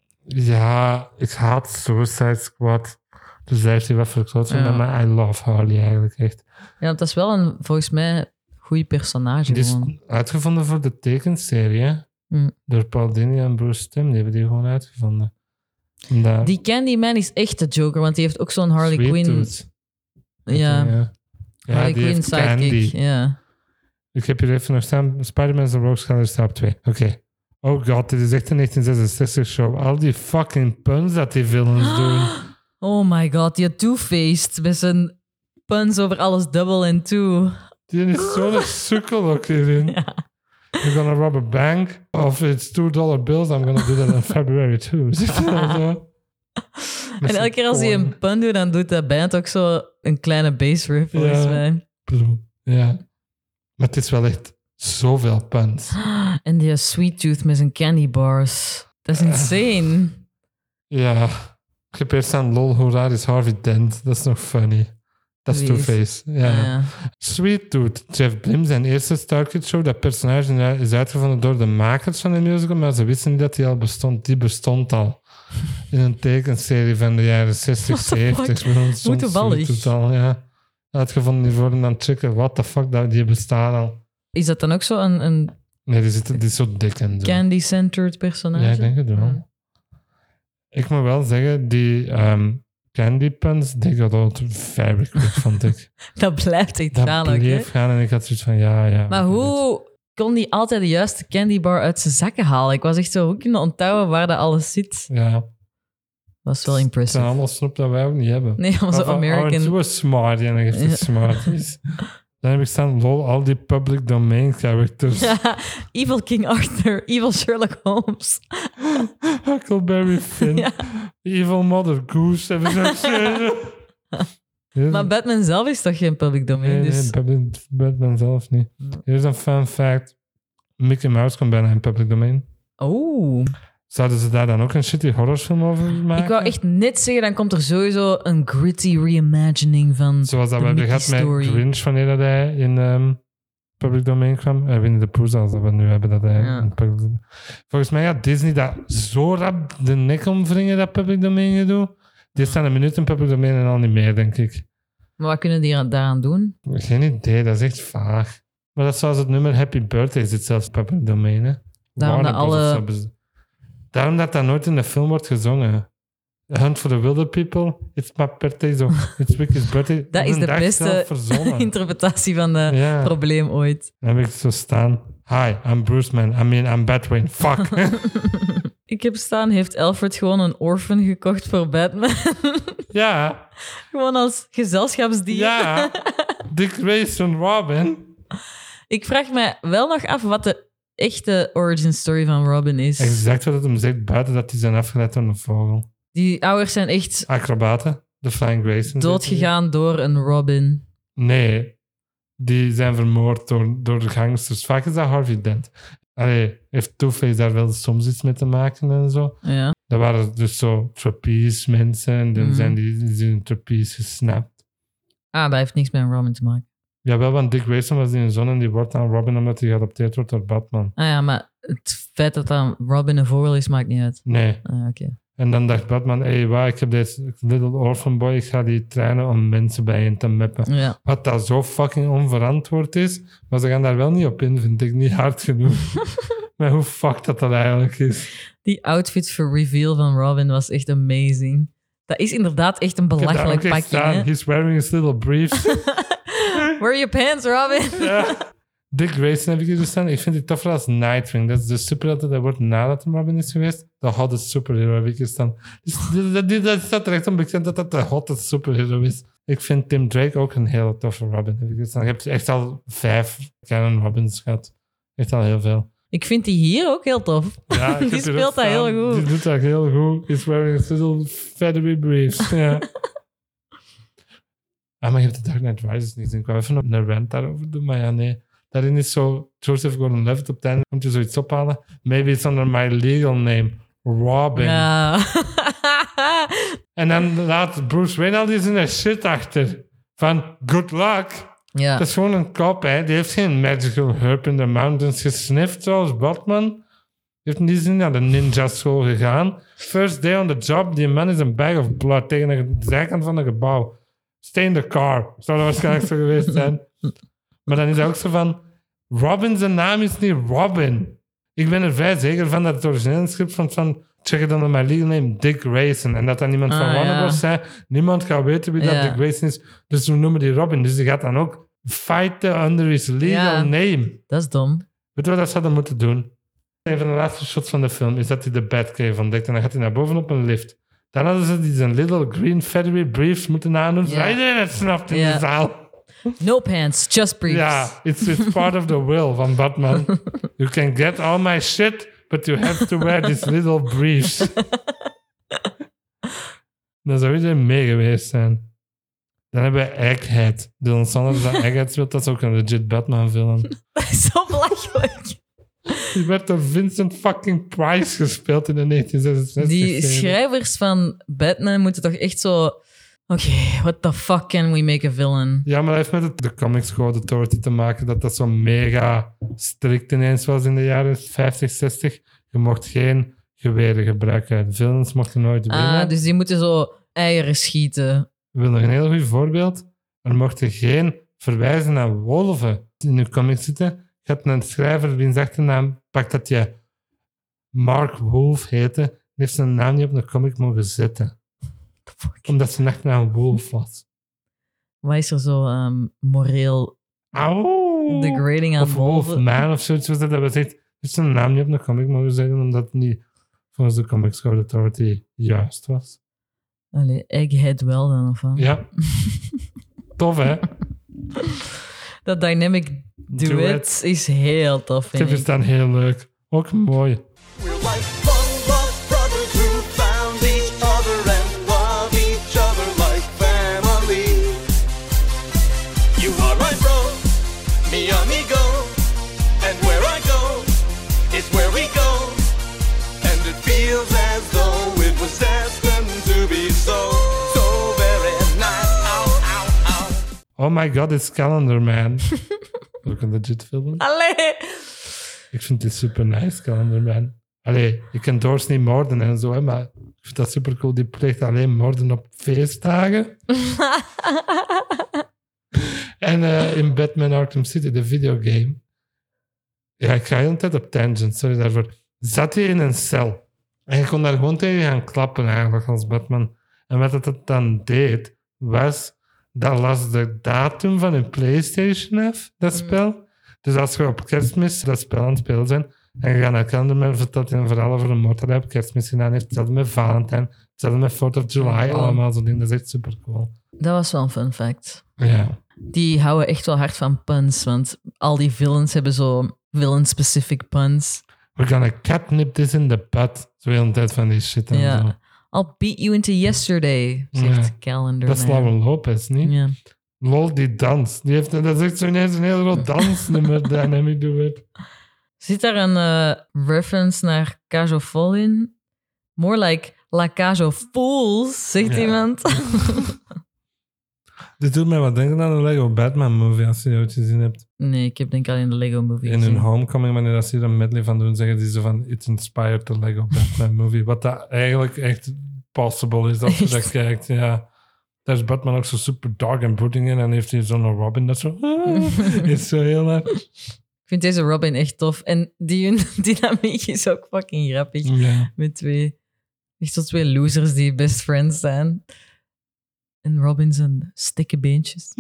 Ja, ik haat Suicide Squad. Dus daar heeft hij wat verkloot van Ja. mij, maar I love Harley eigenlijk echt. Ja, want dat is wel een, volgens mij, goede personage. Die is gewoon. uitgevonden voor de tekenserie, hè? Mm. Door Paul Dini en Bruce Timm. Die hebben die gewoon uitgevonden. Omdat Die Candyman is echt de Joker, want die heeft ook zo'n Harley Sweet Quinn. Tooth. Ja, Ja, Harley die Quinn heeft Candy. sidekick. Ja. Ik heb hier even nog staan. Spider-Man's The Rogues Gallery staat op 2. Oké. Oh god, dit is echt een 1966 show. Al die fucking puns dat die villains doen. Oh my god, die Two-Faced met zijn puns over alles double en two. Die is zo'n sukkel ook hierin. You're gonna rob a bank of it's $2 bills. I'm gonna do that on February 2. Zegt hij dan zo? Met En elke keer als hij zijn een pun doet, dan doet dat band ook zo een kleine bass riff, volgens Ja. mij. koorn. Ja. Maar het is wel echt zoveel puns. En die Sweet Tooth met zijn candy bars. Dat is insane. Ja. Ik heb eerst aan lol, hoe raar is Harvey Dent? Dat is nog funny. Dat is Wie is- Two-Face. Ja. Sweet Tooth. Jeff Blim, zijn eerste Starkid show. Dat personage is uitgevonden door de makers van de musical, maar ze wisten niet dat die al bestond. Die bestond al. In een tekenserie van de jaren 60, What the 70. fuck? Hoe toevallig. Sweet Tooth al, ja. Uitgevonden die worden dan checken. What the fuck, die bestaan al. Is dat dan ook zo een Nee, die is zo dik en zo. candy-centered personage? Ja, ik denk het wel. Hmm. Ik moet wel zeggen, die candy puns, die got out very quick, vond ik. Dat blijft echt Dat gaan ook, hè? bleef gaan en ik had zoiets van, ja. Maar hoe kon die altijd de juiste candybar uit zijn zakken halen? Ik was echt zo, hoe kunnen onthouden waar dat alles zit? Ja, Dat was wel het zijn impressive. allemaal snoep dat wij ook niet hebben. Nee, maar zo Of American. toe is smart, en dan geeft het Ja. smarties. Dan heb ik staan, lol, al die public domain characters. Ja, Evil King Arthur, Evil Sherlock Holmes. Huckleberry Finn, Ja. Evil Mother Goose, hebben ze geschreven. Maar Batman zelf is toch geen public domain? Nee, Dus... Batman zelf niet. Hier is een fun fact. Mickey Mouse komt bijna in public domain. Oh, Zouden ze daar dan ook een shitty horrorfilm over maken? ik wou echt net zeggen, dan komt er sowieso een gritty reimagining van Zoals dat de we hebben Mickey gehad met story. Grinch, wanneer dat hij in public domain kwam. Winnie the Pooh, zoals dat we nu hebben. Dat hij Ja. in public domain. Volgens mij had Disney dat zo rap de nek omwringen, dat public domain gedoe. Die staan een minuut in public domain en al niet meer, denk ik. Maar wat kunnen die daaraan doen? Geen idee, dat is echt vaag. Maar dat is zoals het nummer Happy Birthday zit zelfs public domain, hè. Daarom Warner dat Bros. alle- of zo hebben ze- Daarom dat dat nooit in de film wordt gezongen. Hunt for the Wilder People, it's my birthday, zo. It's Wicky's birthday. Dat is Een de dag beste zelf verzonnen. interpretatie van de Ja. probleem ooit. Dan heb ik zo staan. Hi, I'm Bruce Man. I'm Batwing. Fuck. Ik heb staan, heeft Alfred gewoon een orphan gekocht voor Batman? ja, Gewoon als gezelschapsdier. ja. Dick Grayson Robin. Ik vraag me wel nog af wat de echte origin story van Robin is. Exact wat het hem zegt, buiten dat die zijn afgeleid door een vogel. Die ouders zijn echt Acrobaten, de Flying Graysons. doodgegaan door een Robin. Nee, die zijn vermoord door de gangsters. Vaak is dat Harvey Dent. Allee, heeft Two-Face daar wel soms iets mee te maken en zo. Ja. Dat waren dus zo trapeze mensen en dan Mhm. zijn die in een trapeze gesnapt. Ah, dat heeft niks met een Robin te maken. Jawel, want Dick Grayson was die zoon en die wordt aan Robin omdat hij geadopteerd wordt door Batman. Ah ja, maar het feit dat dan Robin een vogel is, maakt niet uit. Nee. Ah, oké. En dan dacht Batman, ik heb deze little orphan boy, ik ga die trainen om mensen bijeen te mappen. Ja. Wat dat zo fucking onverantwoord is, maar ze gaan daar wel niet op in, vind ik niet hard genoeg. Maar hoe fucked dat eigenlijk is. Die outfit voor reveal van Robin was echt amazing. Dat is inderdaad echt een Ik heb daar belachelijk ook echt pakje. staan. Hè? He's wearing his little briefs. Where are your pants, Robin? Ja. Dick Grayson heb ik hier dus staan. Ik vind die toffer als Nightwing. Dat is de superheld dat wordt nadat hij Robin is geweest. De hottest superhero heb ik hier staan. Dus dat staat er echt onbekend dat dat de hottest superhero is. Ik vind Tim Drake ook een hele toffe Robin. Heb ik hier staan. Je hebt echt al 5 canon Robins gehad. Echt al heel veel. Ik vind die hier ook heel tof. Ja, Die speelt dat heel goed. Die doet dat heel goed. He's wearing his little feathery briefs. Ja. Maar je hebt de Dark Knight Rises niet gezien. Ik wou even een rant daarover doen, maar ja, nee. Daarin is zo, Joseph Gordon-Levitt op het einde, moet je zoiets ophalen. Maybe it's under my legal name, Robin. Ja. En dan laat Bruce Wayne al die zijn shit achter. Van, good luck. Ja. Dat is gewoon een kop, hè. Die heeft geen magical herb in the mountains gesniffd, zoals Batman. Die heeft in die zin naar de ninja school gegaan. First day on the job, die man is een bag of blood tegen de zijkant van een gebouw. Stay in the car. Zou dat waarschijnlijk zo geweest zijn. Maar dan is het ook zo van... Robin zijn naam is niet Robin. Ik ben er vrij zeker van dat het originele script van check it under my legal name, Dick Grayson. En dat dan iemand van Warner Bros. Zei, niemand gaat weten wie dat Dick Grayson is. Dus we noemen die Robin. Dus die gaat dan ook fighten under his legal name. Dat is dom. Weet je wat dat zouden moeten doen? Een van de laatste shots van de film is dat hij de Batcave ontdekt. En dan gaat hij naar boven op een lift. Dan hadden ze die zijn little green feathery briefs moeten aandoen. Zodat iedereen het snapt in de zaal. No pants, just briefs. Ja, it's part of the will van Batman. You can get all my shit, but you have to wear these little briefs. Dan zou iedereen mee geweest zijn. Dan hebben we Egghead. Dylan Sanders dat Egghead speelt, dat is ook een legit Batman-film. Dat is zo belachelijk. Die werd door Vincent fucking Price gespeeld in de 1966. Die schrijvers van Batman moeten toch echt zo... Oké, what the fuck can we make a villain? Ja, maar dat heeft met de Comics Code Authority te maken, dat zo mega strikt ineens was in de jaren 50, 60. Je mocht geen geweren gebruiken. De villains mochten nooit winnen. Dus die moeten zo eieren schieten. Ik wil nog een heel goed voorbeeld. Er mochten geen verwijzen naar wolven in uw comics zitten. Je hebt een schrijver wiens achternaam pakt dat je Mark Wolf heette. Die heeft zijn naam niet op een comic mogen zetten. Omdat zijn achternaam Wolf was. Wat is er zo moreel degrading aan of wolven? Wolfman of zoiets was dat we zegt. Dus zijn naam niet op een comic mogen zetten omdat het niet volgens de Comics Code Authority juist was. Allee, Egghead wel dan, of wat? Ja. Tof, hè? Dat dynamic duet is heel tof, Ik vind vind ik. het dan heel leuk. Ook mooi. We're like long-lost brothers who found each other and love each other like family. You are my bro, mi amigo, and where I go is where we go. And it feels as though it was destined to be so, so very nice. Ow, ow, ow. Oh my god, it's Calendar Man. Ook een legit film. Allee! Ik vind dit super nice, Calendar Man. Allee, je kan Doors niet moorden en zo, hè, maar ik vind dat super cool. Die pleegt alleen moorden op feestdagen. En in Batman Arkham City, de videogame. Ja, ik ga de hele tijd op tangent, sorry daarvoor. Zat hij in een cel. En je kon daar gewoon tegen gaan klappen eigenlijk als Batman. En wat het dan deed, was... Dat las de datum van een PlayStation af, dat spel. Dus als je op kerstmis dat spel aan het spelen zijn en je gaat naar Calendar vertelt hij een verhaal over een moord dat hij op kerstmis gedaan heeft. Hetzelfde met Valentine, hetzelfde met 4th of July, allemaal zo'n ding. Dat is echt super cool. Dat was wel een fun fact. Ja. Die houden echt wel hard van puns, want al die villains hebben zo villain-specific puns. We're gonna catnip this in the butt. Zo heel de tijd van die shit en zo. Ja. I'll beat you into yesterday, zegt Ja. Calendar Dat is Man. Lauren Lopez, niet? Ja. Lol, die dans. Die heeft, dat is echt zo ineens een heel groot dansnummer, Dynamic Duet. Zit daar een reference naar Cage of Fall in? More like La Cage of Fools, zegt Ja. iemand. Dit doet mij wat denken aan de Lego Batman movie, als je die ooit gezien hebt. Nee, ik heb denk ik alleen de Lego Movie In hun gezien. homecoming, wanneer dat ze hier een medley van doen, zeggen die zo van It inspired the Lego Batman movie. Wat dat eigenlijk echt possible is als je dat kijkt. Ja. Daar is Batman ook zo super dark en brooding in en heeft hij zo'n Robin dat zo... is zo heel erg. Ik vind deze Robin echt tof. En die hun dynamiek is ook fucking grappig. Ja. Met echt zo twee losers die best friends zijn. En Robin zijn stikke beentjes.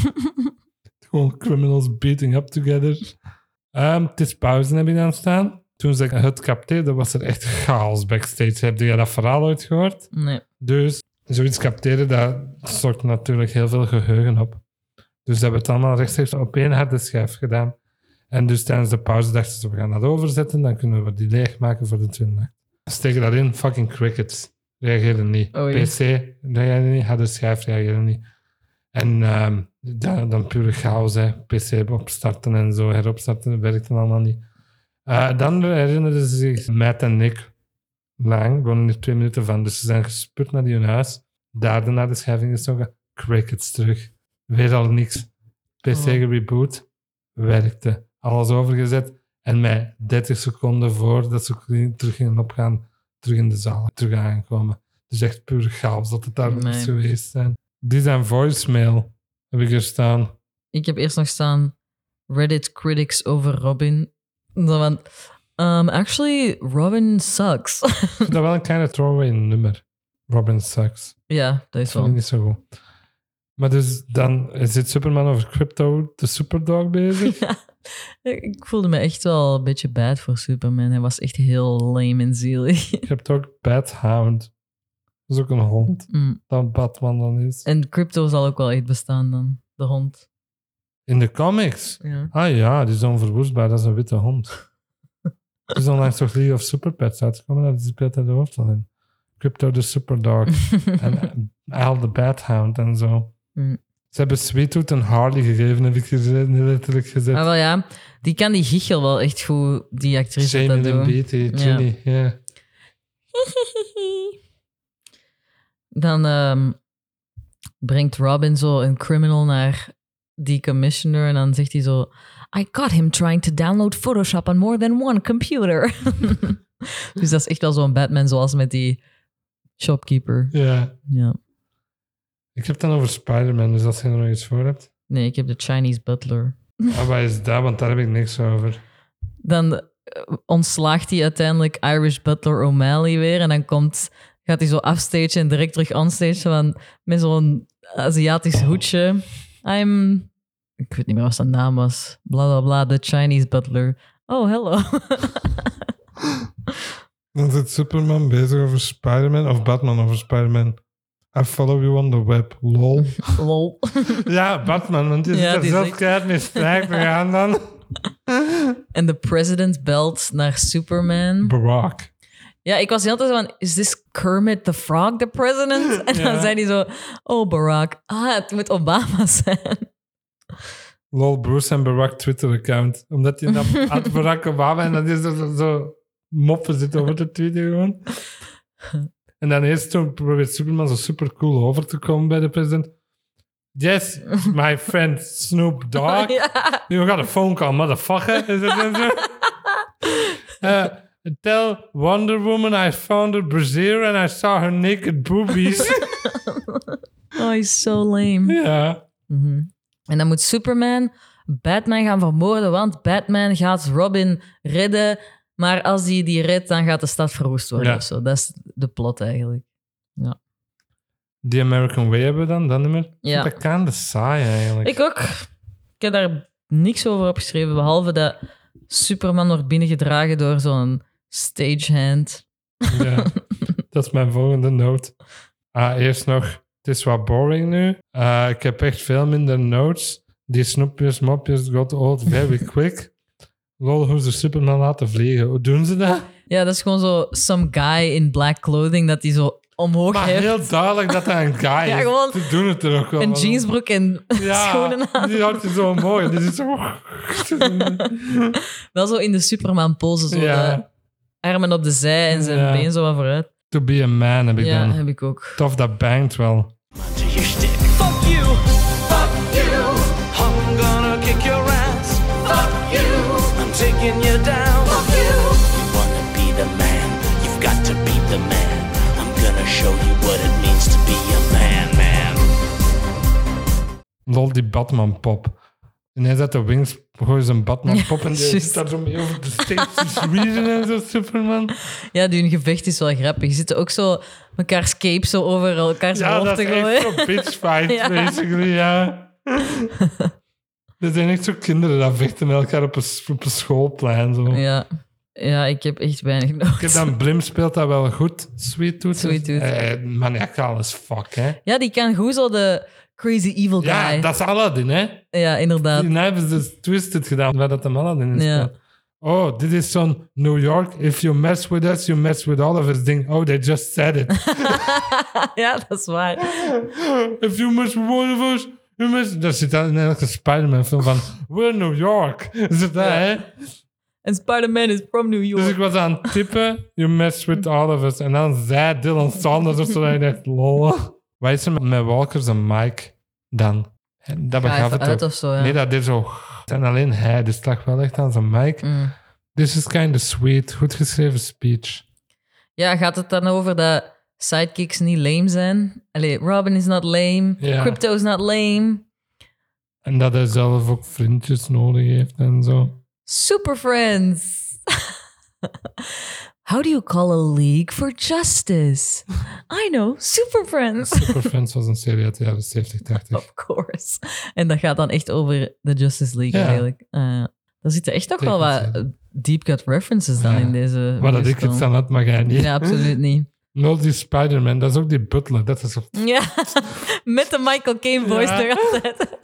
Gewoon criminals beating up together. Het is pauze heb ik dan staan. Toen ze het capteerden, was er echt chaos backstage. Heb je dat verhaal ooit gehoord? Nee. Dus zoiets capteren, dat zorgt natuurlijk heel veel geheugen op. Dus ze hebben het allemaal rechtstreeks op één harde schijf gedaan. En dus tijdens de pauze dachten ze, we gaan dat overzetten, dan kunnen we die leegmaken voor de tweede nacht. Steken daarin, fucking crickets. Reageerden niet. Oei. PC reageerde niet, harde schijf reageerde niet. En dan pure chaos, hè. PC opstarten en zo, heropstarten, werkte allemaal niet. Dan herinnerden ze zich Matt en Nick lang, wonen er 2 minuten van. Dus ze zijn gespuurd naar die hun huis. Daar naar de schijf ingestoken. Crickets terug. Weer al niks. PC gereboot. Werkte. Alles overgezet. En mij 30 seconden voordat ze terug gingen opgaan, terug in de zaal, terug aangekomen. Dus echt puur chaos dat het daar Nee. is geweest zijn. Die zijn voicemail, heb ik hier staan. Ik heb eerst nog staan Reddit critics over Robin. Dan van, actually, Robin sucks. Ik vind dat wel een kleine throwaway nummer. Robin sucks. Ja, dat Dat is vond ik wel. niet zo goed. Maar dus dan zit Superman over Crypto de Superdog bezig. Ik voelde me echt wel een beetje bad voor Superman. Hij was echt heel lame en zielig. Je hebt ook Bathound. Dat is ook een hond. Mm. Dat Batman dan is. En Crypto zal ook wel echt bestaan dan, de hond. In de comics. Ja. Ah ja, die is onverwoestbaar. Dat is een witte hond. Er is onlangs toch League of Super Pets uitgekomen. Dat speelt hij de hoofdrol in. Crypto de Superdog. En Al de Bathound en zo. Mm. Ze hebben Sweet Tooth een Harley gegeven, heb ik letterlijk gezet. Ah, wel ja, die kan die giechel wel echt goed, die actrice dat Shane en doen. Beatty, Ginny, ja. Dan brengt Robin zo een criminal naar die commissioner en dan zegt hij zo... I caught him trying to download Photoshop on more than one computer. Dus dat is echt wel zo'n Batman zoals met die shopkeeper. Ja. Ja. Ik heb het dan over Spider-Man, dus als je er nog iets voor hebt. Nee, ik heb de Chinese butler. Ah, wat is dat? Want daar heb ik niks over. Dan ontslaagt hij uiteindelijk Irish butler O'Malley weer en dan gaat hij zo afstagen en direct terug onstage van, met zo'n Aziatisch hoedje. Ik weet niet meer wat zijn naam was. Bla bla bla, de Chinese butler. Oh, hello. Dan zit Superman bezig over Spider-Man, of Batman over Spider-Man. I follow you on the web, lol. Lol. Ja, Batman, want die Ja, zit er die zelf zegt- keihard mee strijk te gaan dan. En de president belt naar Superman. Barack. Ja, ik was de hele tijd zo van, is this Kermit the Frog the president? En dan Ja. zei hij zo, oh Barack, het moet Obama zijn. Lol, Bruce en Barack Twitter-account. Omdat hij dan had Barack Obama en dan is er zo moppen zit over te tweeten gewoon. En dan eerst toen probeert Superman zo super cool over te komen bij de president. Yes, my friend Snoop Dogg. Ja. You got a phone call, motherfucker. Is het dan zo? Tell Wonder Woman I found her brassiere and I saw her naked boobies. Oh, hij is zo lame. Ja. En dan moet Superman Batman gaan vermoorden, want Batman gaat Robin redden. Maar als hij die redt, dan gaat de stad verwoest worden. Ja. Of zo. Dat is de plot eigenlijk. The American Way hebben we dan, dat nummer. Ja. Dat kan de saai eigenlijk. Ik ook. Ik heb daar niks over opgeschreven, behalve dat Superman wordt binnengedragen door zo'n stagehand. Ja, dat is mijn volgende note. Eerst nog, het is wat boring nu. Ik heb echt veel minder notes. Die snoepjes, mopjes got old very quick. Lol, hoe ze Superman laten vliegen. Hoe doen ze dat? Ja, dat is gewoon zo some guy in black clothing dat hij zo omhoog Maar heeft. heel duidelijk dat dat een guy Ja, is. gewoon Ze doen het er ook wel. Een jeansbroek en schoenen aan. die houdt je zo mooi. Die is zo... Wel zo in de Superman-pose, zo Ja. de armen op de zij en zijn Ja. been zo wat vooruit. To be a man heb ik Ja, dan. heb ik ook. Tof, dat bangt wel. To your stick. Fuck you. lol, die Batman-pop. En hij zet de Wings, gooien ze een Batman-pop en die juist. zit daar zo mee over de stage te sweden en zo, Superman. Ja, die hun gevecht is wel grappig. Ze zitten ook zo mekaars cape zo over elkaars Ja, hoofd dat te is gooien. echt zo'n bitch fight, Ja. basically, ja. Er zijn echt zo kinderen die vechten met elkaar op een schoolplein. Zo. Ja, ik heb echt weinig nodig. Ik heb dan Blim speelt dat wel goed. Sweet Tooth. Sweet Tooth. Maniacaal as fuck, hè. Ja, die kan goed zo de crazy evil guy. Ja, dat is Aladdin, hè. Ja, inderdaad. Die hebben ze dus Twisted gedaan, waar dat de Aladdin is. Ja. Oh, dit is zo'n New York. If you mess with us, you mess with all of us ding. Oh, they just said it. Ja, dat is waar. If you mess with one of us, you mess... Daar zit dan in elke Spider-Man film van... We're New York. Zit dat, hè? En Spider-Man is from New York. Dus ik was aan het tippen, you mess with all of us. En dan zei Dylan Sanders of zo, en ik dacht, lol. Wat is er met Walkers en Mike dan? En dat Ga begaf even het uit ook. of zo, ja. Nee, dat is zo... En alleen hij, dus het lag wel echt aan zijn Mike. Mm. This is kind of sweet. Goed geschreven speech. Ja, gaat het dan over dat sidekicks niet lame zijn? Allee, Robin is not lame. Ja. Crypto is not lame. En dat hij zelf ook vriendjes nodig heeft en zo. Super Friends. How do you call a league for justice? I know, Super Friends. Super Friends was een serie uit de jaren 70, 80. Of course. En dat gaat dan echt over de Justice League Ja. eigenlijk. Daar zitten echt ook wel wat Zeker. deep cut references dan Ja. in deze Maar dat ik musical. het dan had, mag jij niet. Ja, absoluut niet. Nul die Spider-Man, dat is ook die butler. Dat is op... Ja, met de Michael Caine voice Ja. er altijd.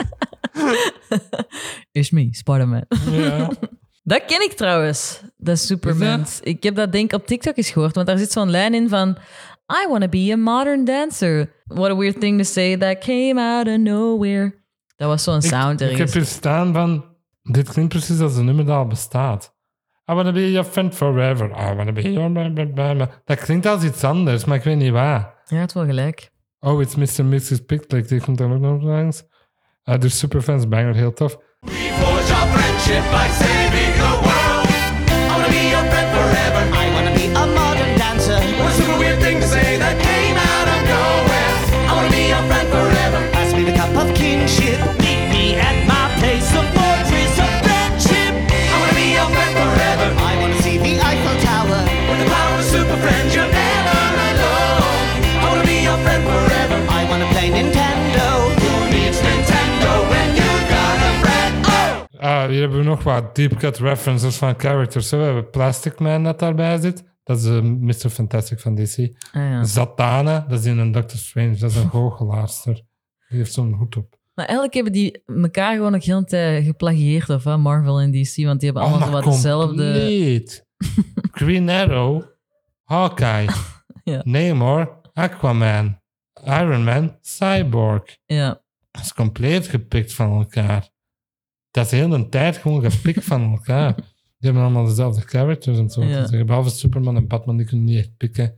Is me, Spider-Man. Ja. Dat ken ik trouwens, dat Superman. Is Ik heb dat denk ik op TikTok eens gehoord, want daar zit zo'n lijn in van I want to be a modern dancer. What a weird thing to say that came out of nowhere. Dat was zo'n sound Ik heb ergens. hier staan van... Dit klinkt precies als een nummer dat al bestaat. I wanna be your friend forever. I wanna be your... Dat klinkt als iets anders, maar ik weet niet waar. Ja, het wel gelijk. Oh, it's Mr. Mrs. Picklick. Die komt dan ook nog langs. De Superfans banger, heel tof. We forge our friendship by saving the world. I wanna be your friend forever. I wanna be a modern dancer. What a super weird thing to say that came out of nowhere. I wanna be your friend forever. Pass me the cup of kinship. Meet me at my place, the fortress of friendship. I wanna be your friend forever. I wanna see the Eiffel Tower. With the power of super friends, you're never alone. I wanna be your friend forever. I wanna play Nintendo. Who needs Nintendo when you got a friend? Oh! Hier hebben we nog wat deep cut references van characters. Zo, we hebben Plastic Man dat daarbij zit. Dat is Mr. Fantastic van DC. Ja. Zatanna, dat is in een Doctor Strange. Dat is een goochelaarster. Die heeft zo'n hoed op. Maar eigenlijk hebben die elkaar gewoon nog heel de tijd geplagieerd, of hè, Marvel en DC, want die hebben allemaal zo maar wat dezelfde... compleet. Green Arrow, Hawkeye, Ja. Namor, Aquaman, Iron Man, Cyborg. Ja. Dat is compleet gepikt van elkaar. Dat is de hele tijd gewoon gepikt van elkaar. Die hebben allemaal dezelfde characters en zo. Ja. te zeggen. Behalve Superman en Batman, die kunnen niet echt pikken.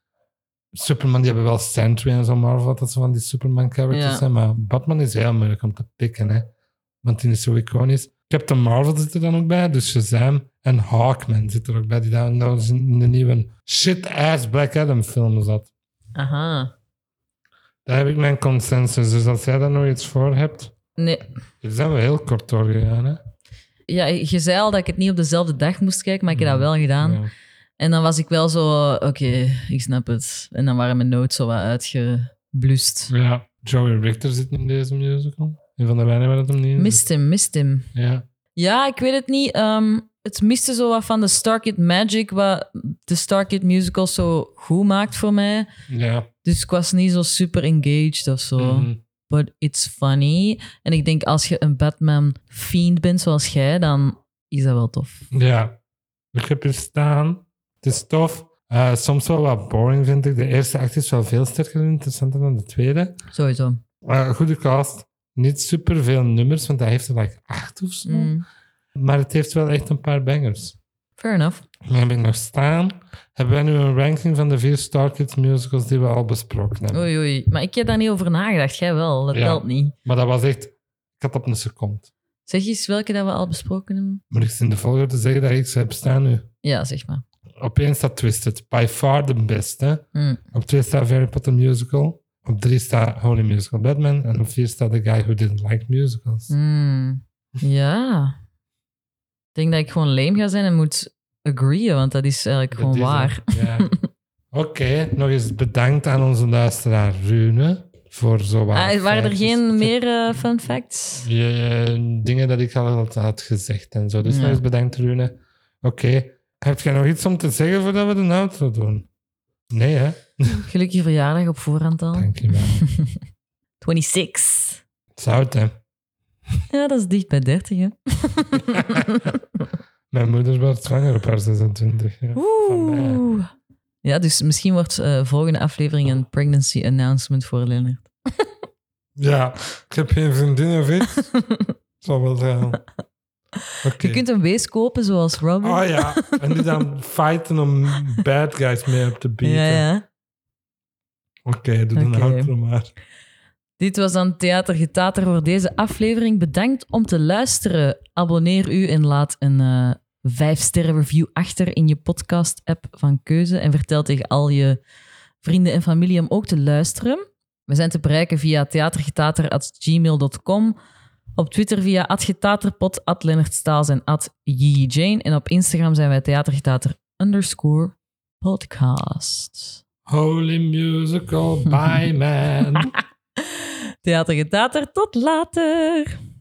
Superman, die hebben wel Sentry en zo, Marvel, dat ze van die Superman characters Ja. zijn. Maar Batman is heel moeilijk om te pikken, hè. Want die is zo iconisch. Captain Marvel zit er dan ook bij, dus Shazam. En Hawkman zit er ook bij, die daar nou in de nieuwe shit-ass Black Adam film zat. Aha. Daar heb ik mijn consensus, dus als jij daar nog iets voor hebt... Nee. Hier zijn we heel kort doorgegaan, hè. Ja, je zei al dat ik het niet op dezelfde dag moest kijken, maar ik heb dat wel gedaan. Ja. En dan was ik wel zo, oké, ik snap het. En dan waren mijn notes zo wat uitgeblust. Ja, Joey Richter zit in deze musical. Een van de weinigen waar het hem niet is. Mist hem. Ja. Ja, ik weet het niet. Het miste zo wat van de Starkid Magic, wat de Starkid musical zo goed maakt voor mij. Ja. Dus ik was niet zo super engaged of zo. Mhm. But it's funny. En ik denk, als je een Batman-fiend bent zoals jij, dan is dat wel tof. Ja. Ik heb hier staan. Het is tof. Soms wel wat boring, vind ik. De eerste act is wel veel sterker en interessanter dan de tweede. Sowieso. Goede cast. Niet super veel nummers, want hij heeft er like 8 of zo. Mm. Maar het heeft wel echt een paar bangers. Fair enough. Dan heb ik nog staan. Hebben wij nu een ranking van de 4 Star Kids musicals die we al besproken hebben. Oei, oei. Maar ik heb daar niet over nagedacht. Jij wel. Dat Ja. telt niet. Maar dat was echt... Ik had op een seconde. Zeg eens welke dat we al besproken hebben. Moet ik in de volgorde zeggen dat ik ze heb staan nu? Ja, zeg maar. Op 1 staat Twisted. By far de beste. Mm. Op 2 staat Harry Potter Musical. Op 3 staat Holy Musical Batman. En op 4 staat The Guy Who Didn't Like Musicals. Ja. Ik denk dat ik gewoon lame ga zijn en moet agreeën, want dat is eigenlijk gewoon waar. Ja. Oké, nog eens bedankt aan onze luisteraar Rune voor zo wat waren er geen meer fun facts? dingen dat ik al had gezegd en zo. Dus nog eens bedankt, Rune. Oké. Heb jij nog iets om te zeggen voordat we de outro doen? Nee, hè? Gelukkige verjaardag op voorhand al. Dankjewel. 26. Zout, hè? Ja, dat is dicht bij 30, hè? Mijn moeder wordt zwanger op haar 26. Ja. Oeh. Ja, dus misschien wordt volgende aflevering een pregnancy announcement voor Leonard. Ja, ik heb geen vriendin of iets. Zal wel zijn. Okay. Je kunt een wees kopen, zoals Robin. Oh ja, en die dan fighten om bad guys mee op te bieden. Ja. Oké, doe de outro maar. Dit was dan Theater Getater voor deze aflevering. Bedankt om te luisteren. Abonneer u en laat een 5-sterren review achter in je podcast-app van keuze. En vertel tegen al je vrienden en familie om ook te luisteren. We zijn te bereiken via theatergetater@gmail.com. Op Twitter via @getaterpod, @LeonardStaals en @YiYiJane. En op Instagram zijn wij theatergetater_podcast. Holy Musical, bye man. Theater Getater, tot later.